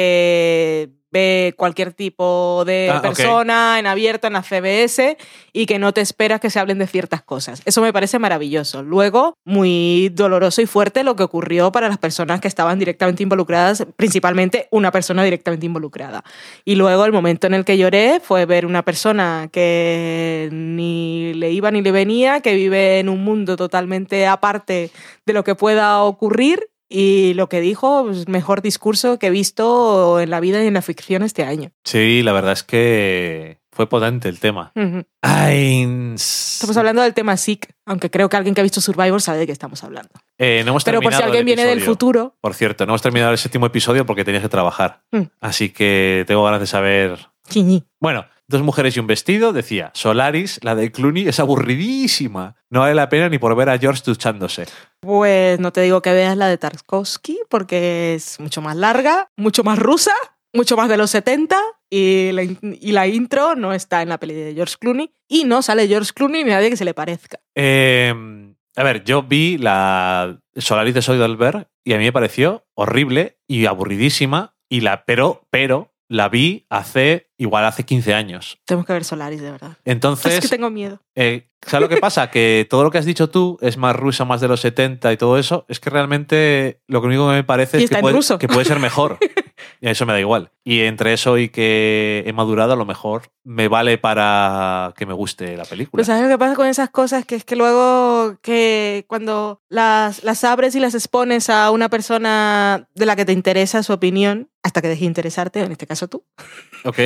que ve cualquier tipo de Ah, ok. persona en abierto en la C B S y que no te esperas que se hablen de ciertas cosas. Eso me parece maravilloso. Luego, muy doloroso y fuerte lo que ocurrió para las personas que estaban directamente involucradas, principalmente una persona directamente involucrada. Y luego el momento en el que lloré fue ver una persona que ni le iba ni le venía, que vive en un mundo totalmente aparte de lo que pueda ocurrir. Y lo que dijo, pues, mejor discurso que he visto en la vida y en la ficción este año. Sí, la verdad es que fue potente el tema. Ujú. Ay, Estamos hablando del tema S I C, aunque creo que alguien que ha visto Survivor sabe de qué estamos hablando. eh, no hemos Pero por si terminado alguien el viene del episodio. futuro, Por cierto, no hemos terminado el séptimo episodio porque tenías que trabajar. Mm. Así que tengo ganas de saber. chiñi. Bueno, dos mujeres y un vestido, decía. Solaris, la de Clooney, es aburridísima. No vale la pena ni por ver a George duchándose. Pues no te digo que veas la de Tarkovsky porque es mucho más larga, mucho más rusa, mucho más de los setenta y la, in- y la intro no está en la peli de George Clooney y no sale George Clooney ni nadie que se le parezca. Eh, a ver, yo vi la Solaris de Soderbergh y a mí me pareció horrible y aburridísima. Y la, pero, pero, la vi hace, igual hace quince años. Tenemos que ver Solaris, de verdad. Entonces, Es que tengo miedo. eh, ¿sabes lo que pasa? Que todo lo que has dicho tú es más rusa, más de los setenta y todo eso. Es que realmente lo único que me parece Y es está que en puede, ruso. que puede ser mejor. Y a eso me da igual. Y entre eso y que he madurado, a lo mejor me vale para que me guste la película. Pues ¿sabes lo que pasa con esas cosas? Que es que luego que cuando las, las abres y las expones a una persona de la que te interesa su opinión, hasta que deje de interesarte, en este caso tú, Ok.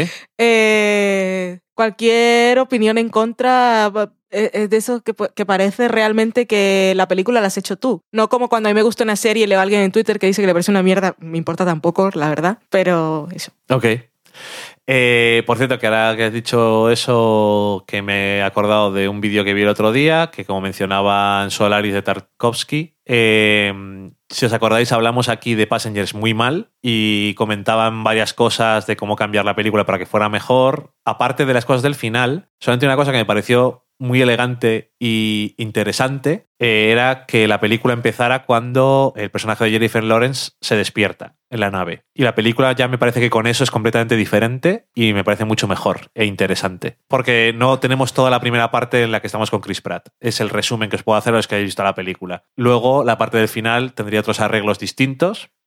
eh, cualquier opinión en contra va- es es de eso que, pu- que parece realmente que la película la has hecho tú. No como cuando a mí me gusta una serie y leo a alguien en Twitter que dice que le parece una mierda, me importa tampoco, la verdad, pero eso. Ok. Eh, por cierto, que ahora que has dicho eso, que me he acordado de un vídeo que vi el otro día, que como mencionaban Solaris de Tarkovsky, eh, si os acordáis, hablamos aquí de Passengers muy mal y comentaban varias cosas de cómo cambiar la película para que fuera mejor. Aparte de las cosas del final, solamente una cosa que me pareció muy elegante y interesante eh, era que la película empezara cuando el personaje de Jennifer Lawrence se despierta en la nave. Y la película ya me parece que con eso es completamente diferente y me parece mucho mejor e interesante. Porque no tenemos toda la primera parte en la que estamos con Chris Pratt. Es el resumen que os puedo hacer a los que hayáis visto la película. Luego, la parte del final tendría otros arreglos distintos,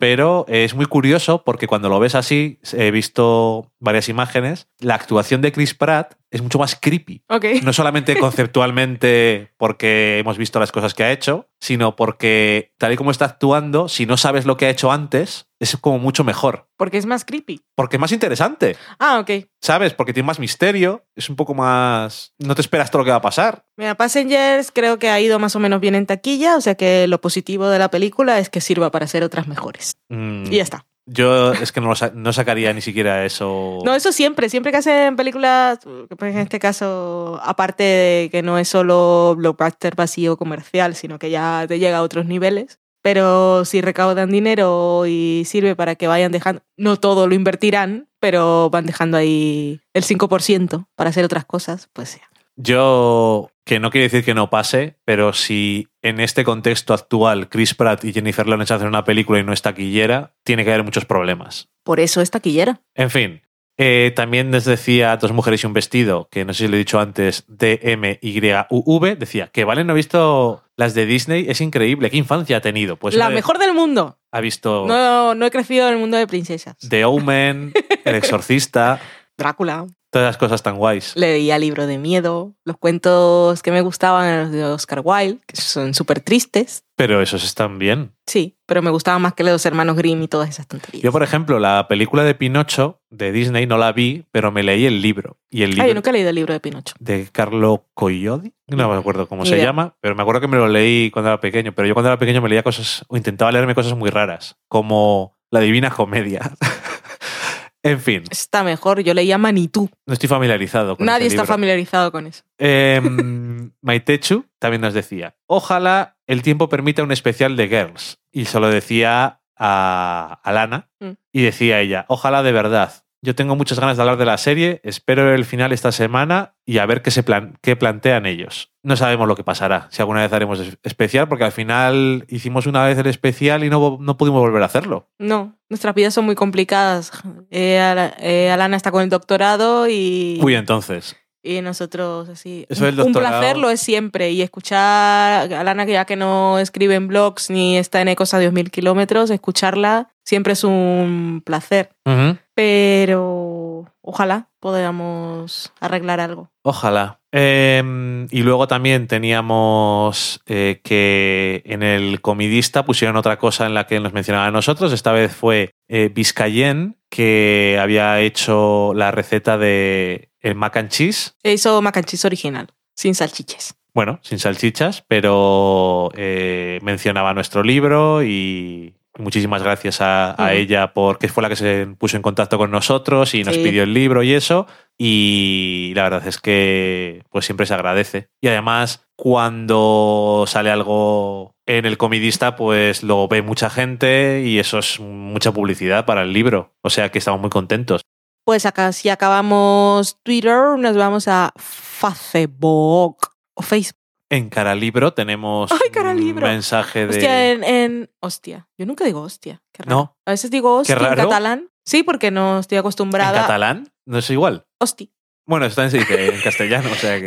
pero es muy curioso porque cuando lo ves así, he visto varias imágenes, la actuación de Chris Pratt es mucho más creepy. Ok. No solamente conceptualmente porque hemos visto las cosas que ha hecho, sino porque tal y como está actuando, si no sabes lo que ha hecho antes, es como mucho mejor. Porque es más creepy. Porque es más interesante, Ah, ok. ¿sabes? Porque tiene más misterio, es un poco más... No te esperas todo lo que va a pasar. Mira, Passengers creo que ha ido más o menos bien en taquilla, o sea que lo positivo de la película es que sirva para hacer otras mejores. Mm, Y ya está. Yo es que no, lo sa- no sacaría ni siquiera eso... No, eso siempre, siempre que hacen películas, pues en este caso, aparte de que no es solo blockbuster vacío comercial, sino que ya te llega a otros niveles, pero si recaudan dinero y sirve para que vayan dejando, no todo lo invertirán, pero van dejando ahí el cinco por ciento para hacer otras cosas, pues ya. Yo, que no quiere decir que no pase, pero si en este contexto actual Chris Pratt y Jennifer Lawrence hacen una película y no es taquillera, tiene que haber muchos problemas. Por eso es taquillera. En fin, eh, también les decía Dos mujeres y un vestido, que no sé si lo he dicho antes, D M Y U V, decía que Valen no ha visto las de Disney, es increíble, ¿qué infancia ha tenido? Pues La una de- mejor del mundo. Ha visto No, no he crecido en el mundo de princesas. The Omen, El Exorcista, Drácula. todas las cosas tan guays. Leía libro de miedo. Los cuentos que me gustaban eran los de Oscar Wilde, que son súper tristes. Pero esos están bien. Sí, pero me gustaban más que los hermanos Grimm y todas esas tonterías. Yo, por ejemplo, la película de Pinocho de Disney no la vi, pero me leí el libro. Y el libro Ah, yo nunca he leído el libro de Pinocho. de Carlo Collodi, no me acuerdo cómo Ni se idea. llama, pero me acuerdo que me lo leí cuando era pequeño. Pero yo cuando era pequeño me leía cosas, o intentaba leerme cosas muy raras, como La Divina Comedia. En fin, Está mejor, yo leía Manitou. no estoy familiarizado con Nadie ese está libro. familiarizado con eso. Eh, Maitechu también nos decía, ojalá el tiempo permita un especial de Girls. Y se lo decía a, a Lana Mm. y decía ella, ojalá de verdad. Yo tengo muchas ganas de hablar de la serie, espero ver el final esta semana y a ver qué, se plan qué plantean ellos. No sabemos lo que pasará, si alguna vez haremos es- especial, porque al final hicimos una vez el especial y no, vo- no pudimos volver a hacerlo. No, nuestras vidas son muy complicadas. Eh, Ala- eh, Alana está con el doctorado y, Uy, entonces, y nosotros así. Eso del un doctorado- placer lo es siempre. Y escuchar a Alana, que ya que no escribe en blogs ni está en Ecos a diez mil kilómetros, escucharla siempre es un placer. ujú, Pero ojalá podamos arreglar algo. ojalá. Eh, y luego también teníamos eh, que en el comidista pusieron otra cosa en la que nos mencionaban a nosotros. Esta vez fue eh, Vizcayen, que había hecho la receta de el mac and cheese. E hizo mac and cheese original, sin salchiches. Bueno, sin salchichas, pero eh, mencionaba nuestro libro y muchísimas gracias a, a Ujú. ella porque fue la que se puso en contacto con nosotros y nos Sí. pidió el libro y eso. Y la verdad es que pues siempre se agradece. Y además, cuando sale algo en el comidista, pues lo ve mucha gente y eso es mucha publicidad para el libro. O sea que estamos muy contentos. Pues acá, si acabamos Twitter, nos vamos a Facebook o Facebook. En Caralibro tenemos ¡Ay, Caralibro! un mensaje de... Hostia, en, en- Hostia. Yo nunca digo hostia. Qué raro. No. A veces digo hostia Qué en raro. catalán. Sí, porque no estoy ¿En acostumbrada. catalán? ¿No es igual? Hosti. Bueno, eso también se dice en castellano, o sea que...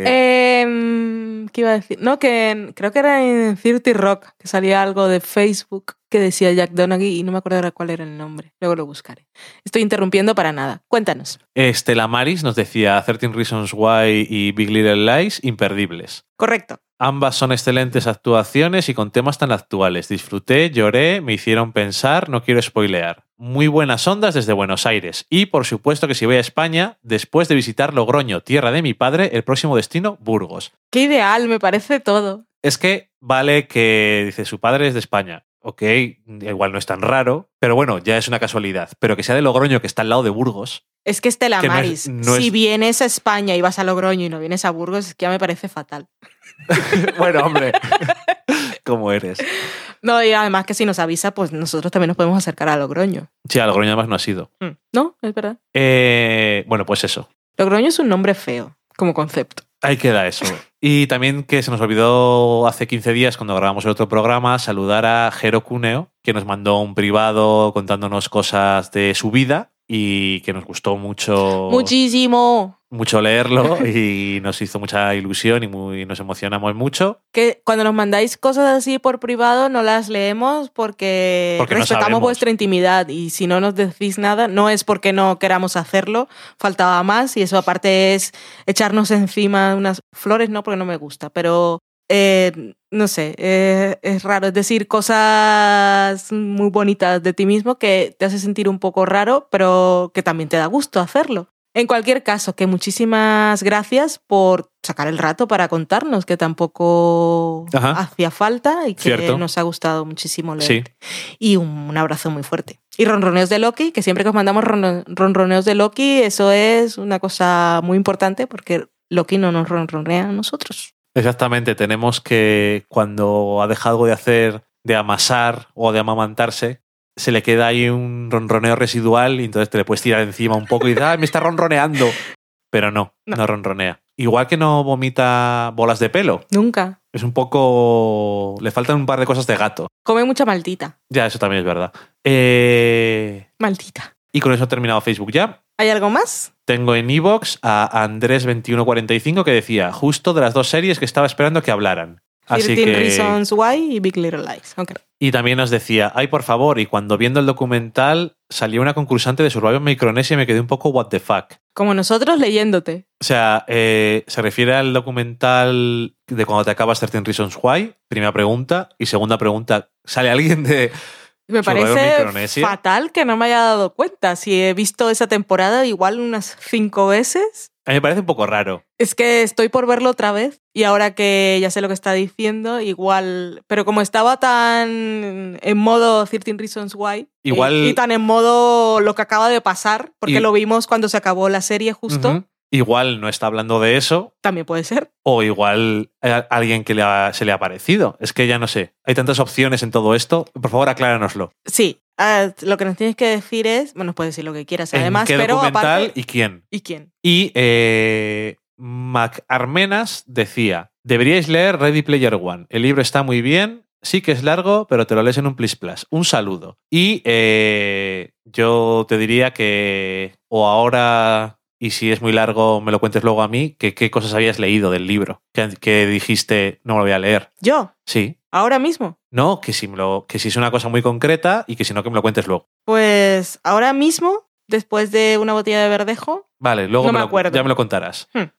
Em, ¿Qué iba a decir? No, que en- creo que era en thirty Rock, que salía algo de Facebook que decía Jack Donaghy y no me acuerdo ahora cuál era el nombre. Luego lo buscaré. Estoy interrumpiendo para nada. Cuéntanos. Estela Maris nos decía thirteen Reasons Why y Big Little Lies, imperdibles. Correcto. Ambas son excelentes actuaciones y con temas tan actuales. Disfruté, lloré, me hicieron pensar, no quiero spoilear. Muy buenas ondas desde Buenos Aires. Y por supuesto que si voy a España, después de visitar Logroño, tierra de mi padre, el próximo destino, Burgos. Qué ideal, me parece todo. Es que vale que dice su padre es de España. Ok, igual no es tan raro, pero bueno, ya es una casualidad. Pero que sea de Logroño, que está al lado de Burgos. Es que Estela Que no es- Maris, no si es- vienes a España y vas a Logroño y no vienes a Burgos, es que ya me parece fatal. Bueno, hombre, ¿cómo eres? No, y además que si nos avisa, pues nosotros también nos podemos acercar a Logroño. Sí, a Logroño además no ha sido. Mm. No, es verdad. Eh, bueno, pues eso. Logroño es un nombre feo, como concepto. Ahí queda eso. Y también que se nos olvidó hace quince días, cuando grabamos el otro programa, saludar a Jero Cuneo, que nos mandó un privado contándonos cosas de su vida y que nos gustó mucho. Muchísimo. mucho leerlo y nos hizo mucha ilusión y muy, nos emocionamos mucho. Que cuando nos mandáis cosas así por privado no las leemos porque, Porque no respetamos sabemos. vuestra intimidad y si no nos decís nada, no es porque no queramos hacerlo, faltaba más y eso aparte es echarnos encima unas flores, no, porque no me gusta, pero eh, no sé, eh, es raro, es decir, cosas muy bonitas de ti mismo que te hace sentir un poco raro, pero que también te da gusto hacerlo. En cualquier caso, que muchísimas gracias por sacar el rato para contarnos, que tampoco Ajá. hacía falta y que Cierto. nos ha gustado muchísimo leer. Sí. Y un, un abrazo muy fuerte. Y ronroneos de Loki, que siempre que os mandamos ron- ronroneos de Loki, eso es una cosa muy importante porque Loki no nos ronronea a nosotros. Exactamente, tenemos que cuando ha dejado de hacer, de amasar o de amamantarse, se le queda ahí un ronroneo residual y entonces te le puedes tirar encima un poco y dices, ¡ah, me está ronroneando! Pero no, no, No. ronronea. Igual que no vomita bolas de pelo. Nunca. Es un poco... Le faltan un par de cosas de gato. Come mucha maldita. Ya, eso también es verdad. Eh... Maldita. Y con eso he terminado Facebook ya. ¿Hay algo más? Tengo en iVoox a Andrés veintiuno cuarenta y cinco que decía justo de las dos series que estaba esperando que hablaran. Así thirteen que... Reasons Why y Big Little Lies. Ok. Y también nos decía, ay, por favor, y cuando viendo el documental salió una concursante de Survivor Micronesia y me quedé un poco what the fuck. Como nosotros leyéndote. O sea, eh, se refiere al documental de cuando te acabas thirteen Reasons Why, primera pregunta, y segunda pregunta, ¿sale alguien de Me Survivor parece Micronesia? fatal que no me haya dado cuenta. Si he visto esa temporada igual unas cinco veces. A mí me parece un poco raro. Es que estoy por verlo otra vez y ahora que ya sé lo que está diciendo, igual... Pero como estaba tan en modo thirteen Reasons Why Igual- y, y tan en modo lo que acaba de pasar, porque Y- lo vimos cuando se acabó la serie justo, Ujú. Igual no está hablando de eso, también puede ser. o igual a alguien que le ha- se le ha parecido. Es que ya no sé. Hay tantas opciones en todo esto. Por favor, acláranoslo. Sí, ah, lo que nos tienes que decir es... Bueno, puedes decir lo que quieras además, ¿En qué pero documental aparte... y quién? ¿Y quién? Y eh, Mac Armenas decía, deberíais leer Ready Player One. El libro está muy bien, sí que es largo, pero te lo lees en un plis plas. Un saludo. Y eh, yo te diría que o ahora, y si es muy largo me lo cuentes luego a mí, que qué cosas habías leído del libro. Que, que dijiste, no me lo voy a leer. Yo, Sí. ahora mismo. No, que si, me lo, que si es una cosa muy concreta y que si no, que me lo cuentes luego. Pues ahora mismo, después de una botella de verdejo, Vale, luego No me me lo- acuerdo. ya me lo contarás. Hmm.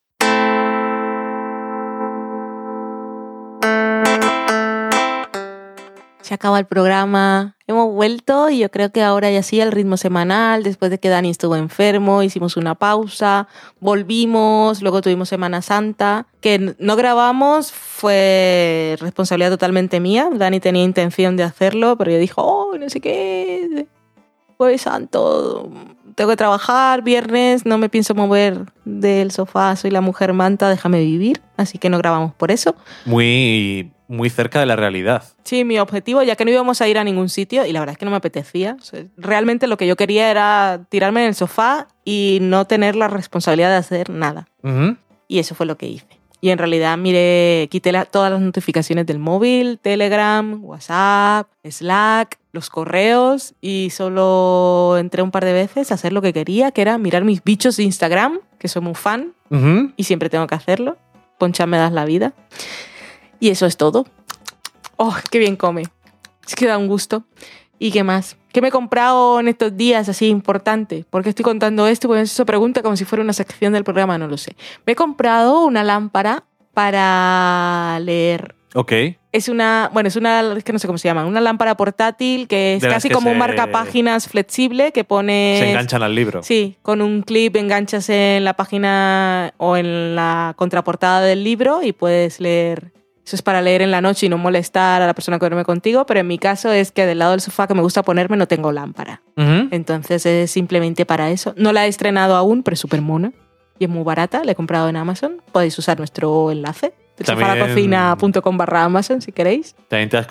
se acaba el programa. Hemos vuelto y yo creo que ahora ya sí el ritmo semanal, después de que Dani estuvo enfermo, hicimos una pausa, volvimos, luego tuvimos Semana Santa, que no grabamos, fue responsabilidad totalmente mía. Dani tenía intención de hacerlo, pero yo dijo, oh, no sé qué, Jueves Santo, tengo que trabajar, viernes, no me pienso mover del sofá, soy la mujer manta, déjame vivir, así que no grabamos por eso. Muy, muy cerca de la realidad. Sí, mi objetivo, ya que no íbamos a ir a ningún sitio, y la verdad es que no me apetecía, o sea, realmente lo que yo quería era tirarme en el sofá y no tener la responsabilidad de hacer nada. Ujú. Y eso fue lo que hice. Y en realidad, mire, quité la- todas las notificaciones del móvil, Telegram, WhatsApp, Slack, los correos, y solo entré un par de veces a hacer lo que quería, que era mirar mis bichos de Instagram, que soy muy fan, Ujú. y siempre tengo que hacerlo. Poncha me das la vida. Y eso es todo. ¡Oh, qué bien come! Es que da un gusto. ¿Y qué más? ¿Qué me he comprado en estos días así importante? ¿Por qué estoy contando esto? Pues eso pregunta como si fuera una sección del programa, no lo sé. Me he comprado una lámpara para leer. Ok. Es una, bueno, es una, es que no sé cómo se llama, una lámpara portátil que es De las casi que como un se- marcapáginas flexible que pones... Se enganchan al libro. Sí, con un clip enganchas en la página o en la contraportada del libro y puedes leer. Eso es para leer en la noche y no molestar a la persona que duerme contigo, pero en mi caso es que del lado del sofá que me gusta ponerme no tengo lámpara. Ujú. Entonces es simplemente para eso. No la he estrenado aún, pero es súper mona y es muy barata. La he comprado en Amazon. Podéis usar nuestro enlace, También- sofalacocina punto com barra Amazon si queréis. También te has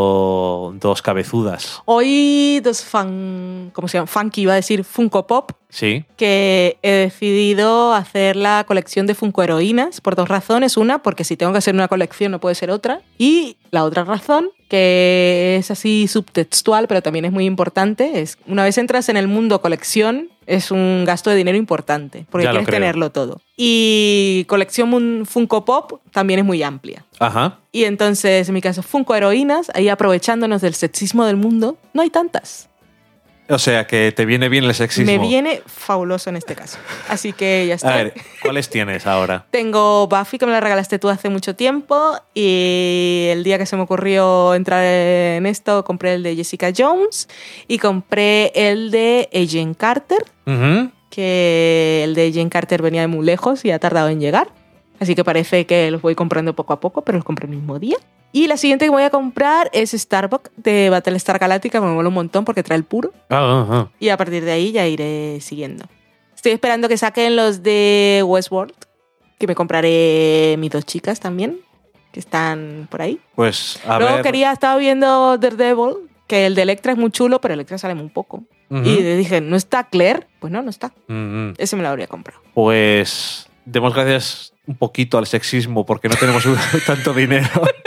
comprado dos cabezudas. Hoy dos fan, ¿cómo se llama? Funky, iba a decir Funko Pop, Sí. que he decidido hacer la colección de Funko Heroínas por dos razones. Una, porque si tengo que hacer una colección no puede ser otra. Y la otra razón, que es así subtextual, pero también es muy importante, es una vez entras en el mundo colección, es un gasto de dinero importante, porque Ya lo quieres creo. tenerlo todo. Y colección mun- Funko Pop también es muy amplia. Ajá. Y entonces, en mi caso, Funko Heroínas, ahí aprovechándonos del sexismo del mundo, no hay tantas. O sea, que te viene bien el sexismo. Me viene fabuloso en este caso. Así que ya está. A ver, ¿cuáles tienes ahora? Tengo Buffy, que me la regalaste tú hace mucho tiempo, y el día que se me ocurrió entrar en esto, compré el de Jessica Jones y compré el de Agent Carter, Ujú. que el de Agent Carter venía de muy lejos y ha tardado en llegar. Así que parece que los voy comprando poco a poco, pero los compré el mismo día. Y la siguiente que voy a comprar es Starbuck de Battlestar Galactica, que me mola un montón porque trae el puro. Ah, ah, ah. Y a partir de ahí ya iré siguiendo. Estoy esperando que saquen los de Westworld, que me compraré mis dos chicas también, que están por ahí. Pues, a Luego ver... quería, estaba viendo Daredevil, que el de Electra es muy chulo, pero Electra sale muy poco. Ujú. Y dije, ¿no está Claire? Pues no, no está. Ujú. Ese me lo habría comprado. Pues demos gracias un poquito al sexismo porque no tenemos tanto dinero.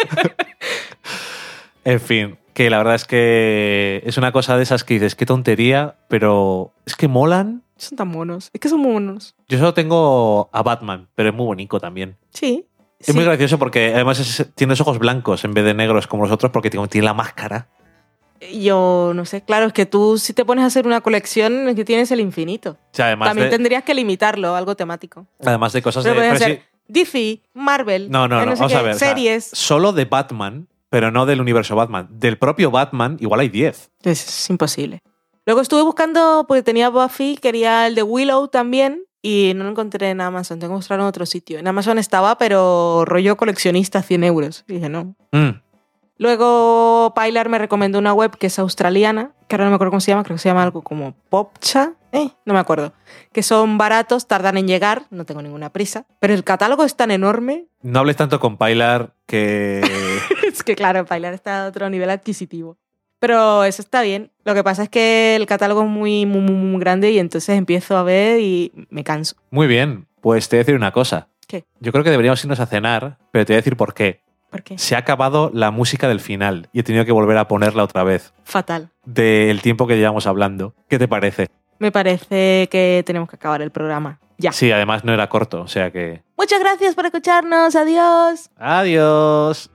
En fin, que la verdad es que es una cosa de esas que dices, qué tontería, pero es que molan. Son tan monos. Es que son monos. Yo solo tengo a Batman, pero es muy bonito también. Sí. Es sí. muy gracioso porque además es- tiene los ojos blancos en vez de negros como los otros porque tiene tiene la máscara. Yo no sé, claro, es que tú si te pones a hacer una colección es que tienes el infinito. O sea, además También de, tendrías que limitarlo a algo temático. además de cosas Pero de... pueden pero ser sí- D C, Marvel, No, no, eh, no, sé vamos qué, a ver. o sea, series. solo de Batman, pero no del universo Batman. Del propio Batman igual hay diez. Es, es imposible. Luego estuve buscando, porque tenía Buffy, quería el de Willow también, y no lo encontré en Amazon, tengo que buscarlo en otro sitio. En Amazon estaba, pero rollo coleccionista, cien euros. Y dije, no. Mm. Luego Pilar me recomendó una web que es australiana, que ahora no me acuerdo cómo se llama, creo que se llama algo como Popcha, eh, no me acuerdo. Que son baratos, tardan en llegar, no tengo ninguna prisa, pero el catálogo es tan enorme. No hables tanto con Pilar que... Es que claro, Pilar está a otro nivel adquisitivo. Pero eso está bien. Lo que pasa es que el catálogo es muy, muy, muy, muy grande y entonces empiezo a ver y me canso. Muy bien, pues te voy a decir una cosa. ¿Qué? Yo creo que deberíamos irnos a cenar, pero te voy a decir por qué. ¿Por qué? Se ha acabado la música del final y he tenido que volver a ponerla otra vez Fatal. del tiempo que llevamos hablando. ¿Qué te parece? Me parece que tenemos que acabar el programa. Ya. Sí, además no era corto, o sea que... Muchas gracias por escucharnos. Adiós. Adiós.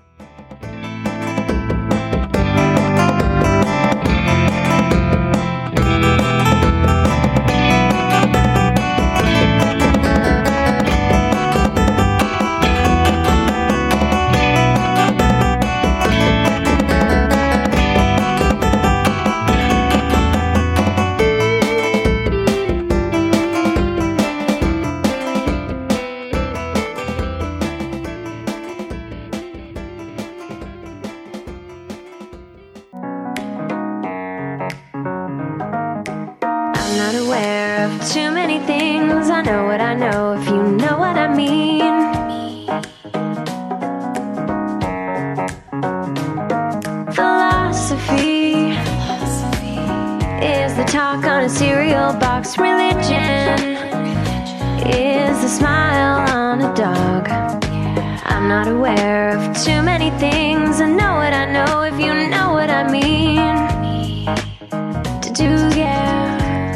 I'm not aware of too many things. I know what I know, if you know what I mean. Philosophy is the talk on a cereal box. Religion is the smile on a dog. I'm not aware of too many things. I know what I know, if you know what I mean. To do, yeah.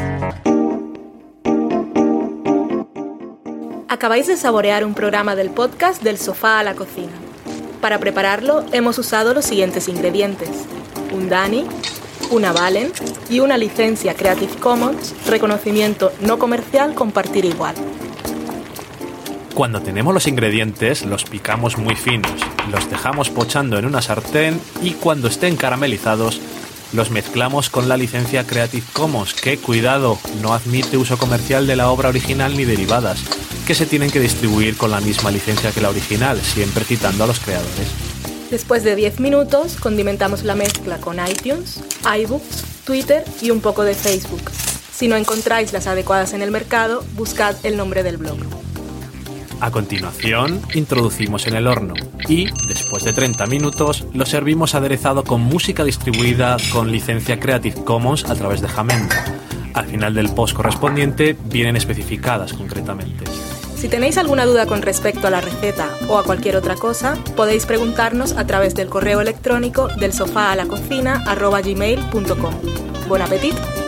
Acabáis de saborear un programa del podcast Del Sofá a la Cocina. Para prepararlo hemos usado los siguientes ingredientes: un Dani, una Valen y una licencia Creative Commons, reconocimiento no comercial, compartir igual. Cuando tenemos los ingredientes, los picamos muy finos, los dejamos pochando en una sartén y cuando estén caramelizados, los mezclamos con la licencia Creative Commons, que, cuidado, no admite uso comercial de la obra original ni derivadas, que se tienen que distribuir con la misma licencia que la original, siempre citando a los creadores. Después de diez minutos, condimentamos la mezcla con iTunes, iBooks, Twitter y un poco de Facebook. Si no encontráis las adecuadas en el mercado, buscad el nombre del blog. A continuación, introducimos en el horno y, después de treinta minutos, lo servimos aderezado con música distribuida con licencia Creative Commons a través de Jamendo. al final del post correspondiente vienen especificadas concretamente. Si tenéis alguna duda con respecto a la receta o a cualquier otra cosa, podéis preguntarnos a través del correo electrónico del sofá a la cocina arroba gmail punto com. ¡Buen apetito!